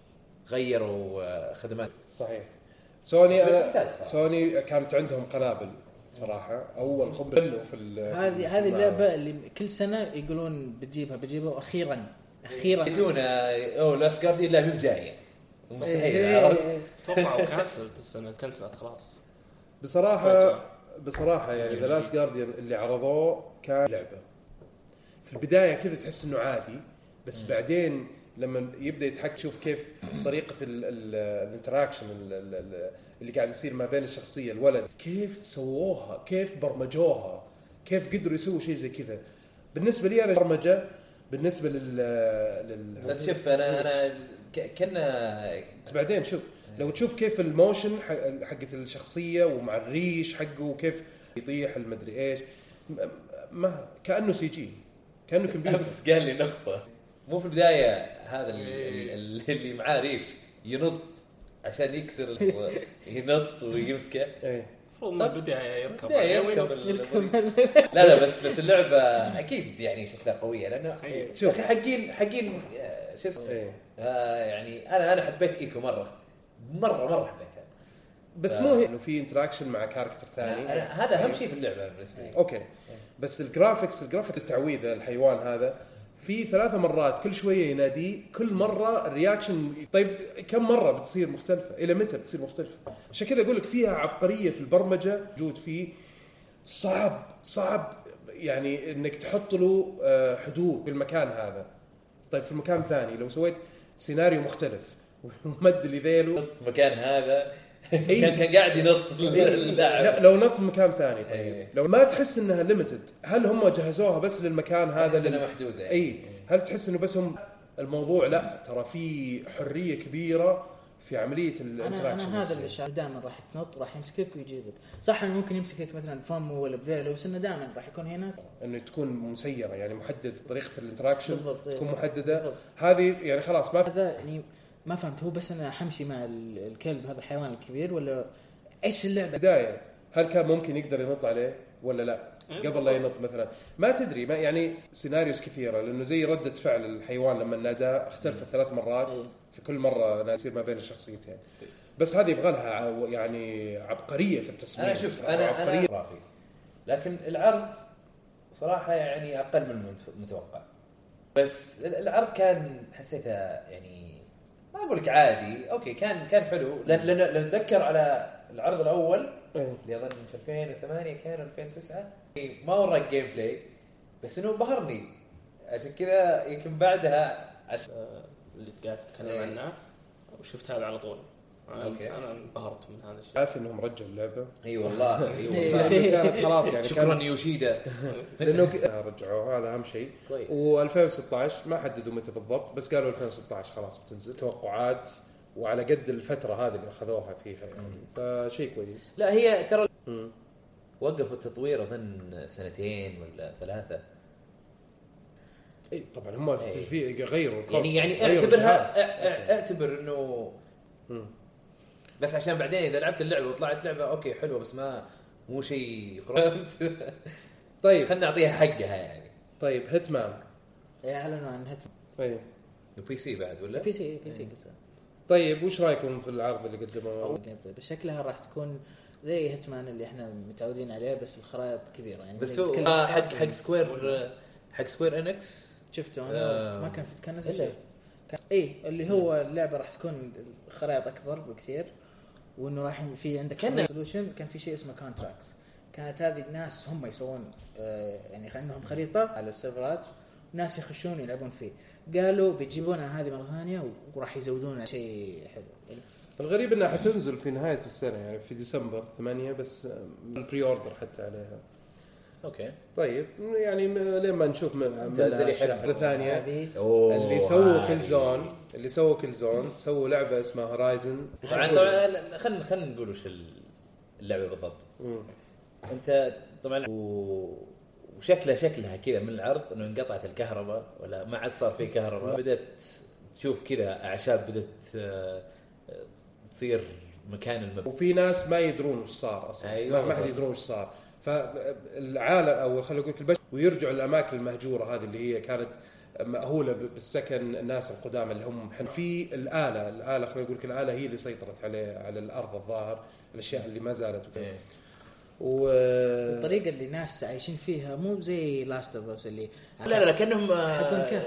غيروا خدمات. صحيح سوني أنا سوني كانت عندهم قنابل صراحه اول قنبله في هذه هذه اللعبه اللي كل سنه يقولون بتجيبها بتجيبها واخيرا اخيرا يجونا او لاست جارديان لا مو جايه مستحيل. توقعوا كانسل السنه كانسلت خلاص بصراحه بصراحه يعني ذا لاست جارديان اللي عرضوه كان لعبه في البدايه كذا تحس انه عادي بس م. بعدين لما يبدا يتحك شوف كيف طريقه الانتراكشن اللي قاعد يصير ما بين الشخصيه الولد كيف سووها كيف برمجوها كيف قدروا يسووا شيء زي كذا. بالنسبه لي انا برمجه بالنسبه لل, لل... بس شوف انا انا كنا بعدين شوف لو تشوف كيف الموشن حقت الشخصيه ومع الريش حقه وكيف يطيح المدري ايش ما كانه سي جي كانه كمبيوتر. بس قال لي نقطه مو في البدايه هذا اللي معاه ريش ينط عشان يكسر ينط ويمسكه ايه المفروض من البدايه يركب يركب لا لا بس بس اللعبه اكيد يعني شكلها قويه لانه شوف حقين حقين شو اسمه آه يعني انا انا حبيت ايكو مره مره مره حبيتها بس ف... مو هي انه في انتراكشن مع كاركتر ثاني هذا اهم شيء في اللعبه بالنسبه لي. اوكي بس الجرافيكس الجرافيك التعويذه الحيوان هذا في ثلاثة مرات كل شويه يناديه كل مره الرياكشن. طيب كم مره بتصير مختلفه الى متى بتصير مختلفه؟ عشان كذا اقول لك فيها عبقريه في البرمجه موجود فيه صعب صعب يعني انك تحط له حدود في المكان هذا. طيب في المكان ثاني لو سويت سيناريو مختلف ومد لي ذيله مكان هذا كان كان قاعد ينط اللاعب لو نط مكان ثاني. طيب أيه. لو ما تحس انها ليميتد هل هم جهزوها بس للمكان هذا لل... محدوده يعني. اي هل تحس انه بس هم الموضوع لا ترى في حريه كبيره في عمليه الانتراكشن. انا, أنا هذا اللي دائما راح تنط راح يمسكك ويجيبك صح انه ممكن يمسكك مثلا فمه ولا بذيله بس انه دائما راح يكون هنا انه تكون مسيره يعني محدد طريقه الانتراكشن تكون إيه. محدده بالضبط. هذه يعني خلاص ما هذا يعني ما فهمت هو بس انا حمشي مع الكلب هذا الحيوان الكبير ولا ايش اللعبه بدايه هل كان ممكن يقدر ينط عليه ولا لا قبل لا ينط مثلا ما تدري ما يعني سيناريوز كثيره لانه زي رده فعل الحيوان لما نادى اختلفت ثلاث مرات في كل مره يصير ما بين الشخصيتين بس هذه يبغى لها يعني عبقريه في التصميم. انا شوف انا عبقريه أنا لكن العرض صراحه يعني اقل من المتوقع بس العرض كان حسيته يعني ما اقول لك عادي اوكي كان كان حلو لان نتذكر على العرض الاول اللي اظن في ألفين وثمانية كان ألفين وتسعة ما وراك جيم بلاي بس انه بهرني عشان كذا يمكن بعدها عشان اللي قاعد تتكلم عنه وشفت هذا على طول أوكي. انا انبهرت من هذا الشيء. عارف انهم رجعوا اللعبه اي والله اي والله كانت خلاص يعني شكرا يوشيدا لانه رجعوها هذا اهم شيء. و2016 ما حددوا متى بالضبط بس قالوا ألفين وستة عشر خلاص بتنزل توقعات وعلى قد الفتره هذه اللي اخذوها فيها يعني فشيء كويس. لا هي ترى وقفوا التطوير اظن سنتين ولا ثلاثه. اي طبعا هم في غيروا يعني يعني اعتبرها اعتبر انه بس عشان بعدين اذا لعبت اللعبه وطلعت لعبه اوكي حلوه بس ما مو شيء خرافي. طيب خلينا نعطيها حقها يعني. طيب هيتمان اعلنوا عن هيتمان اي وبي سي بعد ولا بي سي بي سي طيب وش رايكم في العرض اللي قدموه؟ بشكلها راح تكون زي هيتمان اللي احنا متعودين عليه بس الخرائط كبيره يعني بس هو حق حق سكوير حق سكوير انكس شفته انا آه ما كان في كان نفس الشيء اي اللي هو اللعبه راح تكون الخرائط اكبر بكثير وانه راح في عندك سولوشن كان في شيء اسمه كونتراكت كانت هذه الناس هم يسوون آه يعني عندهم خريطه على السيرفرات وناس يخشون يلعبون فيه قالوا بيجيبونها هذه مره ثانيه وراح يزودون شيء حلو. الغريب انها حتنزل في نهايه السنه يعني في ديسمبر ثمانية بس البري اوردر حتى عليها. اوكي طيب يعني لما نشوف من حلقه ثانيه اللي سووا كل زون اللي سووا كل زون سووا لعبه اسمها هورايزن. طبعا طبعا خلينا خلينا نقول وش اللعبه بالضبط. مم. انت طبعا وشكلها شكلها كذا من العرض انه انقطعت الكهرباء ولا ما عاد صار في كهرباء بدات تشوف كذا اعشاب بدات تصير مكان المبنى وفي ناس ما يدرون وش صار اصلا. أيوة ما حد يدرون وش صار فالعالم او خلينا نقول البشر ويرجعوا الاماكن المهجوره هذه اللي هي كانت مأهوله بالسكن الناس القدامى اللي هم في الاله الاله خلينا نقول الاله هي اللي سيطرت عليه على الارض الظاهر الاشياء اللي ما زالت فيه. والطريقه اللي الناس عايشين فيها مو زي لاست اوف اس اللي لا لا, لا كانهم حكون كهف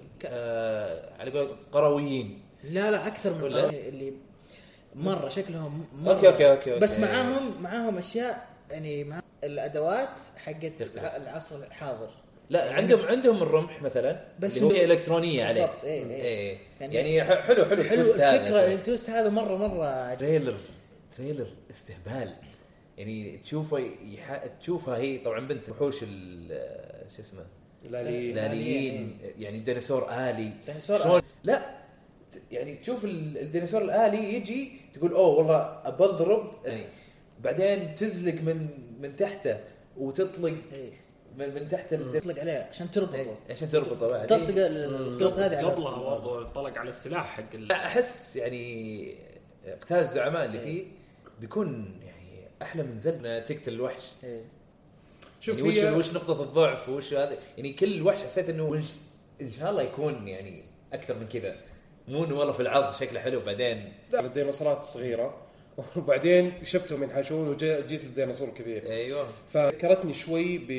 آه على قول قرويين. لا لا اكثر من قروي اللي مره شكلهم مرة أوكي, أوكي, أوكي, أوكي بس معاهم معاهم اشياء يعني مع الادوات حقت العصر الحاضر. لا يعني عندهم عندهم الرمح مثلا بس اللي هو الكترونيه عليه بالضبط. ايه ايه, إيه. يعني, يعني حلو حلو التويست هذا الفكره التويست هذا مره مره تريلر تريلر استهبال يعني تشوفه يح... تشوفها هي طبعا بنت وحوش شو اسمه الاليين يعني ديناصور آلي ديناصور لا يعني تشوف الديناصور الآلي يجي تقول اوه والله ابضرب يعني بعدين تزلق من من تحته وتطلق إيه. من, من تحت ال- تطلق عليه عشان تربطه عشان تربطه بعد. تلصق الخيوط هذه على قبلها برضه طلق على السلاح حق ال- احس يعني قتال الزعماء اللي فيه بيكون يعني احلى من زل تقتل الوحش. إيه. شوف يعني وش هي وش نقطة الضعف وش هذا يعني كل وحش حسيت انه وش ان شاء الله يكون يعني اكثر من كذا مو انه والله في العرض شكله حلو بعدين الديناصورات الصغيره وبعدين شفتهم ينحاشون وجيت للديناصور الكبير. ايوه فذكرتني شوي ب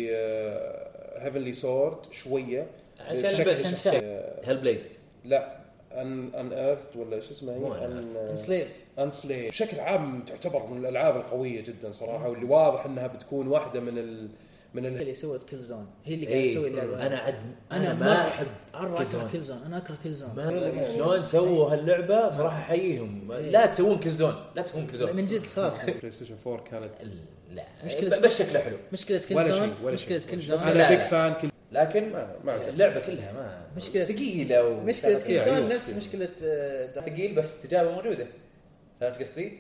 هيفنلي سورد شويه عشان بشكل بس الشخصية. هيل بليد لا ان ان ايرث ولا شو اسمها مو هي ان Enslaved. انسلي بشكل عام تعتبر من الالعاب القويه جدا صراحه واللي واضح انها بتكون واحده من ال من ال... اللي سوت كل زون هي اللي قاعده إيه. تسوي اللعبه. انا عد انا انا ما ما احب اروح كل زون. اكره كل زون انا اكره كل زون ما شلون سووا هاللعبه صراحه احييهم. لا تسوون كل زون لا تسوون كل زون من جد خلاص. بلاي ستيشن فور كانت لا مشكلة- بس شكله حلو مشكله كل ولا زون شيء ولا مشكله شيء. كل زون لا، انا لا. بيك فان كل لكن ما ما عجبني. اللعبه كلها ما مشكلة- ثقيله و... مشكله كل فيها زون عيوب. نفس مشكله آه، دا- ثقيل بس استجابه موجوده. فهمت قصدي؟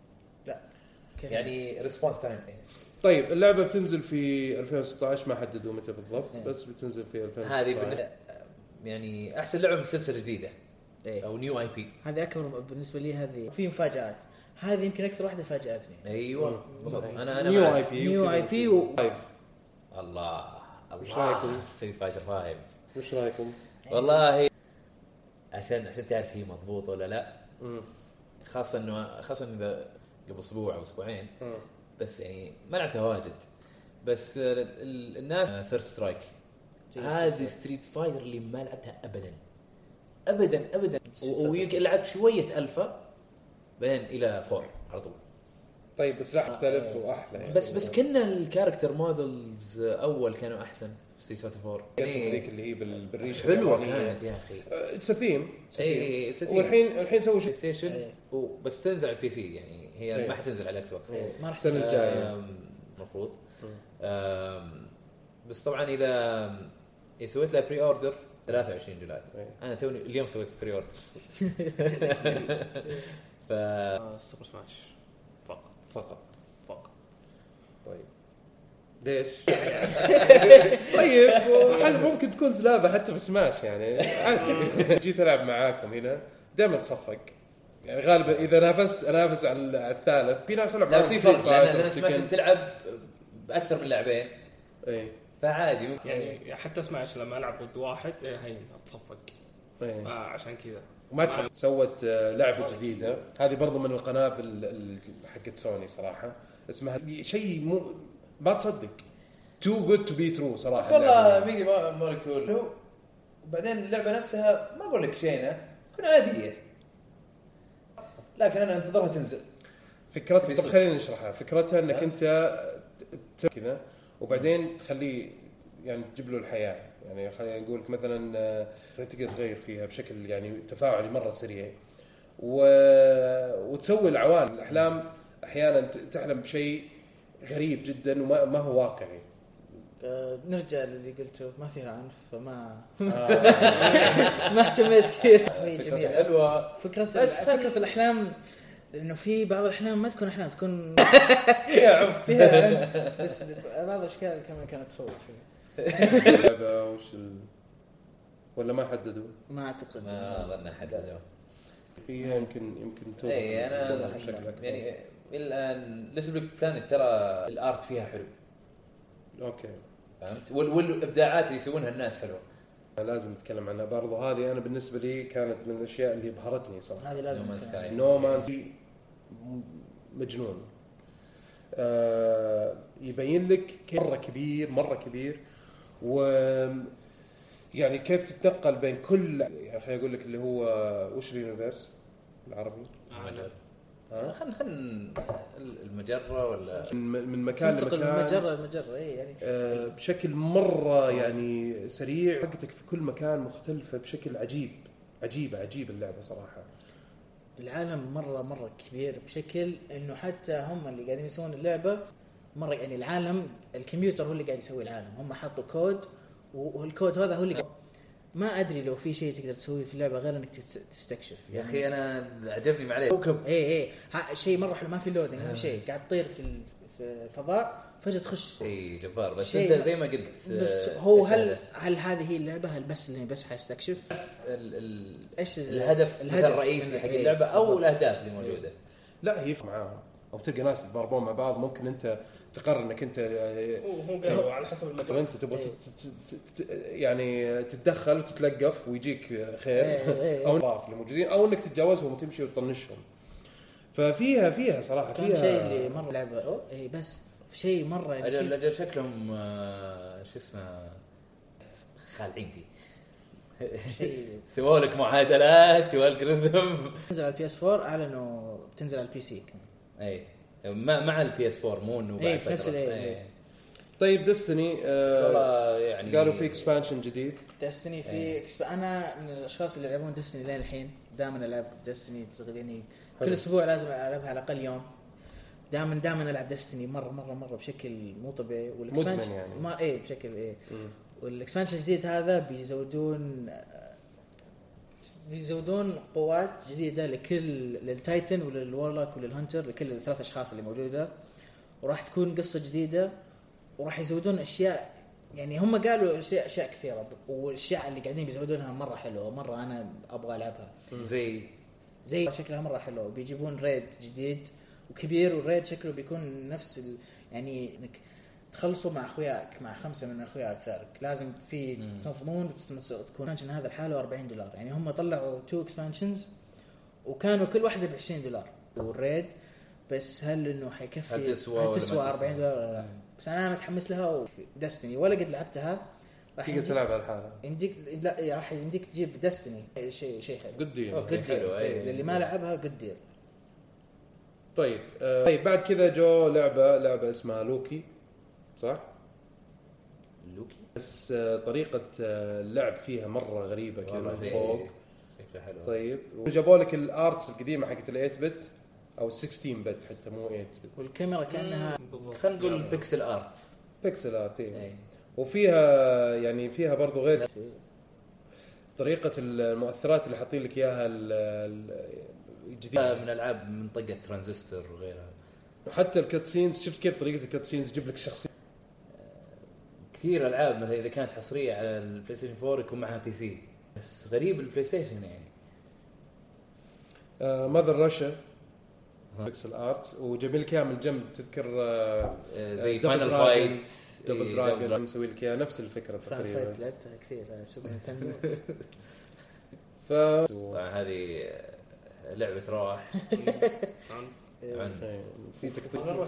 كيف؟ يعني ريسبونس تايم. طيب اللعبه بتنزل في ألفين وستة عشر ما حددوا متى بالضبط إيه. بس بتنزل في ألفين وستة عشر. هذه بالنسبه يعني احسن لعبه من سلسله جديده إيه. او نيو اي بي. هذه اكبر بالنسبه لي. هذه في مفاجات. هذه يمكن اكثر واحده فاجاتني. ايوه بالضبط. انا انا نيو معك. اي بي نيو اي بي و- فايف. الله وش الله رأيكم؟ ستريت فايتر فايف وش رايكم؟ والله عشان عشان تعرف هي مضبوط ولا لا. مم. خاصه انه خاصه اذا قبل اسبوع او اسبوعين مم. بس يعني ما لعبتها واجد بس ال- ال- الناس ثيرد سترايك هذه ستريت فايتر اللي ما لعبتها ابدا ابدا ابدا و- ويمكن لعبت شويه الفا بعدين الى فور على طول. طيب بس لا مختلف واحلى يعني. بس بس كنا الكاركتر مودلز اول كانوا احسن في ستريت فايتر فور. هذيك اللي هي بال- بالريشه حلوه اليابانية. كانت يا اخي. اتس ثيم اي اي والحين الحين سووا بلاي شيء ستيشن إيه. بس تنزل على البي سي يعني هي إيه. ما حتنزل على الاكس بوكس ما راح السنه الجايه. المفروض. بس طبعا اذا إذا سويت لها بري اوردر ثلاثة وعشرين جولاي. إيه. انا توني اليوم سويت بري اوردر. ف آه، سوبر سماش فقط فقط. فقط. طيب ليش؟ طيب حد ممكن تكون زلابه حتى في سماش يعني عادي. جيت العب معاكم هنا دائما تصفق يعني غالبا اذا نافست انافس على الثالث في ناس العب لا معاهم في Street فرق لان Fighter، لان سماش Tekken. تلعب باكثر من لاعبين ايه فعادي ممكن يعني حتى سماش لما العب ضد واحد إيه هين اتصفق ايه آه عشان كذا وما تحب سوت آه، لعبه جديده هذه برضو من القنابل ال- حقت سوني صراحه اسمها شيء مو ما تصدق تو جود تو بي ترو صراحه. بس والله اللعبة. ميدي مولكيول وبعدين اللعبه نفسها ما اقول لك شينه تكون عاديه لكن انا انتظرها تنزل. فكرتها طب صدق. خلينا نشرحها. فكرتها انك ها؟ انت ت- كذا وبعدين تخليه يعني تجيب له الحياه يعني خلينا نقول لك مثلا آه، تقدر تغير فيها بشكل يعني تفاعلي مره سريع و... وتسوي العوالم الاحلام احيانا ت- تحلم بشيء غريب جدا وما ما هو واقعي. آه، نرجع للي قلته ما فيها عنف فما آه. ما اهتميت كثير. هي فكرة جميلة. حلوة فكرة بس خل- فكرة الأحلام لأنه في بعض الأحلام ما تكون أحلام تكون فيها عنف فيها عنف بس بعض الأشكال كمان كانت تخوف اللعبة وش ال... ولا ما حددوا ما أعتقد ما اظن احد هذا. فيها يمكن يمكن توضح اي انا توضح بشكل اكبر يعني الان ليتل بيج بلانت ترى الارت فيها حلو اوكي فهمت وال والابداعات اللي يسوونها الناس حلوه. لازم نتكلم عنها برضو. هذه انا بالنسبه لي كانت من الاشياء اللي ابهرتني صراحه. هذه لازم No Man's نتكلم. Sky. نو مان مجنون. آه يبين لك مره كبير مره كبير و يعني كيف تتنقل بين كل يعني خليني اقول لك اللي هو وش اليونيفرس بالعربي المجرة. ها خلينا خلينا المجره ولا من من مكان تنتقل من لمكان مجرة لمجرة إيه يعني آه بشكل مره يعني سريع. حقتك في كل مكان مختلفه بشكل عجيب عجيبه عجيبه اللعبه صراحه. العالم مرة مرة كبير بشكل إنه حتى هم اللي قاعدين يسوون اللعبة مرة يعني العالم الكمبيوتر هو اللي قاعد يسوي العالم. هم حطوا كود والكود هذا هو اللي قاعد ما ادري لو في شيء تقدر تسويه في اللعبه غير انك تستكشف. يا اخي انا عجبني معليه كوكب اي اي شيء مره حلو، ما في لودنج ما في شيء، قاعد تطير في الفضاء فجاه تخش اي جبار. بس انت زي ما قلت بس هو هل هل هذه هي اللعبه؟ هل بس اني بس حاستكشف ال ال ايش الهدف, الهدف الرئيسي حق اللعبه او الاهداف اللي موجوده؟ لا هي معاهم او تلقى ناس يتضاربون مع بعض، ممكن انت تقرر انك انت هو قالوا على حسب المجال انت تبغى يعني تتدخل وتتلقف ويجيك خير او نضاف الموجودين، او انك تتجاوزهم وتمشي وتطنشهم. ففيها فيها صراحه فيها شيء اللي مره لعبه اي بس في شيء مره يعني اجل اجل شكلهم آه شو اسمه خالعين فيه شيء سووا لك معادلات والجوريثم. تنزل على البي اس فور، اعلنوا بتنزل على البي سي كمان. اي مع البي اس فور مو انه بعد فتره. أي. طيب ديستني آه يعني قالوا في اكسبانشن جديد. ديستني في إكسب... انا من الاشخاص اللي يلعبون ديستني لين الحين، دائما العب ديستني تشغليني كل اسبوع لازم العبها على الاقل يوم. دائما دائما العب ديستني مره مره مره بشكل مو طبيعي. والاكسبانشن يعني. ما ايه بشكل ايه م. والاكسبانشن الجديد هذا بيزودون بيزودون قوات جديده لكل للتايتن وللورلوك وللهنتر، لكل الثلاث اشخاص اللي موجوده، وراح تكون قصه جديده، وراح يزودون اشياء. يعني هم قالوا اشياء اشياء كثيره، والاشياء اللي قاعدين بيزودونها مره حلوه، مره انا ابغى العبها. زي زي شكلها مره حلو. بيجيبون ريد جديد وكبير، والريد شكله بيكون نفس ال... يعني انك تخلصوا مع اخوياك، مع خمسه من اخوياك غيرك، لازم في تنظمون وتكون عشان هذا الحاله أربعين دولار. يعني هم طلعوا تو اكسبانشنز وكانوا كل واحده ب عشرين دولار والريد، بس هل انه حيكفي؟ هل تسوى, تسوى أربعين دولار ولا لا؟ بس انا متحمس لها. ودستني ولا قد لعبتها، راح تقدر تلعب على الحالة. يمديك لا راح يمديك تجيب دستني شيء شيء حلو. قد دير قد دير اللي ما لعبها قد دير. طيب آه طيب بعد كذا جو لعبه لعبه اسمها لوكي، صح؟ لوكي بس آه طريقه آه اللعب فيها مره غريبه كذا فوق شكلها حلو. طيب وجابوا لك الارتس القديمه حقت ال ثمانية بت او ستة عشر بت حتى مو ثمانية بت، والكاميرا كانها خلينا نقول بيكسل ارت بيكسل ارت اي. وفيها يعني فيها برضو غير طريقه المؤثرات اللي حاطين لك اياها الجديده من العاب منطقه ترانزستور وغيرها. وحتى الكاتسينز شفت كيف طريقه الكاتسينز تجيب لك شخصيه. كثير العاب مثلا اذا كانت حصريه على البلاي ستيشن فور يكون معها بي سي، بس غريب البلاي ستيشن يعني. آه ماذر راشا بيكسل ارت، وجميل كامل جنب تذكر آه زي فاينل فايت دبل دراجون مسوي لك اياها نفس الفكره تقريبا. فايت لعبتها كثير سوبر نينتندو. ف هذه لعبه رواح عن في تقطيع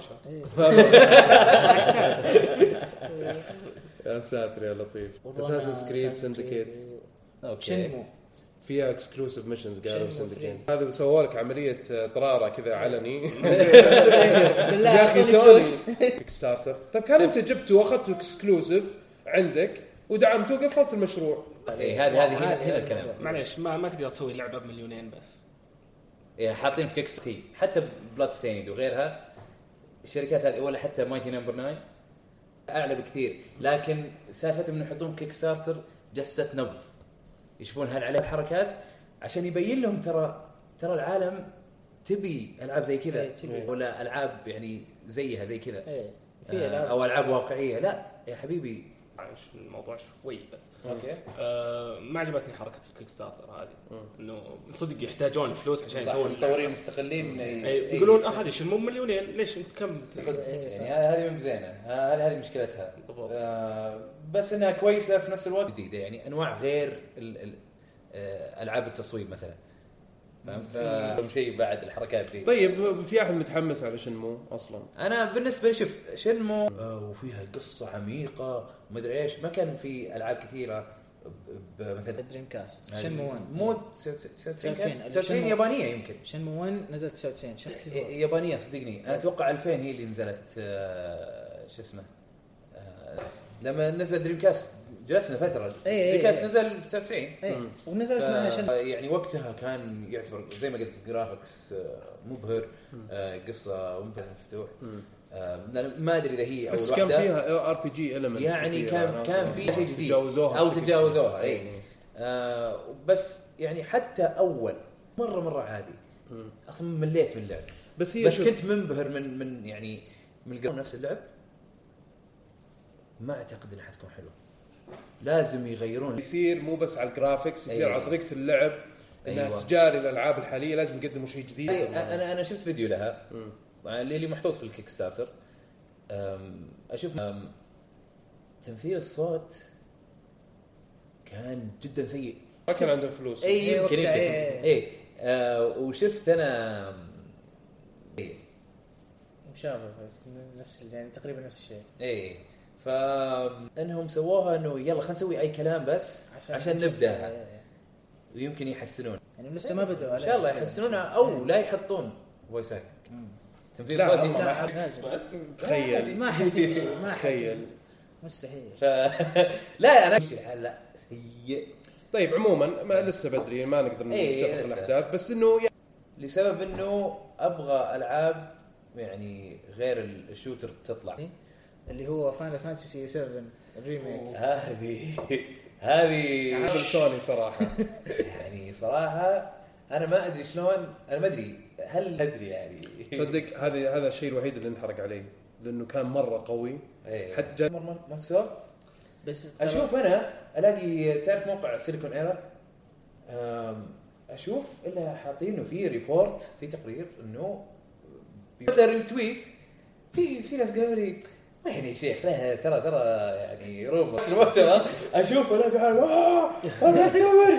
يا ساتر يا لطيف. اساسن كريد سندكيت اوكي فيها اكسكلوسيف ميشنز قالوا سندكيت. هذا سووا لك عمليه طراره كذا علني يا اخي سوني كيك ستارتر. طيب كان انت جبته واخذته اكسكلوسيف عندك ودعمته وقفلت المشروع. اي هذه هذه هنا الكلام. معليش ما ما تقدر تسوي لعبه بمليونين بس. يعني حاطين في كيك سي حتى بلاد ستيند وغيرها الشركات هذه ولا حتى مايتي نمبر تسعة اعلى بكثير، لكن سالفتهم انه يحطون كيك ستارتر جسة نبض، يشوفون هل عليه حركات عشان يبين لهم ترى ترى العالم تبي العاب زي كذا ولا العاب يعني زيها زي كذا آه او العاب واقعيه. لا يا حبيبي الموضوع شوي بس اوكي. آه ما عجبتني حركه الكيك ستارتر هذه، انه صدق يحتاجون فلوس عشان يسوون مطورين مستقلين يقولون احد ايش مو مليونين ليش انت كم يعني هذه مو زينه. هذه هذه مشكلتها آه بس انها كويسه في نفس الوقت جديده، يعني انواع غير العاب التصويب مثلا فهمت. فهم شيء بعد الحركات دي. طيب في احد متحمس على شنمو اصلا؟ انا بالنسبه لي شوف شنمو آه وفيها قصه عميقه وما ادري ايش، ما كان في العاب كثيره مثلا دريم كاست. شنمو واحد مو تسعة وتسعين يابانيه، يمكن شنمو واحد نزلت تسعة وتسعين يابانيه صدقني. انا اتوقع ألفين هي اللي نزلت آه شو اسمه آه لما نزل دريم كاست جلسنا فتره. دريم كاست نزل في تسعة وتسعين ونزلت معها شنمو، يعني وقتها كان يعتبر زي ما قلت جرافيكس مبهر، آه قصه ممكن مفتوح. آه ما ادري اذا هي او بس كان فيها ار بي جي إليمنتس يعني كان كان في شيء جديد او تجاوزوها اي. آه بس يعني حتى اول مره مره عادي اصلا مليت من اللعب بس هي بس شوف. كنت منبهر من من يعني من القرار نفس اللعب. ما اعتقد انها حتكون حلوه. لازم يغيرون يصير مو بس على الجرافيكس يصير أيوة. على طريقه اللعب انها أيوة. تجاري الالعاب الحاليه لازم يقدموا شيء جديد. انا انا شفت فيديو لها مم. اللي اللي محطوط في الكيك ستارتر. أم، اشوف أم، تمثيل الصوت كان جدا سيء. ما كان عندهم فلوس. اي إيه، يمكن وقتها يمكن إيه. اي آه، وشفت انا اي مشابه نفس يعني تقريبا نفس الشيء. اي فانهم سووها انه يلا خلينا نسوي اي كلام بس عشان, عشان نبداها إيه، إيه. ويمكن يحسنون يعني لسه ما بدوا ان شاء الله يحسنونها او لا يحطون فويس اكت تمثيل لا، صوتي هم لا، ما حد لازم. بس تخيل ما حتمشي ما تخيل. حتمشي مستحيل. ف... لا انا ماشي الحال لا سيء طيب عموما ما لسه بدري ما نقدر إيه، نستبق لسه. الاحداث بس انه يعني لسبب انه ابغى العاب يعني غير الشوتر تطلع. اللي هو فاينل فانتسي سبعة الريميك. هذه هذه قبل سوني صراحه. يعني صراحه انا ما ادري شلون انا ما ادري هل ادري يعني تصدق هذا هذا الشيء الوحيد اللي انحرق علي لانه كان مره قوي. إيه. حتى مايكروسوفت بس اشوف انا الاقي تعرف موقع سيليكون ايرا اشوف الا حاطينه فيه ريبورت في تقرير انه بدا ريتويت في في ناس قالوا لي وين يا شيخ لا ترى ترى يعني روبوت تمام اشوف الاقي قاعد اه انا تصور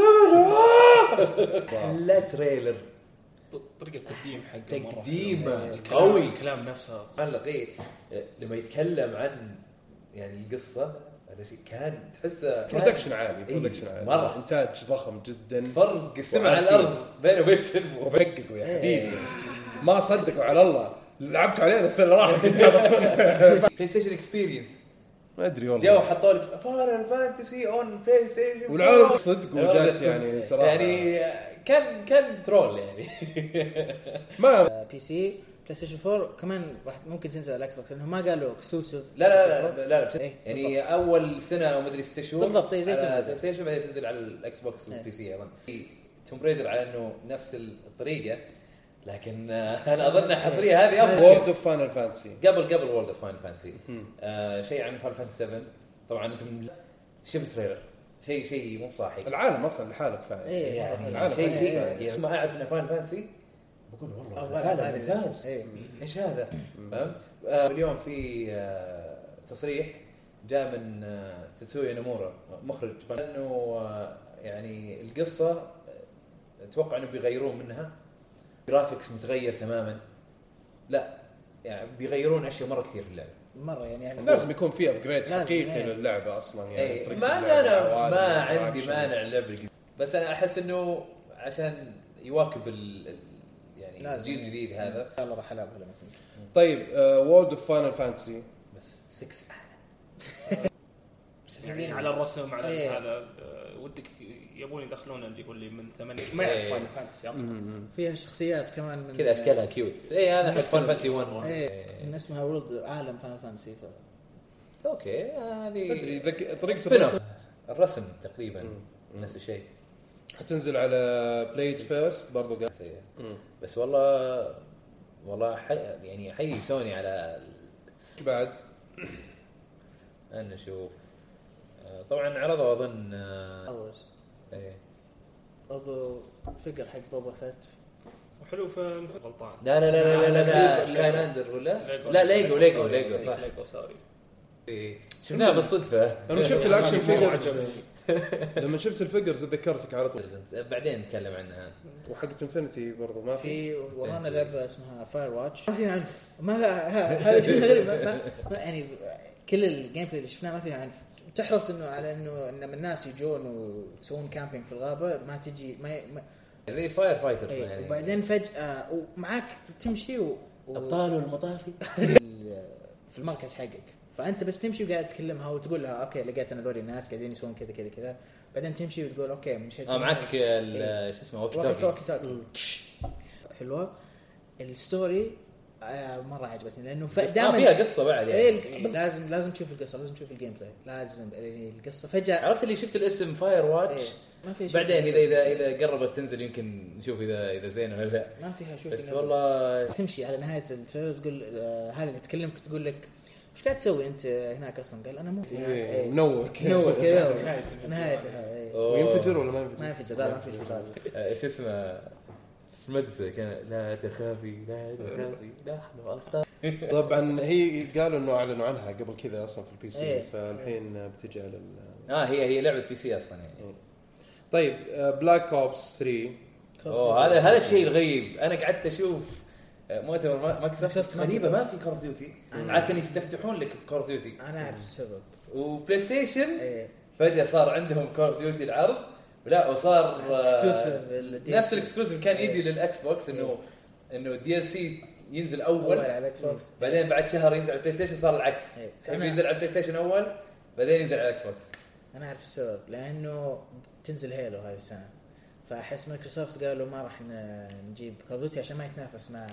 تصور لا تريلر طريقه التقديم حقه مرة تقديمه حلوة. قوي الكلام نفسه معلق ايه لما يتكلم عن يعني القصه هذا شيء كان تحسه برودكشن عالي إيه، برودكشن عالي مرة. انتاج ضخم جدا. فرق السماء على الارض بينه وبين شنمو وبحققوا يا حبيبي إيه. ما صدقوا على الله لعبتوا علينا السنه اللي راحت. بلاي ستيشن اكسبيرينس ما ادري جاوا والله حطوا لك فاينل فانتسي اون بلاي ستيشن والعالم صدق وجات يعني صراحه يعني كان كان ترول يعني ما بي سي بلاي ستيشن فور كمان راح ممكن تنزل على الاكس بوكس لانه ما قالوا اكسكلوسيف. لا لا لا لا, لا, إيه، يعني بالضبط. اول سنه او مدري ست شهور بالضبط، إيه، زي على توم بلاي ستيشن بعدين تنزل على الاكس بوكس والبي سي ايضا. توم بريدر على انه نفس الطريقه لكن آه، انا اظن حصريه هذه افضل وورد اوف فاينل فانتسي قبل قبل وورلد اوف فاينل فانسي آه شيء عن فاينل فانتسي سبعة. طبعا انتم شفت تريلر شيء شيء مو صاحي العالم اصلا لحاله كفايه إيه، يعني العالم شيء شيء إيه. يعني ما اعرف انه فاينل فانسي بقول والله أول هذا هذا ممتاز إيه. ايش هذا فهمت. آه اليوم في آه تصريح جاء من آه تاتسويا نامورا مخرج انه آه يعني القصه آه، اتوقع انه بيغيرون منها جرافيكس متغير تماما لا يعني بيغيرون اشياء مره كثير في اللعبه مره يعني, يعني لازم يكون في ابجريد لازم، حقيقي إيه. للعبه اصلا يعني اي طريقة ما اللعب، انا العوالم، ما عندي الأكشن. مانع اللعب الجديد بس انا احس انه عشان يواكب ال ال- يعني لازم. الجيل الجديد هذا ان شاء الله راح العبها لما تنزل. طيب وورد اوف فاينل فانتسي بس ستة يعني على الرسم على إيه. هذا آه، ودك يبون يدخلون اللي يقول لي من ثمانية ما يعرف إيه. فاينل فانتسي اصلا. فيها شخصيات كمان من كذا اشكالها كيوت اي هذا حق فان فانسي واحد ايه من اسمها وورلد عالم فاينل فانتسي ف... اوكي هذه ادري ذك... طريقه سبين الرسم أوف. الرسم تقريبا نفس الشيء حتنزل على بلاي فيرست برضو قال سيء. بس والله والله حي يعني حي سوني على ال- بعد ان نشوف آه، طبعا عرضوا اظن آه، اورز إيه. برضو فيجر حق بوبا فيت. وحلو في في غلطان لا لا لا لا لا لا ليجو. سكاي لاندر ولا لا ليجو ليجو ليجو صح ليجو سوري إيه. شفناها بالصدفه لما شفت الاكشن ما فيجرز عجبني. لما شفت الفيجرز ذكرتك على طول. بعدين نتكلم عنها وحقت انفنتي برضو ما في في ورانا لعبه اسمها فاير واتش ما فيها عنف ما فيها- هذا شيء غريب ما- ما- ما- يعني كل الجيم بلاي اللي شفناه ما فيها عنف. تحرص انه على انه ان من الناس يجون ويسوون كامبينج في الغابه ما تجي ما, ما زي الفاير فايتر أي. يعني وبعدين فجاه ومعاك تمشي و... و... ابطال المطافي في المركز حقك فانت بس تمشي وقاعد تكلمها وتقول لها اوكي لقيت انا ذولي الناس قاعدين يسوون كذا كذا كذا بعدين تمشي وتقول اوكي من شيء اه معك ال- شو اسمه وكي توكي توكي توكي حلوه الستوري آه مره عجبتني لانه دائما فيها قصه بعد يعني إيه لازم لازم تشوف القصه لازم تشوف الجيم بلاي لازم القصه فجاه عرفت اللي شفت الاسم فاير واتش إيه ما في بعدين اذا اذا اذا قربت تنزل يمكن نشوف اذا اذا زين ولا لا ما فيها شوف بس والله تمشي على نهايه التريلر تقول آه هذا اللي تكلمك تقول لك وش قاعد تسوي انت هناك اصلا قال انا مو إيه منور منور كذا نهايتها وينفجر ولا ما ينفجر ما ينفجر لا ما في انفجار ايش اسمه في المدرسه كان لا تخافي لا تخافي نحن ابطال. طبعا هي قالوا انه اعلنوا عنها قبل كذا اصلا في البي سي إيه. فالحين بتجي على اه هي هي لعبه بي سي اصلا يعني. طيب بلاك اوبس ثري اوه هذا هذا الشيء الغريب انا قعدت اشوف مؤتمر مايكروسوفت غريبه ما في كول اوف ديوتي عاد كانوا يستفتحون لك كول اوف ديوتي انا اعرف السبب وبلاي ستيشن إيه. فجاه صار عندهم كول اوف ديوتي العرض لا وصار نفس الاكسكلوسيف كان يجي للاكس بوكس انه انه دي ال سي ينزل اول على الاكس بوكس بعدين بعد شهر ينزل على البلاي ستيشن صار العكس كان ينزل على البلاي ستيشن اول بعدين ينزل على الاكس بوكس. انا اعرف السبب لانه تنزل هيلو هاي السنه فاحس مايكروسوفت قالوا ما راح نجيب كول اوف ديوتي عشان ما يتنافس مع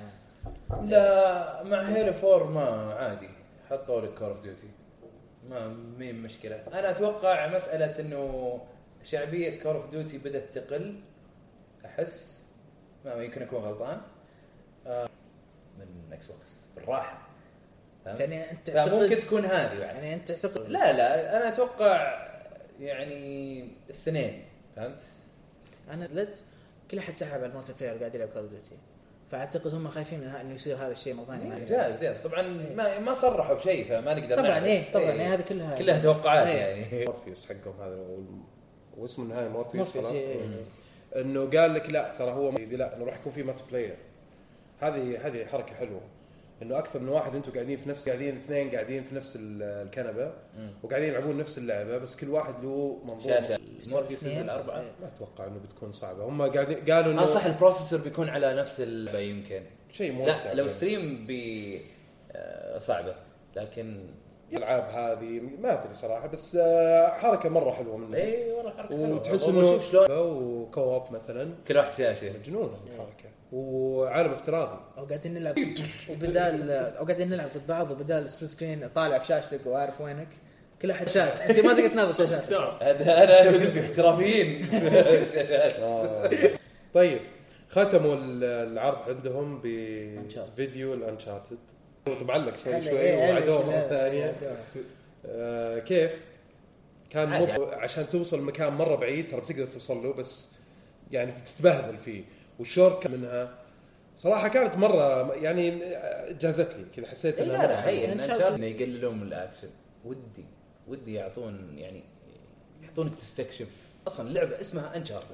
لا مع هيلو فور ما عادي حطوا لك كول اوف ديوتي ما مين مشكله. انا اتوقع مساله انه شعبيه كول اوف ديوتي بدات تقل احس ما يمكن اكون غلطان آه من اكس بوكس بالراحه يعني انت ممكن تكون هذه يعني, يعني انت تعتقد لا لا انا اتوقع يعني الاثنين فهمت. انا نزلت كل احد سحب على المولتي بلاير قاعد يلعب كول اوف ديوتي فاعتقد هم خايفين من انه يصير هذا الشيء مره ثانيه جاهز جاهز طبعا ما ما صرحوا بشيء فما نقدر طبعا نعرف. ايه طبعا ايه هذه كلها كلها توقعات ايه. يعني مورفيوس حقهم هذا واسمه النهايه مورفيوس خلاص ايه. انه قال لك لا ترى هو لا انه راح يكون في مالتي بلاير. هذه هذه حركه حلوه انه اكثر من واحد انتم قاعدين في نفس قاعدين اثنين قاعدين في نفس الكنبه وقاعدين يلعبون نفس اللعبه بس كل واحد له منظور شاشه مورفيوس نزل أربعة ما اتوقع انه بتكون صعبه هم قاعدين قالوا انه اه صح البروسيسور بيكون على نفس اللعبه يمكن شيء مو لا لو ستريم بي آه صعبه لكن الالعاب هذه ما ادري صراحه بس حركه مره حلوه منه اي والله حركه حلوه وتحس انه وكواب مثلا كل واحد شاشه مجنون الحركه وعالم افتراضي او قاعدين نلعب وبدال او قاعدين نلعب ضد بعض وبدال سبليت سكرين طالع في شاشتك وعارف وينك كل احد شاف بس ما تقدر تناظر شاشات هذا انا انا ودي احترافيين شاشات. طيب ختموا العرض عندهم بفيديو الانشارتد وتبعلق شوي شوي وعدوه مرة ثانية آه كيف كان مو عشان توصل مكان مرة بعيد ترى بتقدر توصل له بس يعني بتتبهدل فيه والشورت منها صراحة كانت مرة يعني جازت لي كذا حسيت انها لا لا هي انه يقللون من الاكشن ودي ودي يعطون يعني يحطونك تستكشف اصلا اللعبة اسمها انشارتد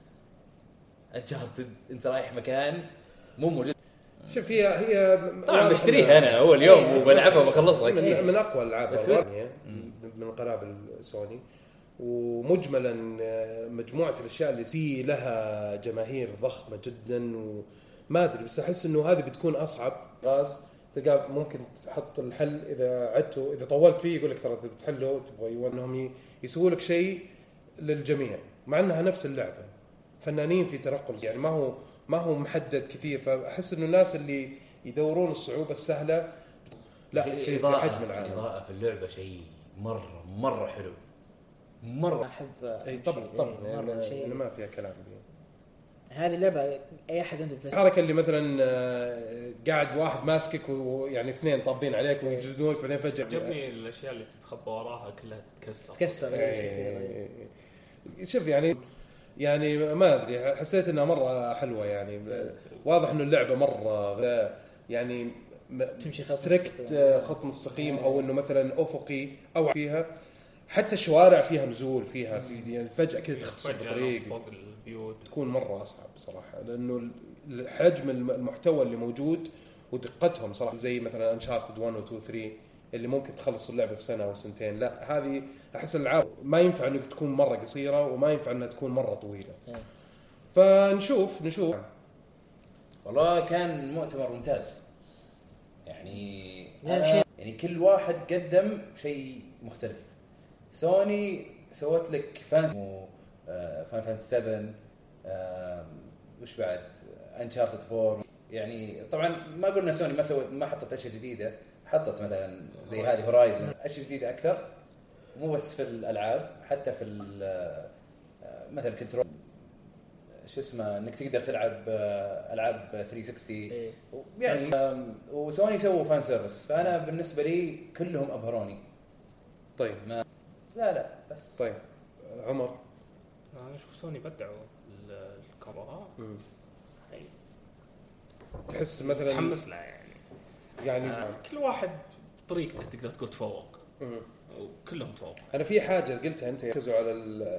انشارتد انت رايح مكان مو موجود شوف هي هي طبعا بشتريها انا اول يوم وبلعبها وبخلصها من, من اقوى الالعاب الرسميه من قنابل سوني ومجملا مجموعه الاشياء اللي فيه لها جماهير ضخمه جدا وما ادري بس احس انه هذه بتكون اصعب غاز تلقى ممكن تحط الحل اذا عدته اذا طولت فيه يقول لك ترى بتحله تبغى انهم يسووا لك شيء للجميع مع انها نفس اللعبه فنانين في تنقل يعني ما هو ما هو محدد كثير فأحس إنه الناس اللي يدورون الصعوبة السهلة لا في, في حجم العالم الإضاءة في اللعبة شيء مرة مرة حلو مرة أحب أي طبعا طبعا مرة شيء إنه ما فيها كلام بيه. هذه اللعبة أي أحد عنده بلاي الحركة اللي مثلا قاعد واحد ماسكك ويعني اثنين طابين عليك ويجلدونك بعدين فجأة عجبني الأشياء اللي تتخبى وراها كلها تتكسر تتكسر شوف يعني يعني ما أدري حسيت إنها مرة حلوة يعني واضح إنه اللعبة مرة يعني تمشي ستريكت خط مستقيم أو إنه مثلا أفقي أو فيها حتى الشوارع فيها نزول فيها في يعني فجأة كده تختصر بطريق فوق البيوت تكون مرة أصعب صراحة لأنه حجم المحتوى اللي موجود ودقتهم صراحة زي مثلا أنشارتد واحد و اثنين و ثلاثة اللي ممكن تخلص اللعبة في سنة أو سنتين لا هذه أحس الألعاب ما ينفع إنك تكون مرة قصيرة وما ينفع إنها تكون مرة طويلة فنشوف نشوف والله كان مؤتمر ممتاز يعني أنا يعني كل واحد قدم شيء مختلف سوني سوت لك فانس فان فانتسي سبعة وش بعد انشارتد فور يعني طبعا ما قلنا سوني ما سوت ما حطت اشياء جديده، حطت مثلا زي هذه هورايزن اشياء جديده اكثر، مو بس في الالعاب حتى في مثلا كنترول شو اسمه انك تقدر تلعب العاب ثلاثمية وستين إيه. يعني وسوني سووا فان سيرفيس، فانا بالنسبه لي كلهم ابهروني. طيب ما لا لا بس طيب عمر انا اشوف سوني بدعوا الكاميرا هي تحس مثلا تحمس لها يعني يعني آه كل واحد بطريقته تقدر تقول تفوق وكلهم تفوق. انا في حاجه قلتها انت ركزوا على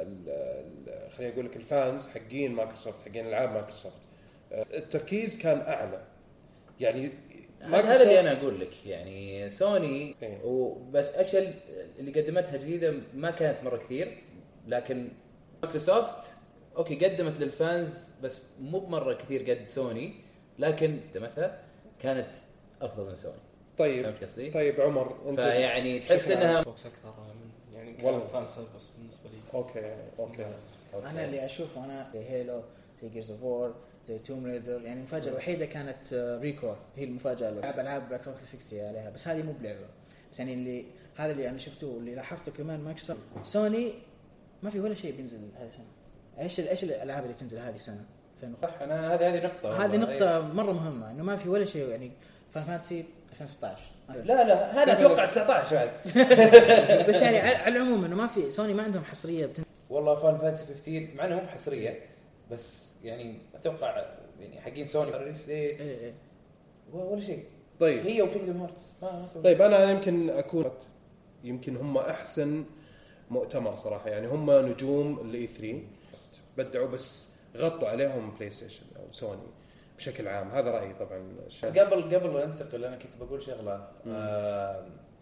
خليني اقول لك الفانز حقين مايكروسوفت حقين العاب مايكروسوفت، التركيز كان اعلى يعني هذا اللي انا اقول لك يعني سوني إيه؟ وبس اشياء اللي قدمتها جديده ما كانت مره كثير، لكن مايكروسوفت اوكي قدمت للفانز بس مو بمره كثير قد سوني، لكن قدمتها كانت افضل من سوني. طيب طيب عمر انت يعني تحس انها فوكس اكثر من يعني كان فان سيرفيس بالنسبه لي. اوكي اوكي, أوكي. انا اللي اشوفه انا زي هيلو زي جيرز اوف وور زي توم ريدر، يعني المفاجاه الوحيده كانت ريكور هي المفاجاه اللي لعب العاب اكس بوكس ستين عليها، بس هذه مو بلعبه. بس يعني اللي هذا اللي انا شفته واللي لاحظته كمان مايكروسوفت سوني ما في ولا شيء بينزل هذه السنه. ايش ايش الالعاب اللي تنزل هذه السنه؟ صح انا هذه هذه نقطه هذه نقطه مره مهمه انه ما في ولا شيء. يعني فان فانتسي ألفين وستة عشر لا لا هذا اتوقع تسعة عشر بعد بس يعني على العموم انه ما في سوني ما عندهم حصريه بتن... والله فان فانتسي خمسة عشر مع انه مو حصريه بس يعني اتوقع يعني حقين سوني ريليس ديت إيه ولا شيء. طيب هي وكينجدم هارتس ما ما طيب انا انا يمكن اكون يمكن هم احسن مؤتمر صراحه، يعني هم نجوم الاي ثلاثة بدعوا بس غطوا عليهم بلاي ستيشن او سوني بشكل عام. هذا رايي طبعا. بس قبل قبل لا انتقل انا كنت بقول شغله آه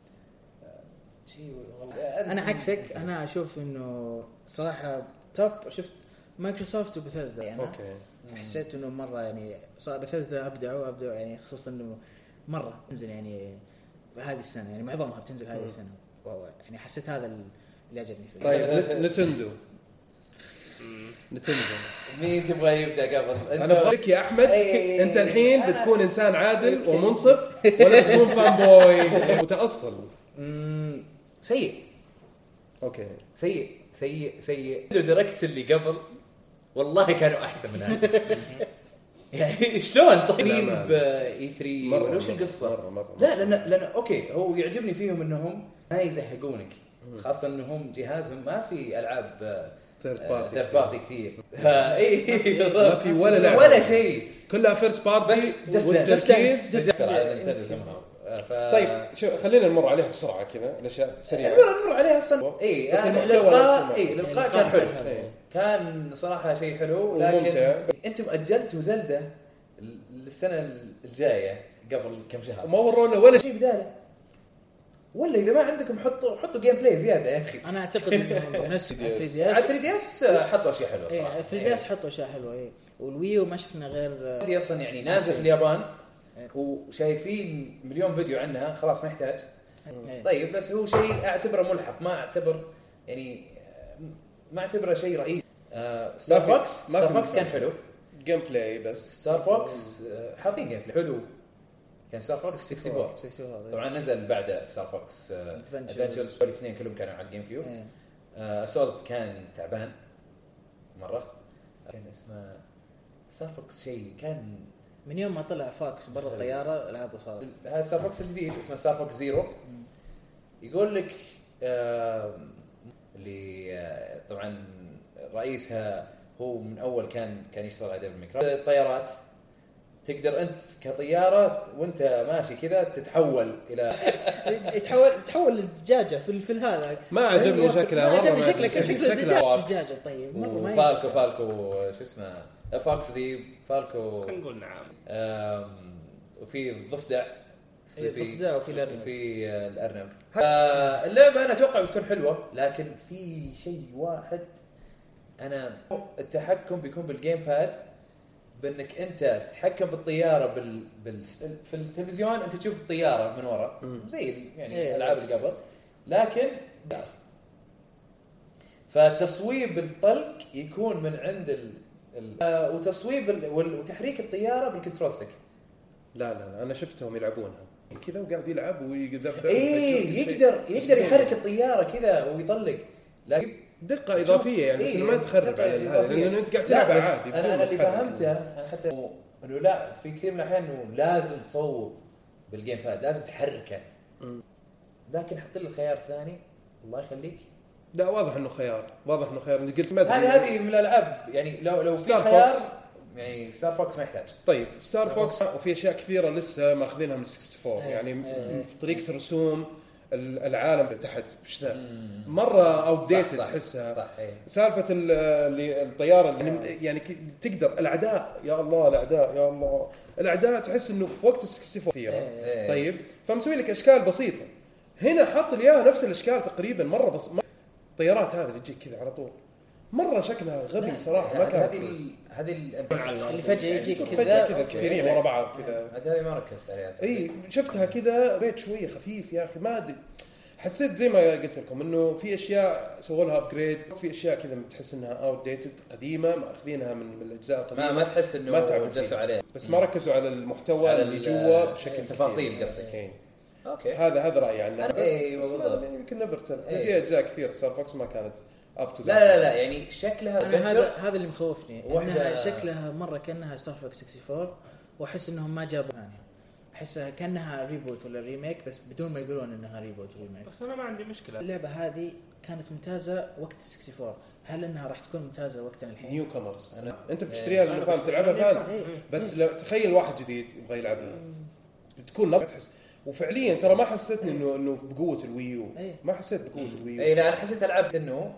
شيء انا عكسك. انا اشوف انه صراحه توب شفت مايكروسوفت وبثيسدا يعني اوكي حسيت انه مره يعني صار بثيسدا ابدعوا ابدعوا يعني خصوصا انه مره تنزل يعني هذه السنه، يعني معظمها بتنزل هذه السنه يعني حسيت هذا اللي عجبني فيه. طيب نتندو نتندو مين تبغى يبدا قبل؟ انا ابغاك يا احمد انت الحين بتكون انسان عادل ومنصف ولا بتكون فان بوي متاصل؟ امم سيء. اوكي سيء سيء سيء. الدايركتس اللي قبل والله كانوا احسن من هذا. يعني شلون طالعين باي ثلاثة وش القصه؟ مرة مرة لا لان لان اوكي هو يعجبني فيهم انهم ما يزهقونك، خاصه انهم جهازهم ما في العاب ثيرد بارتي ثيرد بارتي كثير. اي ما في ولا لعبه ولا شيء كلها فيرست بارتي والتركيز. طيب شو خلينا نمر عليها بسرعه كذا الاشياء سريعه نمر عليها اصلا. اي الالقاء اي الالقاء كان حلو كان صراحه شيء حلو، لكن انتم اجلتوا زلدة للسنه الجايه قبل كم شهر ما ورونا ولا شيء بداله. ولا اذا ما عندكم حطوا حطوا جيم بلاي زياده يا اخي. انا اعتقد انه نفس ثري دي اس على ثري دي اس حطوا اشياء حلوه صراحه. اي ثري دي اس حطوا اشياء حلوه اي والويو ما شفنا غير دي اصلا يعني نازل في اليابان وشايفين مليون فيديو عنها خلاص ما يحتاج. طيب بس هو شيء اعتبره ملحق، ما اعتبر يعني ما اعتبره شيء رئيسي. آه ستار فوكس ستار فوكس كان حلو جيم بلاي بس ستار فوكس آه حاطين جيم بلاي حلو. كان ستار فوكس أربعة وستين طبعا نزل بعد ستار فوكس ادفنتشرز الاثنين كلهم كانوا على الجيم كيوب. اسولت كان تعبان مره، كان اسمه ستار فوكس شيء كان من يوم ما طلع فوكس برا الطياره العابه صار. هذا ستار فوكس الجديد اسمه ستار فوكس زيرو. يقول لك آه اللي آه طبعا رئيسها هو من اول كان كان يشتغل على ديفل ميكرا الطيارات. تقدر انت كطياره وانت ماشي كذا تتحول الى يتحول تحول لدجاجه في في هذا. ما عجبني شكلها مره. عجبني شكلها شكلها دجاجه دجاجه. طيب مره ما فالكو فالكو شو اسمه فوكس ذي فالكو نقول نعم. وفي الضفدع الضفدع وفي الارنب في الارنب. اللعبه انا اتوقع بتكون حلوه، لكن في شيء واحد انا التحكم بيكون بالجيم باد، بانك انت تتحكم بالطياره بال... بال في التلفزيون انت تشوف الطياره من وراء زي يعني الالعاب اللي قبل، لكن فتصويب الطلق يكون من عند ال... ال... وتصويب ال... وتحريك الطياره بالكنترول ستيك. لا لا لا انا شفتهم يلعبونها كذا وقاعد يلعب ويذبح ايه يقدر يقدر يحرك الطياره كذا ويطلق لكن دقه اضافيه يعني بس إيه انه ما تخرب على هذا لانه انت قاعد تلعب عادي. انا انا اللي فهمته انا حتى انه لا في كثير من الاحيان انه لازم تصوب بالجيم باد لازم تحركه م. لكن حط لي الخيار الثاني الله يخليك. لا واضح انه خيار واضح انه خيار. قلت ما هذه هذه من الالعاب يعني لو لو في خيار يعني ستار فوكس ما يحتاج. طيب ستار فوكس وفي اشياء كثيره لسه ماخذينها من أربعة وستين يعني في طريقه الرسوم العالم تحت وش ذا مره اوت ديتد تحسها صح. سالفه الطياره يعني يعني تقدر الاعداء يا الله الاعداء يا الله الاعداء تحس انه في وقت أربعة وستين كثيره. طيب فمسوي لك اشكال بسيطه هنا حط لي اياها نفس الاشكال تقريبا مره بس الطيارات هذه اللي تجيك كذا على طول مره شكلها غبي صراحه ما كانت هذه هذه اللي فجاه يجيك كذا كذا كثيرين ورا بعض كذا هذه ما ركزت عليها. اي شفتها كذا ريت شويه خفيف يا اخي ما ادري حسيت زي ما قلت لكم انه في اشياء سووا لها ابجريد في اشياء كذا تحس انها اوت ديتد قديمه ماخذينها من من الاجزاء القديمه ما ما تحس انه ما جلسوا عليه بس ما ركزوا على المحتوى على اللي جوا بشكل تفاصيل قصدك. اوكي اوكي هذا هذا رايي عنه بس ايوه بالضبط يمكن نيفر تل في اجزاء كثير ستار فوكس ما كانت اب تو لا لا لا يعني شكلها هذا هذا اللي مخوفني انها شكلها مره كانها ستار فوكس أربعة وستين واحس انهم ما جابوا ثانيه احسها كانها ريبوت ولا ريميك بس بدون ما يقولون انها ريبوت وريميك. بس انا ما عندي مشكله اللعبه هذه كانت ممتازه وقت أربعة وستين هل انها راح تكون ممتازه وقتنا الحين؟ نيو كامرز انت بتشتريها لانه فاهم تلعبها فاهم بس لو تخيل واحد جديد يبغى يلعبها تكون نبغى تحس وفعليا ترى ما حسيتني انه انه بقوه الويو ما حسيت بقوه الويو. اي لا انا حسيت العاب انه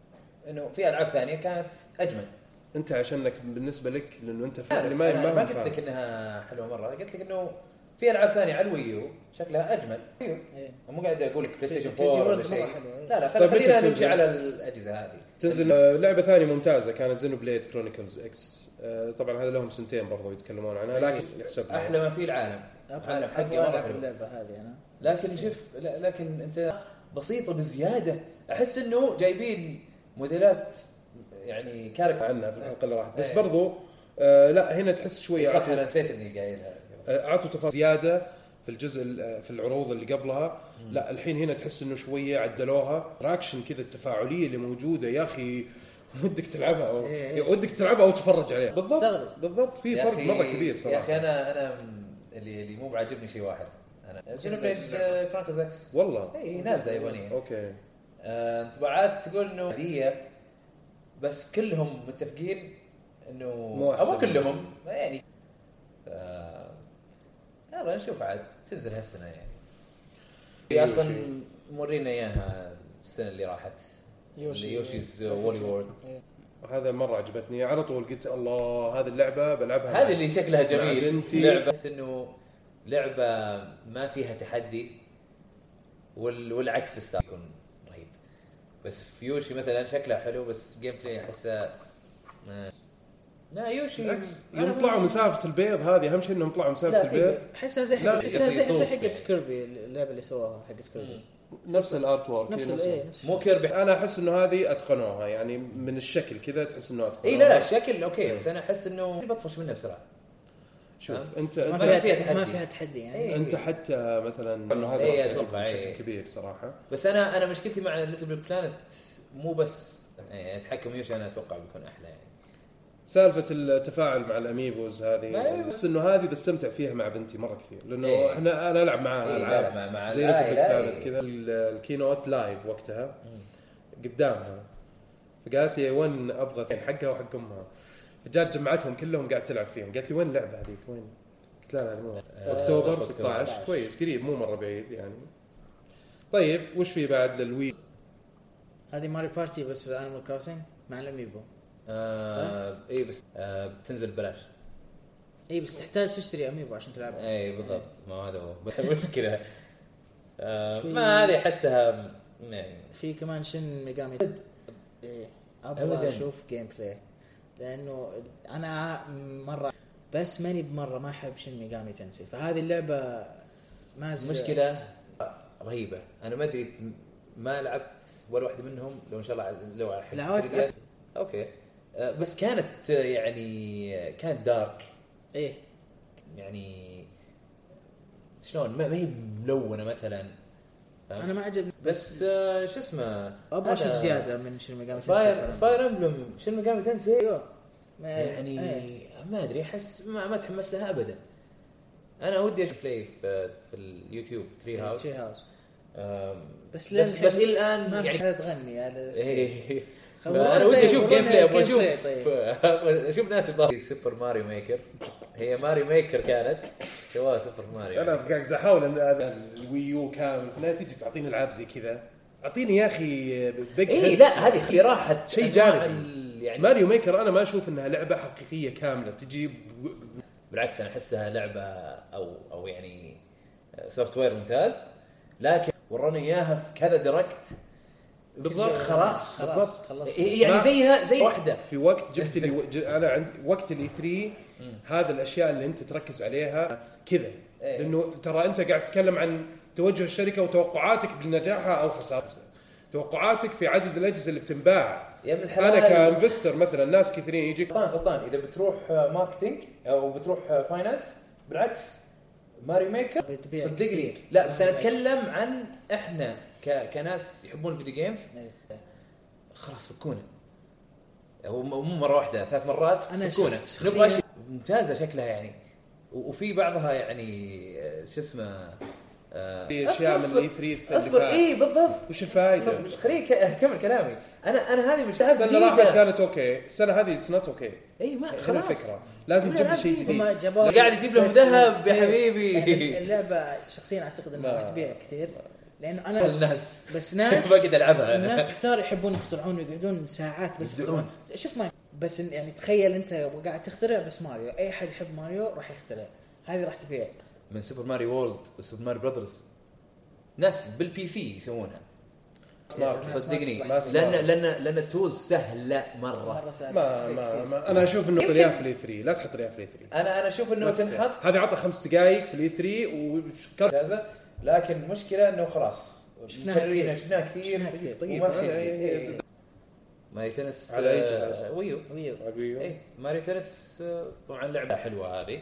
انه في العاب ثانيه كانت اجمل. انت عشانك بالنسبه لك لانه انت اللي ما ما, ما قلت لك انها حلوه مره قلت لك انه في العاب ثانيه على الويو شكلها اجمل. ايوه مو قاعد اقول لك بلاي ستيشن أربعة ولا شيء لا لا خلينا نمشي على الاجهزه هذه. تنزل لعبه ثانيه ممتازه كانت زينو بليد كرونيكلز اكس طبعا هذا لهم سنتين برضو يتكلمون عنها لكن يحسب احلى ما في العالم عالم حقي مره حلو اللعبه هذه انا لكن شوف لكن انت بسيطه بزياده احس انه جايبين موديلات يعني كاركتر عنها في الحلقه اللي راحت بس برضو آه لا هنا تحس شويه صح انا نسيت اني قايلها اعطوا تفاصيل زياده في الجزء في العروض اللي قبلها. مم. لا الحين هنا تحس انه شويه عدلوها راكشن كذا التفاعليه اللي موجوده يا اخي ودك تلعبها او إيه ودك تلعبها او تتفرج عليها بالضبط استغرب. بالضبط في فرق مره كبير صراحه يا اخي انا انا اللي اللي مو بعجبني شيء واحد انا زينوبليد كرونيكلز اكس والله اي نازله يابانيه اوكي آه، انطباعات تقول انه عاديه بس كلهم متفقين انه او كلهم يعني آه يلا نشوف عاد تنزل هالسنه يعني هي اصلا مورينا اياها السنه اللي راحت يوشي يوشيز وولي وورد هذا مره عجبتني على طول قلت الله هذه اللعبه بلعبها هذه اللي شكلها جميل لعبه بس انه لعبه ما فيها تحدي والعكس في الستار يكون رهيب بس في يوشي مثلا شكلها حلو بس جيم بلاي احسه لا يوشي بالعكس يوم طلعوا مسافه البيض هذه اهم شيء انهم طلعوا مسافه البيض احسها زي حق احسها زي حقه كيربي اللعبه اللي سواها حقه كيربي نفس الارت وورك نفس الايه مو كيربي انا احس انه هذه اتقنوها يعني من الشكل كذا تحس انه اتقنوها اي لا لا الشكل اوكي بس انا احس انه بطفش منه بسرعه شوف انت ما انت فيها تحدي ما فيها تحدي يعني إيه انت حتى مثلا انه هذا إيه اتوقع بشكل إيه. كبير صراحه بس انا انا مشكلتي مع ليتل بيج بلانت مو بس يعني تحكم يوشي انا اتوقع بيكون احلى يعني سالفه التفاعل مع الاميبوز هذه بس انه هذه بستمتع فيها مع بنتي مره كثير لانه إيه. احنا انا العب معاها العاب إيه مع مع زي ليتل بيج بلانت كذا الكينوت لايف وقتها قدامها فقالت لي وين ابغى حقها وحق امها جات جمعتهم كلهم قاعد تلعب فيهم قالت لي وين اللعبه هذيك وين قلت لا لا مو اكتوبر ستة عشر كويس قريب مو مره بعيد يعني. طيب وش في بعد للوي هذه ماري بارتي بس انيمال كروسنج مع الاميبو آه اي بس آه بتنزل بلاش اي بس تحتاج تشتري اميبو عشان تلعبها اي بالضبط ما هذا هو بس المشكله آه ما هذه احسها يعني في كمان شن ميجامي ايه ابغى اشوف جيم بلاي لانه انا مره بس ماني بمره ما احب شن ميجامي تنسي فهذه اللعبه ما مشكله رهيبه انا ما ادري ما لعبت ولا واحده منهم لو ان شاء الله لو على حق اوكي بس كانت يعني كانت دارك ايه يعني شلون ما هي ملونه مثلا. انا ما عجبني بس آه شو اسمه ابغى اشوف زياده من شنو ميجامي فاير فاير امبلم شنو ميجامي تنسي. ايوه يعني ايه. ما ادري احس ما, ما تحمس لها ابدا. انا ودي اشوف بلاي في, في اليوتيوب تري هاوس, تري هاوس. بس بس, بس الى الان ما يعني تغني على إيه. انا ودي اشوف جيم بلاي ابغى اشوف طيب. اشوف ناس يضاف سوبر ماريو ميكر. هي ماريو ميكر كانت سواها سوبر ماريو. انا قاعد احاول ان الويو كامل فيها تيجي تعطيني العاب زي كذا. اعطيني يا اخي بيج إيه لا هذه خي راحت شيء جانبي يعني. ماريو ميكر انا ما اشوف انها لعبه حقيقيه كامله تجي. بالعكس انا احسها لعبه او او يعني سوفت وير ممتاز لكن وراني اياها في كذا دايركت بالضبط. خلاص بالضبط يعني زيها زي واحده في وقت جبت لي و... انا عند وقت الاي ثري هذا الاشياء اللي انت تركز عليها كذا إيه. لانه ترى انت قاعد تتكلم عن توجه الشركه وتوقعاتك بنجاحها او خسارتها. توقعاتك في عدد الاجهزه اللي بتنباع. انا كانفستر مثلا ناس كثيرين يجي غلطان غلطان اذا بتروح ماركتينج او بتروح فاينانس بالعكس ماري ميكر صدقني. لا بس انا اتكلم عن احنا ك... كناس يحبون الفيديو جيمز خلاص فكونا. هو مو مره واحده ثلاث مرات فكونا نبغى شيء ممتازه شكلها يعني وفي بعضها يعني شو اسمه في اشياء من الاي ثري اصبر اي بالضبط. وش الفائده مش خليك اكمل كلامي. انا انا هذه مش السنه اللي راحت كانت اوكي السنه هذه اتس نوت اوكي. اي ما خلاص الفكره لازم تجيب لي شيء جديد. قاعد يجيب لهم ذهب يا حبيبي. اللعبه شخصيا اعتقد انها راح تبيع كثير لانه انا الناس بس ناس ما قد العبها. الناس كثار يحبون يخترعون ويقعدون ساعات بس يخترعون. شوف ما بس يعني تخيل انت قاعد تخترع بس ماريو. اي حد يحب ماريو راح يخترع. هذه راح تبيع. من سوبر ماريو وورلد وسوبر ماريو براذرز ناس بالبي سي يسوونها صدقني لان لان لان التولز سهله مره. ما ما, ما انا اشوف انه طليها في الاي ثري لا تحط ليها في الاي ثري. انا انا اشوف انه تنحط هذه عطى خمس دقائق في الاي ثري وممتازه لكن المشكله انه خلاص شفناها شفناها كثير طيب وما في ماريو تنس على اي جهاز ويو ويو اي ماريو تنس طبعا لعبه حلوه هذه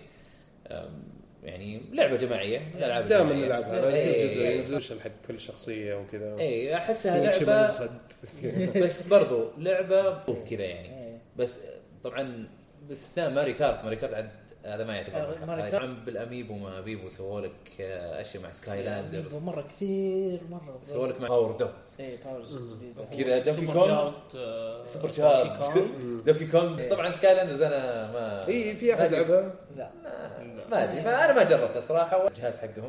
يعني لعبه جماعيه من الالعاب دائما نلعبها كل جزء ينزل حق كل شخصيه وكذا. اي احسها لعبه بس برضو لعبه كذا يعني بس طبعا باستثناء ماري كارت ماري كارت عاد هذا ما يعتبر طبعا بالاميبو ما بيبو سووا لك اشياء مع سكاي لاندرز مره كثير مره سووا لك مع باور دو اي باورز جديده كذا دوكي كونغ سوبر شارج دوكي كونغ طبعا سكاي لاندرز انا ما اي في احد لعبها لا ما ادري انا ما جربتها صراحه الجهاز حقهم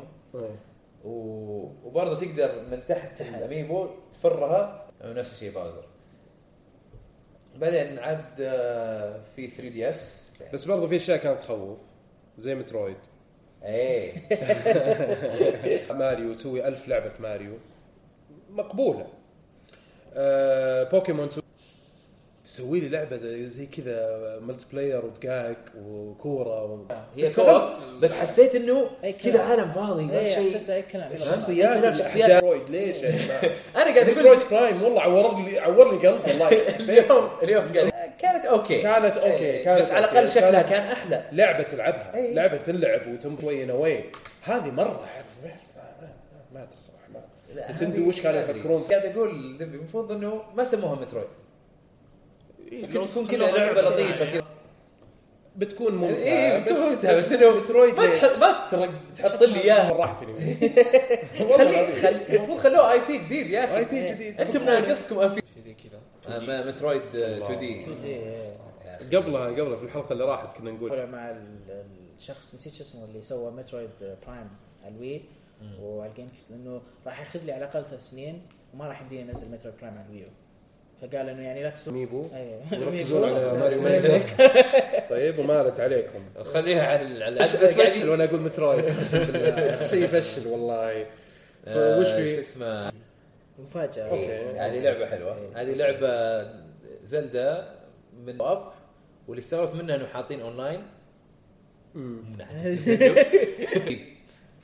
وبرضه تقدر من تحت الاميبو تفرها نفس الشيء باوزر. بعدين عاد في ثري دي اس بس برضه في اشياء كانت تخوف زي مترويد. ايه ماريو تسوي ألف لعبه ماريو مقبوله. أه بوكيمون تسوي لي لعبه زي كذا ملتي بلاير ودقاق وكوره و... هي كوره بس حسيت انه كذا عالم فاضي ما شيء. اي كلام شخصيات شخصيات مترويد ليش يا جماعه؟ انا قاعد اقول مترويد برايم والله عور لي عور لي قلبي والله. اليوم اليوم قاعد كانت اوكي كانت اوكي كانت بس على الاقل شكلها كان احلى لعبه تلعبها لعبه تلعب وتمشي نوي. هذه مره ما ادري صراحه ما تندو وش كانوا يفكرون. قاعد اقول دبي المفروض انه ما سموها مترويد ممكن تكون كذا لعبه لطيفه كذا بتكون ممتعه. إيه بس بس انه مترويد ما تحط ما تحط لي اياها راحتني. خلي خلي المفروض خلوه اي بي جديد يا اخي اي بي جديد. انتم ناقصكم اي بي شيء زي كذا مترويد تو دي. قبلها قبلها في الحلقه اللي راحت كنا نقول مع الشخص نسيت شو اسمه اللي سوى مترويد برايم على الوي وعلى الجيم انه راح ياخذ لي على الاقل ثلاث سنين وما راح يديني انزل مترويد برايم على الويو. فقال انه يعني لا تسميبو يركزون على ماريو ميكر. طيب ومالت عليكم خليها على على افشل وانا اقول مترويد شيء يفشل والله. وش في اسمه مفاجاه. اوكي هذه لعبه حلوه. هذه لعبه زلدا من اب واللي استغربت منها انه حاطين اونلاين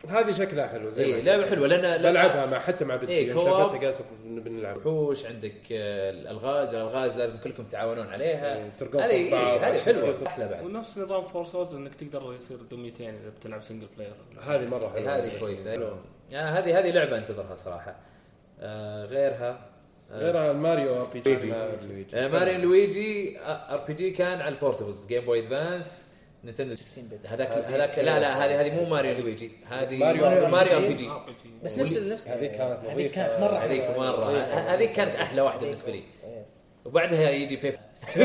هذه شكلها حلو زي إيه لعبه حلوه لان بلعبها مع حتى مع بنتي إيه شافتها قالت بنلعب وحوش عندك الالغاز الالغاز لازم كلكم تعاونون عليها إيه هذه هذه حلوه احلى بعد ونفس نظام فور سورز انك تقدر يصير دميتين اذا بتلعب سنجل بلاير هذه مره حلوه هذه كويسه آه هذه هذه لعبه انتظرها صراحه آه غيرها آه غيرها ماريو ار بي جي آه ماريو لويجي ار بي جي كان على البورتبلز جيم بوي ادفانس نينتندو ستة عشر بت هذاك هذاك لا لا هذه هذه مو ماريو لويجي هذه ماريو, ماريو ار بي جي بس نفس نفس هذه كانت هذه كانت مره هذيك مره هذه كانت احلى واحده بالنسبه لي وبعدها يجي بيب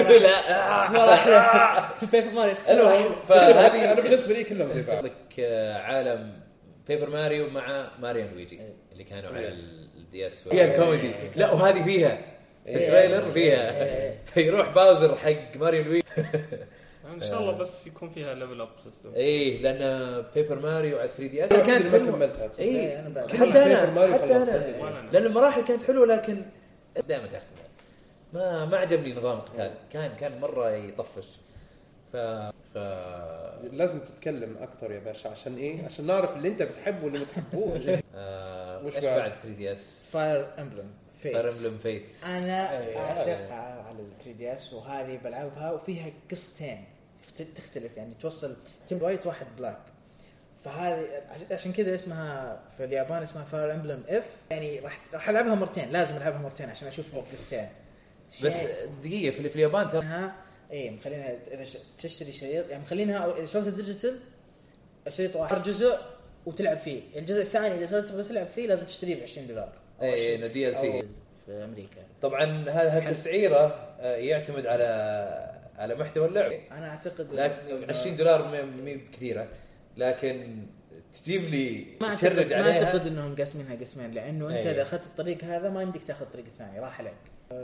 لا بيبر ماريو المهم فهذه انا بالنسبه لي كلهم زي بعض لك عالم بيبر ماريو مع ماريو لويجي اللي كانوا على الدي اس فيها الكوميدي لا وهذه فيها التريلر فيها يروح باوزر حق ماريو لويجي ان شاء الله بس يكون فيها ليفل اب سيستم ايه لان بيبر ماريو على ثري دي اس كانت ما كملتها ايه انا حتى انا حتى انا لان المراحل كانت حلوه لكن دائما تاخذ ما ما عجبني نظام القتال كان كان مره يطفش ف ف لازم تتكلم اكثر يا باشا عشان ايه عشان نعرف اللي انت بتحبه واللي ما بتحبوش وش بعد ثري دي اس فاير امبلم فيت فاير امبلم فيت انا اعشق على ال ثري دي اس وهذه بلعبها وفيها قصتين تختلف يعني توصل تيم وايت واحد بلاك فهذه عشان كذا اسمها في اليابان اسمها فاير امبلم اف يعني راح راح العبها مرتين لازم العبها مرتين عشان اشوف قصتين بس دقيقه في اليابان ترى ايه مخلينها اذا تشتري شريط يعني مخلينها اذا شريت الديجيتال شريط واحد جزء وتلعب فيه الجزء الثاني اذا تبغى تلعب فيه لازم تشتريه ب عشرين دولار اي دي ال سي في امريكا طبعا هذا التسعيره يعتمد على على محتوى اللعب انا اعتقد لكن عشرين دولار مو كثيره لكن تجيب لي ما اعتقد ما اعتقد انهم قاسمينها قسمين لانه انت اذا اخذت الطريق هذا ما يمديك تاخذ الطريق الثاني راح عليك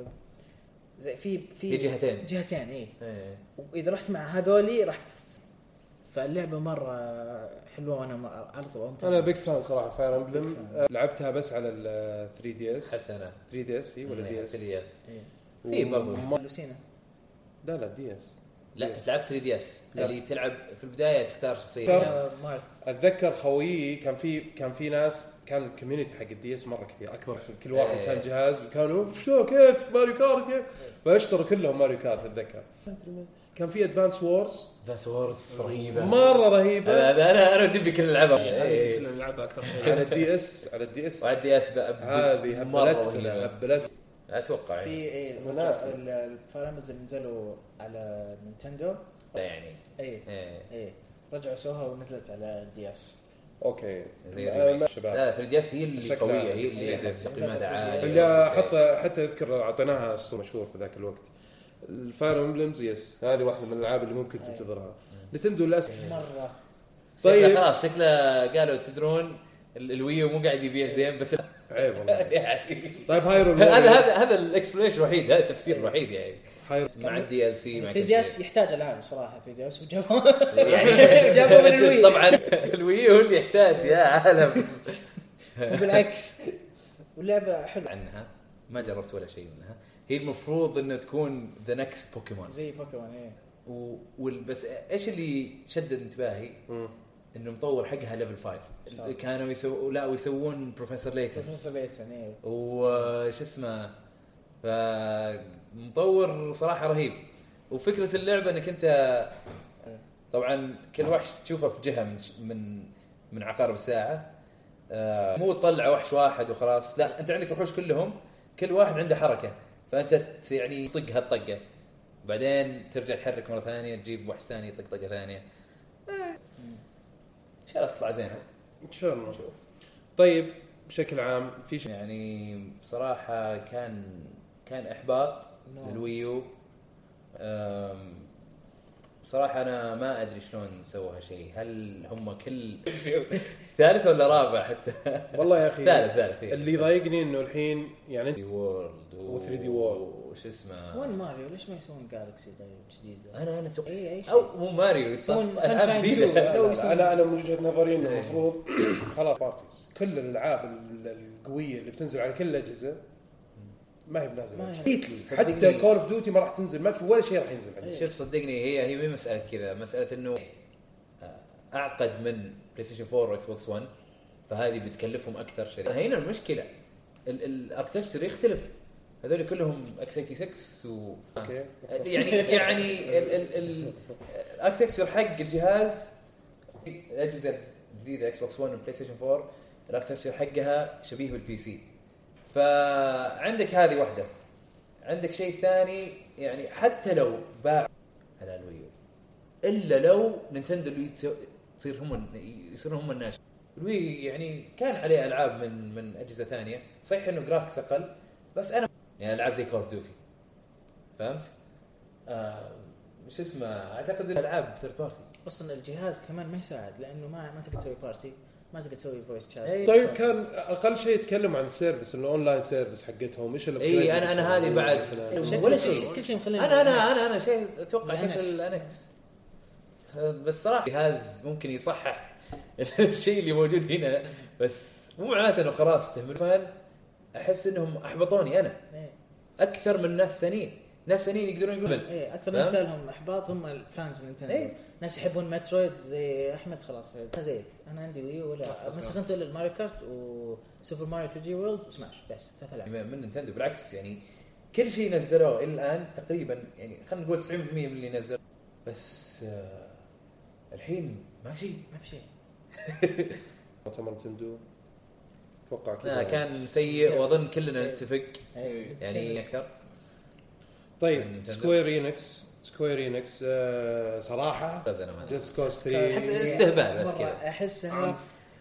زي في في جهتين جهتين ايه, إيه. واذا رحت مع هذولي راح فاللعبه مره حلوه وانا على طول انا بيج فان صراحه فاير امبلم لعبتها بس على ال ثري دي اس حتى انا ثري دي اس ولا دي اس ثري دي اس في برضه لوسينا لا لا دي اس لا تلعب ثري دي اس اللي تلعب في البدايه تختار شخصيه اتذكر خويي كان في كان في ناس كان الكوميونتي حق الدي اس مره كثير اكبر في كل واحد كان جهاز وكانوا شو كيف ماريو كارت كيف فاشتروا كلهم ماريو كارت اتذكر كان في ادفانس وورز ادفانس وورز رهيبه مره رهيبه انا انا انا ودي كل العبها يعني كل العبها اكثر شيء على الدي اس على الدي اس وعلى الدي اس هذه هبلت هبلت اتوقع في ايه الفارمز اللي نزلوا على نينتندو لا يعني ايه ايه رجعوا سووها ونزلت على الدي اس اوكي لا لا ثري دي اس هي اللي قويه هي اللي تقييمها عاليه اللي حتى حتى اذكر اعطيناها اسم مشهور في ذاك الوقت الفاير امبلمز يس هذه واحده من الالعاب اللي ممكن تنتظرها نتندو للاسف مره طيب خلاص شكله قالوا تدرون الويو مو قاعد يبيع زين بس عيب والله يعني طيب هايرو هذا هذا هذا الاكسبلانيشن الوحيد هذا التفسير الوحيد يعني مع الدي ال سي مع ثري دي اس يحتاج العاب صراحه ثري دي اس وجابوا يعني جابوا من الوي طبعا الوي هو اللي يحتاج يا عالم بالعكس واللعبه حلوه عنها ما جربت ولا شيء منها هي المفروض انه تكون ذا نكست بوكيمون زي بوكيمون ايه وبس ايش اللي شدد انتباهي انه مطور حقها ليفل خمسة كانوا يسووا لا ويسوون بروفيسور ليتن بروفيسور ليتن ايه وش اسمه فمطور صراحه رهيب وفكره اللعبه انك انت طبعا كل وحش تشوفه في جهه من من, من عقارب الساعه مو تطلع وحش واحد وخلاص لا انت عندك وحوش كلهم كل واحد عنده حركه فانت يعني طق هالطقه بعدين ترجع تحرك مره ثانيه تجيب وحش ثاني طق طقه ثانيه ان شاء الله تطلع زينه ان شاء الله نشوف طيب بشكل عام في شيء يعني بصراحه كان كان احباط للويو بصراحه انا ما ادري شلون سووا هالشيء هل هم كل ثالث ولا رابع حتى والله يا اخي ثالث ثالث اللي ضايقني انه الحين يعني وورلد و ثري دي وورلد وش اسمه وين ماريو ليش ما يسوون جالكسي طيب جديد انا انا توقع اي او مو ماريو يسوون سانشاين انا انا من وجهه نظري انه المفروض خلاص بارتيز كل الالعاب القويه اللي بتنزل على كل الاجهزه ما هي بنازله حتى كول اوف ديوتي ما راح تنزل ما في ولا شيء راح ينزل عليه شوف صدقني هي هي مو مساله كذا مساله انه اعقد من بلاي ستيشن فور واكس بوكس ون فهذه بتكلفهم اكثر شيء. هنا المشكله الاركتكتشر يختلف، هذول كلهم اكس ثمانية وثمانين و اوكي يعني يعني الاركتكتشر حق الجهاز الاجهزه الجديده اكس بوكس ون وبلاي ستيشن فور الاركتكتشر حقها شبيه بالبي سي. فعندك هذه واحده. عندك شيء ثاني يعني حتى لو باع على الويو الا لو نينتندو تصير هم يصيرون هم الناشر. الوي يعني كان عليه العاب من من اجهزه ثانيه، صحيح انه جرافيكس اقل بس انا يعني العاب زي كول اوف ديوتي فهمت. آه مش اسمه اعتقد الالعاب ثيرد بارتي. اصلا الجهاز كمان ما يساعد لانه ما ما تقدر تسوي بارتي، ما تقدر تسوي فويس شات. طيب كان اقل شيء يتكلم عن السيرفيس الاونلاين سيرفيس حقتهم ايش اللي اي انا انا هذه بعد ولا شيء كل شيء مخلينا انا انا انا انا شيء اتوقع شكل الانكس بس صراحه الجهاز ممكن يصحح الشيء اللي موجود هنا، بس مو معناته انه خلاص تهمل. احس انهم احبطوني انا اكثر من ناس ثانيين. ناس ثانيين يقدرون يقولون ايه اكثر ناس لهم احباط هم الفانز نينتندو. ايه. ناس يحبون مترويد زي احمد خلاص انا زيك انا عندي وي ولا ما استخدمت الا الماريو كارت وسوبر ماريو ثري دي وورلد وسماش بس ثلاث العاب من نينتندو. بالعكس يعني كل شيء نزلوه الى الان تقريبا يعني خلينا نقول تسعين بالمئة من اللي نزلوه، بس آه الحين ما في شيء ما في شيء. نينتندو اتوقع كذا كان سيء واظن كلنا نتفق يعني اكثر. طيب سكوير إنكس سكوير إنكس آه صراحة جست كوز ثري أحس استهبال بس كذا أحس إنه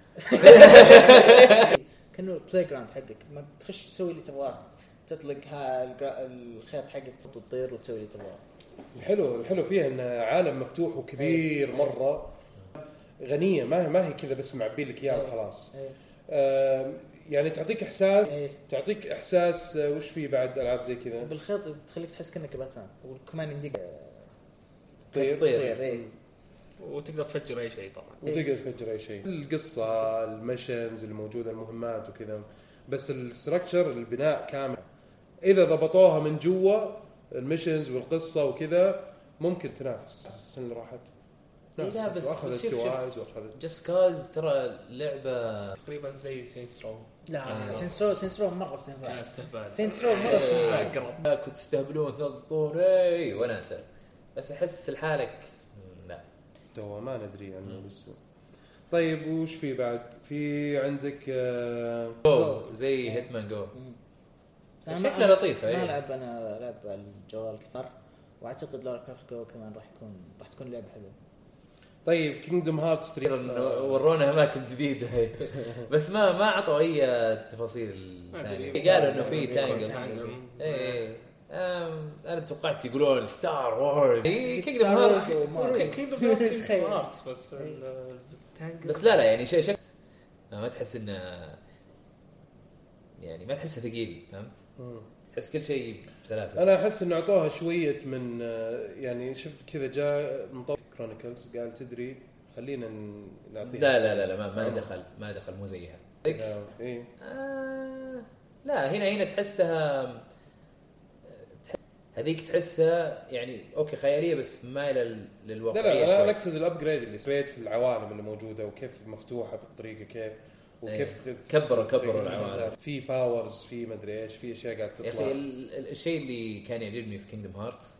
كأنه بلاي جراوند حقك ما تخش تسوي اللي تبغاه، تطلق الخيط حقك وتطير وتسوي اللي تبغاه. الحلو الحلو فيها إن عالم مفتوح وكبير أيه. مرة غنية ما ما هي كذا بس معبي لك إياه خلاص. آه يعني تعطيك إحساس أيه. تعطيك إحساس وش فيه بعد ألعاب زي كذا بالخيط تخليك تحس كأنك باتمان وكمان يمديك طير طير إيه. وتقدر تفجر أي شيء طبعا وتقدر تفجر أي شيء. القصة المشنز الموجودة المهمات وكذا، بس الستركتشر البناء كامل إذا ضبطوها من جوا المشنز والقصة وكذا ممكن تنافس. السنة اللي راحت لا بس واخذت جوائز واخذت جاست كاز ترى لعبه تقريبا زي سينتس رو. لا سينتس رو سينتس رو مره استهبال استهبال سينتس رو مره استهبال اقرب كنت تستهبلون تنططون اي وناسه، بس احس لحالك لا تو ما ندري عنه لسه. طيب وش في بعد؟ في عندك آه جو زي هيتمان جو شكله لطيف. ما لعب انا لعب الجوال كثر واعتقد لارا كرافت جو كمان راح يكون راح تكون لعبه حلوه. طيب كينجدوم هارتس ثري ورونا اماكن جديده بس ما ما عطوا اي تفاصيل ثانيه. قالوا انه في تانجل اي انا توقعت يقولون ستار وورز كينجدوم هارتس كينجدوم هارتس بس بس لا لا يعني شيء شيء ما تحس انه يعني ما تحسه ثقيل فهمت. تحس كل شيء بسلاسه. انا احس انه اعطوها شويه من يعني شوف كذا جاء مطور كرونيكلز قال تدري خلينا نعطيها لا لا لا لا ما ما دخل ما دخل مو زيها ايه آه لا هنا هنا تحسها هذيك تحسها يعني اوكي خياليه بس مايله للواقعيه. لا لا انا اقصد الابجريد اللي سويت في العوالم اللي موجوده وكيف مفتوحه بالطريقه كيف وكيف ايه. كبروا كبروا العوالم في باورز في مدري ايش في اشياء قاعده تطلع. يا اخي الشيء اللي كان يعجبني في كينجدوم هارتس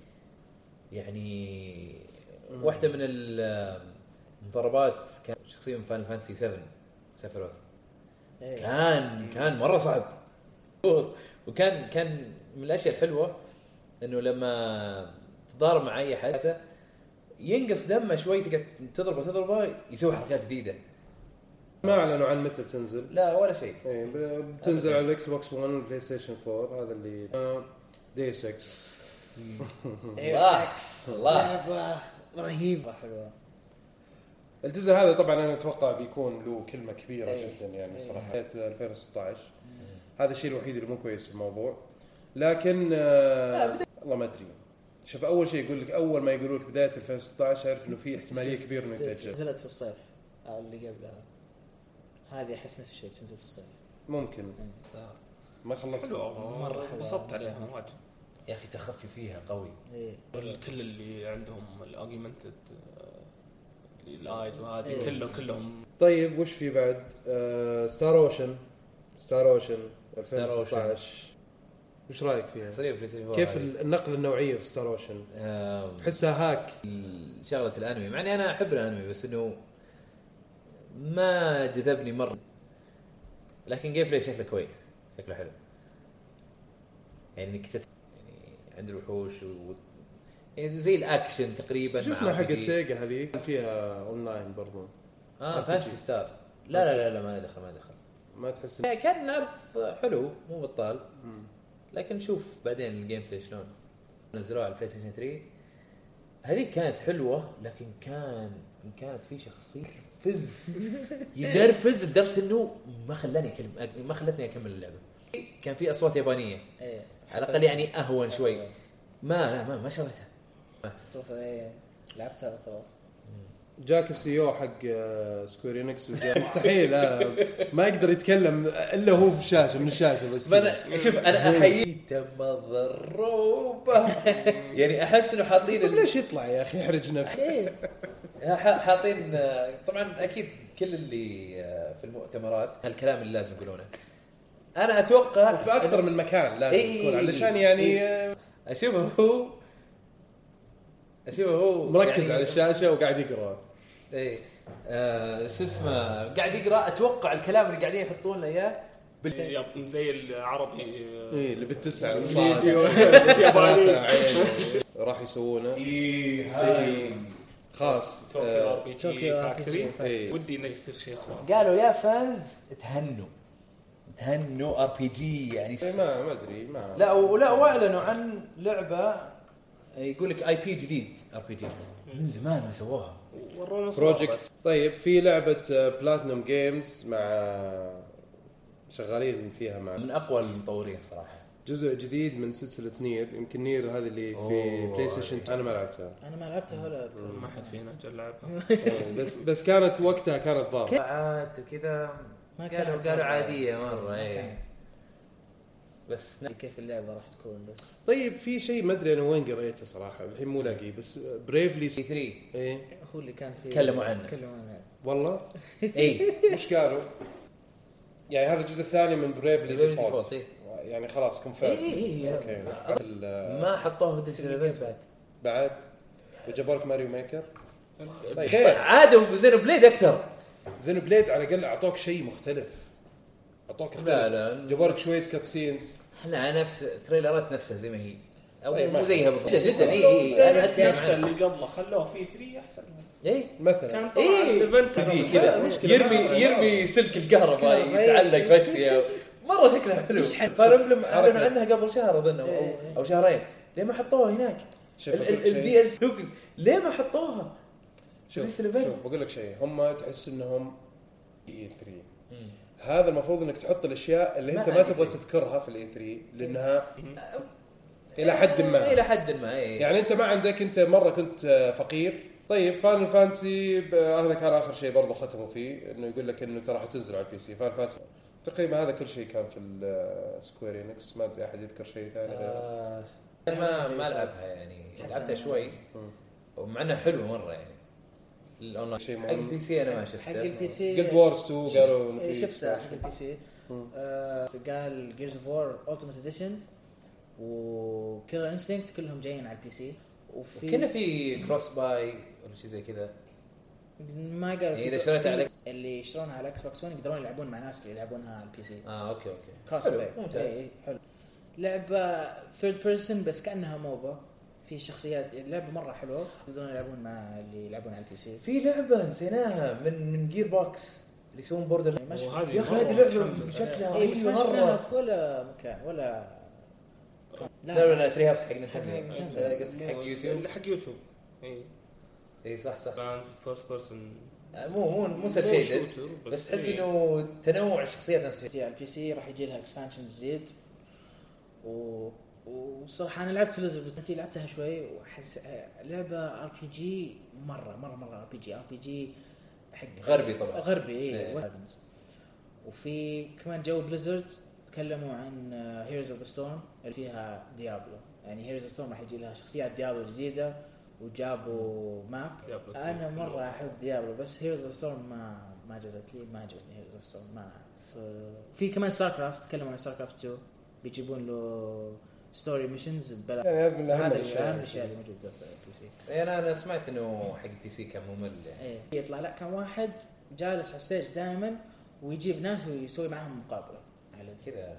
يعني م- واحده من المضاربات كان شخصيه من فاينل فانتسي سفن سفروث ايه. كان كان مره صعب وكان كان من الاشياء الحلوه انه لما تضارب مع اي حد ينقص دمه شوي تقعد تضربه تضربه يسوي حركات جديده. ما اعلنوا عن متى تنزل لا ولا شيء. ايه بتنزل على الاكس بوكس ون والبلاي ستيشن فور. هذا اللي دي ستة الله الله رهيبه حلوه. الجزء هذا طبعا انا اتوقع بيكون له كلمه كبيره ايه. جدا يعني صراحه ألفين وستة عشر هذا الشيء الوحيد اللي مو كويس في الموضوع. لكن آه والله ما ادري. شوف اول شيء يقول لك اول ما يقولوا لك بدايه ألفين وستة عشر عارف انه في احتماليه كبيره انه يتاجل. نزلت في الصيف اللي قبلها هذه احس نفس الشيء تنزل في الصيف ممكن ما خلصت مره انبسطت عليها واجد يا اخي تخفي فيها قوي. إيه. الكل اللي عندهم الاوجمنتد الايز وهذه إيه. كله كلهم طيب وش في بعد؟ آه ستار اوشن ستار اوشن ألفين وستة عشر وش رايك فيها؟ سريع بلاي ستيشن كيف النقله النوعيه في ستار اوشن؟ آه تحسها هاك شغله الانمي، مع اني انا احب الانمي بس انه ما جذبني مره، لكن جيم بلاي شكله كويس، شكله حلو يعني انك تت... يعني عند الوحوش و... يعني زي الاكشن تقريبا. شو اسمها حق سيجا هذه فيها اونلاين برضو؟ اه فانسي ستار. لا لا لا, لا ما دخل ما دخل ما تحس كان نعرف حلو مو بطال، لكن شوف بعدين الجيم بلاي شلون نزلوه على البلاي ستيشن ثري. هذه كانت حلوه لكن كان كانت في شخصيه فز ينرفز لدرجه انه ما خلاني اكمل ما خلتني اكمل اللعبه. كان في اصوات يابانيه على الاقل يعني اهون شوي. ما لا ما ما شغلتها بس لعبتها خلاص. جاك السي او حق سكوير انكس مستحيل ما يقدر يتكلم الا هو في الشاشه من الشاشه بس. أنا شوف انا احييته مضروبه يعني احس انه حاطين طيب ليش يطلع يا اخي يحرج نفسه. حاطين طبعا اكيد كل اللي في المؤتمرات هالكلام اللي لازم يقولونه. انا اتوقع في اكثر من مكان لازم يكون علشان يعني اشوفه هو اشوفه هو مركز يعني على الشاشه وقاعد يقرا. اي آه شو اسمه قاعد يقرا. اتوقع الكلام اللي قاعدين يحطون له اياه بال... زي العربي ايه اللي بالتسعه انجليزي ياباني راح يسوونه اي خاص توكيو ار بي جي. ودي انه يصير شيء خرافي. قالوا يا فانز تهنوا تهنوا ار بي جي يعني ما ما ادري ما لا ولا واعلنوا عن لعبه يقول لك اي بي جديد ار بي جي من زمان ما سووها بروجكت. طيب في لعبه بلاتنوم جيمز مع شغالين فيها مع من اقوى المطورين صراحه. جزء جديد من سلسله نير. يمكن نير هذه اللي في بلاي ستيشن. انا ما لعبتها انا ما لعبتها ولا اذكر ما حد فينا لعبها بس بس كانت وقتها كانت ضابطه عاد وكذا قالوا قالوا عاديه مره اي بس كيف اللعبه راح تكون. بس طيب في شيء ما ادري انا وين قريته صراحه الحين مو لاقي بس بريفلي ثلاثة ايه هو اللي كان فيه تكلموا عنه تكلموا عنه والله اي مش قالوا يعني هذا الجزء الثاني من بريفلي ديفولت إيه؟ يعني خلاص كونفيرم. اي اي اوكي ما حطوه في الديجيتال بعد بعد وجابوا لك ماريو ميكر. طيب خير عادوا زينو بليد اكثر. زينو بليد على الاقل اعطوك شيء مختلف. اعطوك لا لا جابوا لك شويه كاتسينز. لا نفس تريلرات نفسها زي ما هي او طيب مو زيها بالضبط جدا. اي اي انا نفس اللي قبله خلوه في ثري احسن. اي مثلا كان طبعا الايفنت كذا يرمي يرمي سلك الكهرباء يتعلق بشيء مره شكلها حلو. فارمبلم اعلنوا عنها قبل شهر اظن او او شهرين. ليه ما حطوها هناك الدي ال سي؟ ليه ما حطوها؟ شوف شوف بقول لك شيء. هم تحس انهم اي ثري هذا المفروض انك تحط الاشياء اللي انت ما تبغى تذكرها في الاي ثري لانها الى حد ما الى حد ما اي يعني انت ما عندك. انت مره كنت فقير. طيب فان فانسي هذا كان اخر شيء برضه ختموا فيه انه يقول لك انه ترى حتنزل على البي سي. فان فانسي تقريبا هذا كل شيء كان في السكوير انكس. ما ادري احد يذكر شيء ثاني غير آه ما ما لعبها يعني لعبتها شوي ومع انها حلوه مره يعني الاونلاين حق البي سي انا ما شفته. حق البي سي جولد وورز تو قالوا في شفته حق البي سي. آه قال جيرز اوف وور التيمت اديشن وكيلر انستنكت كلهم جايين على البي سي. وفي كنا في كروس باي ولا شيء زي كذا ما قالوا اذا شريت على اللي يشترونها على اكس بوكس ون يقدرون يلعبون مع ناس اللي يلعبونها على البي سي. اه اوكي اوكي كروس باي ممتاز حلو. لعبه ثيرد بيرسون بس كانها موبا. في شخصيات اللعبه مره حلوه يقدرون يلعبون مع اللي يلعبون على البي سي. في لعبه نسيناها من من جير بوكس اللي يسوون بوردر. يا اخي هذه لعبه بشكلها رهيب مره في ولا مكان ولا لا لا لا تري هاوس حق نينتندو قصدك حق يوتيوب حق يوتيوب اي اي صح صح فيرست بيرسون مو مو مو سل شيء بس تحس انه تنوع الشخصيات نفسها. على البي سي راح يجي لها اكسبانشن جديد و وصراحه انا لعبت ليزرد انت لعبتها شوي وحس لعبه ار بي جي مره مره مره ار بي جي ار بي جي حق غربي طبعا غربي اي. وفي كمان جو بليزرد تكلموا عن هيروز اوف ذا ستورم اللي فيها ديابلو. يعني هيروز اوف ذا ستورم راح يجي لها شخصيات ديابلو جديده وجابوا ماب. انا مره احب ديابلو بس هيروز اوف ذا ستورم ما ما جازت لي، ما عجبتني هيروز اوف ستورم. ما في كمان ستار كرافت، تكلموا عن ستار كرافت تو، بيجيبون له ستوري ميشنز بلا يعني هذا من اهم هذا الاشياء اهم الاشياء اللي موجوده في البي سي. انا انا سمعت انه حق بي سي كان ممل يعني. ايه يطلع لا كان واحد جالس على الستيج دائما ويجيب ناس ويسوي معهم مقابله على كذا.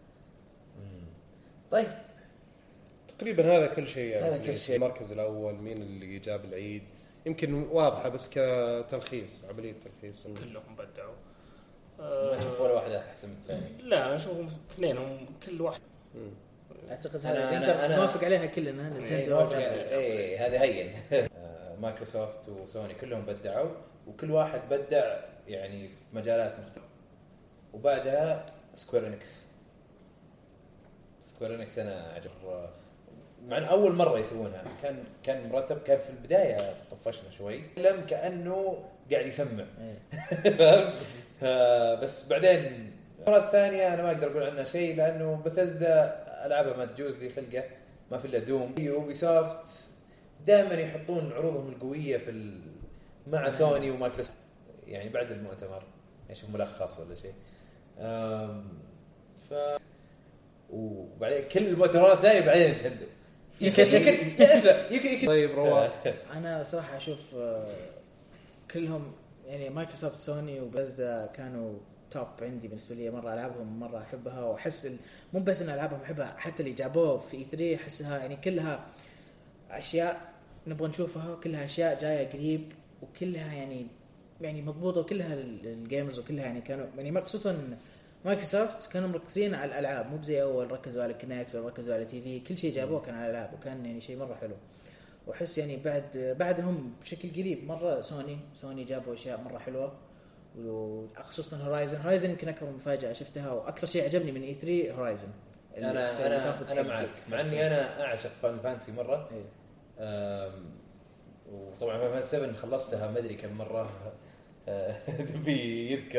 طيب تقريبا هذا كل شيء يعني. هذا كل شيء. المركز الاول مين اللي جاب العيد يمكن واضحه، بس كتلخيص عمليه تلخيص كلهم بدعوا. ما اشوف ولا واحده احسن من الثاني. لا انا اشوفهم اثنينهم كل واحد. مم. اعتقد أنا- هذا أنا- انت أنا- موافق عليها كلنا. اي نينتندو اي هذا هين. آه، مايكروسوفت وسوني كلهم بدعوا، وكل واحد بدع يعني في مجالات مختلفه. وبعدها سكوير انكس. سكوير انكس انا عجب، مع انه اول مره يسوونها كان كان مرتب. كان في البدايه طفشنا شوي لم كانه قاعد يسمع فاهم. آه، بس بعدين المره الثانيه انا ما اقدر اقول عنها شيء، لانه بثزدا العابها ما تجوز لي خلقه، ما في الا دوم. يوبي سوفت دائما يحطون عروضهم القويه في ال... مع سوني ومايكروسوفت يعني بعد المؤتمر يشوف ملخص ولا شيء. أم... ف وبعدين كل المؤتمرات الثانيه بعدين نتندو يمكن يمكن اسمع يمكن يمكن. طيب رواح. انا صراحه اشوف آه، كلهم يعني مايكروسوفت سوني وبثزدا كانوا توب عندي بالنسبه لي. مره العابهم مره احبها، واحس ال- مو بس ان العابهم احبها، حتى اللي جابوه في إي ثري احسها يعني كلها اشياء نبغى نشوفها، كلها اشياء جايه قريب، وكلها يعني يعني مضبوطه، وكلها الجيمرز وكلها يعني كانوا يعني خصوصا مايكروسوفت كانوا مركزين على الالعاب، مو زي اول ركزوا على كونكت ولا ركزوا على تي في. كل شيء جابوه كان على الالعاب، وكان يعني شيء مره حلو. واحس يعني بعد بعدهم بشكل قريب مره سوني سوني جابوا اشياء مره حلوه، وخصوصا هورايزن. هورايزن يمكن اكبر مفاجاه شفتها، واكثر شيء عجبني من إي ثري هورايزن. انا انا انا معك، مع اني انا اعشق فان فانسي مره. إيه. أم... وطبعا فان فانسي سبعة خلصتها ما ادري كم مره تبي يذكر.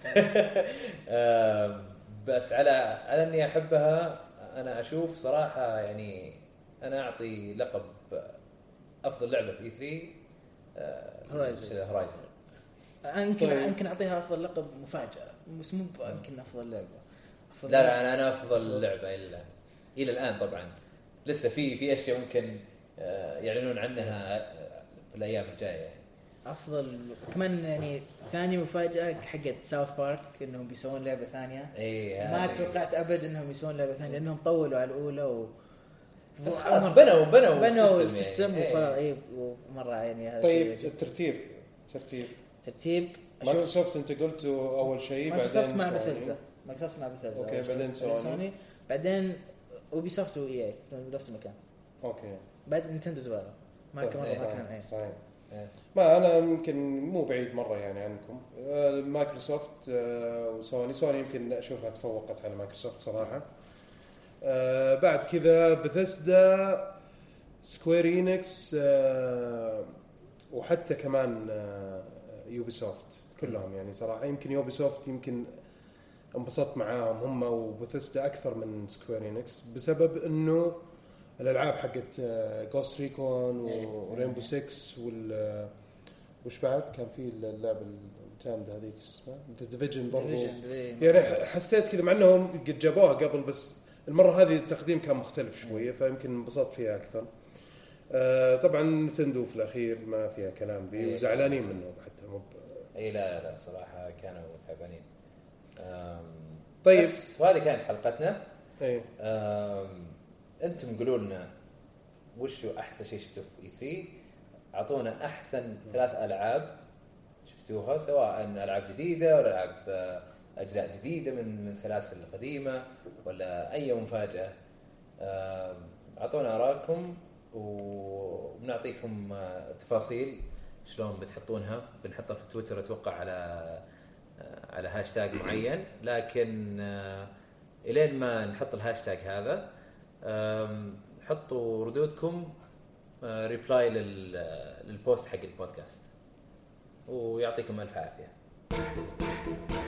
أم... بس على على اني احبها. انا اشوف صراحه يعني انا اعطي لقب افضل لعبه إي ثري هورايزن. هورايزن. يمكن طيب. يمكن اعطيها افضل لقب مفاجاه، بس مو يمكن افضل لعبه. أفضل لا لا انا انا افضل لعبه الى الان الى الان. طبعا لسه في في اشياء ممكن يعلنون عنها في الايام الجايه. افضل كمان يعني ثاني مفاجاه حقت ساوث بارك انهم بيسوون لعبه ثانيه. اي ما توقعت ابد انهم يسوون لعبه ثانيه، لانهم طولوا على الاولى و بس خلاص بنوا بنوا بنوا السيستم السيستم يعني. وخلاص. اي ومره يعني هذا طيب شيء الترتيب ترتيب ترتيب. مايكروسوفت انت قلت اول شيء، مايكروسوفت بعدين مع سوني. بثزدا. مايكروسوفت مع بثزدا. أوكي، أول شيء. بعدين سوني. بعدين اوبي سوفت واي اي بنفس المكان. اوكي بعد نينتندو زباله ما طيب، كان مره صحيح، ما كان اي صحيح. إيه. ما انا يمكن مو بعيد مره يعني عنكم. آه، مايكروسوفت آه، وسوني. سوني يمكن اشوفها تفوقت على مايكروسوفت صراحه. آه، بعد كذا بثزدا، سكوير إينكس، آه، وحتى كمان آه، يوبي سوفت كلهم يعني صراحه. يمكن يوبي سوفت يمكن انبسطت معاهم هم وبثزدا اكثر من سكوير إينكس، بسبب انه الالعاب حقت جوست ريكون ورينبو ستة وال وش بعد كان في اللعبه الجامده هذيك شو اسمها ديفيجن برضو. يعني حسيت كذا مع انهم قد جابوها قبل، بس المره هذه التقديم كان مختلف شويه، فيمكن انبسطت فيها اكثر. آه طبعا نتندو في الاخير ما فيها كلام ذي، وزعلانين منهم حتى مو اي لا لا صراحه كانوا تعبانين. طيب بس وهذه كانت حلقتنا. ايه انتم قولوا لنا وش احسن شيء شفتوه في إي ثري. اعطونا احسن ثلاث العاب شفتوها، سواء العاب جديده ولا العاب اجزاء جديده من من سلاسل قديمه ولا اي مفاجاه. اعطونا اراءكم وبنعطيكم تفاصيل شلون بتحطونها. بنحطها في تويتر اتوقع على على هاشتاج معين، لكن الين ما نحط الهاشتاج هذا حطوا ردودكم ريبلاي للبوست حق البودكاست، ويعطيكم الف عافيه.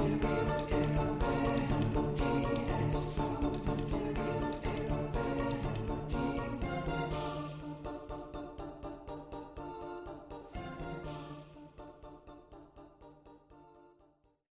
to me.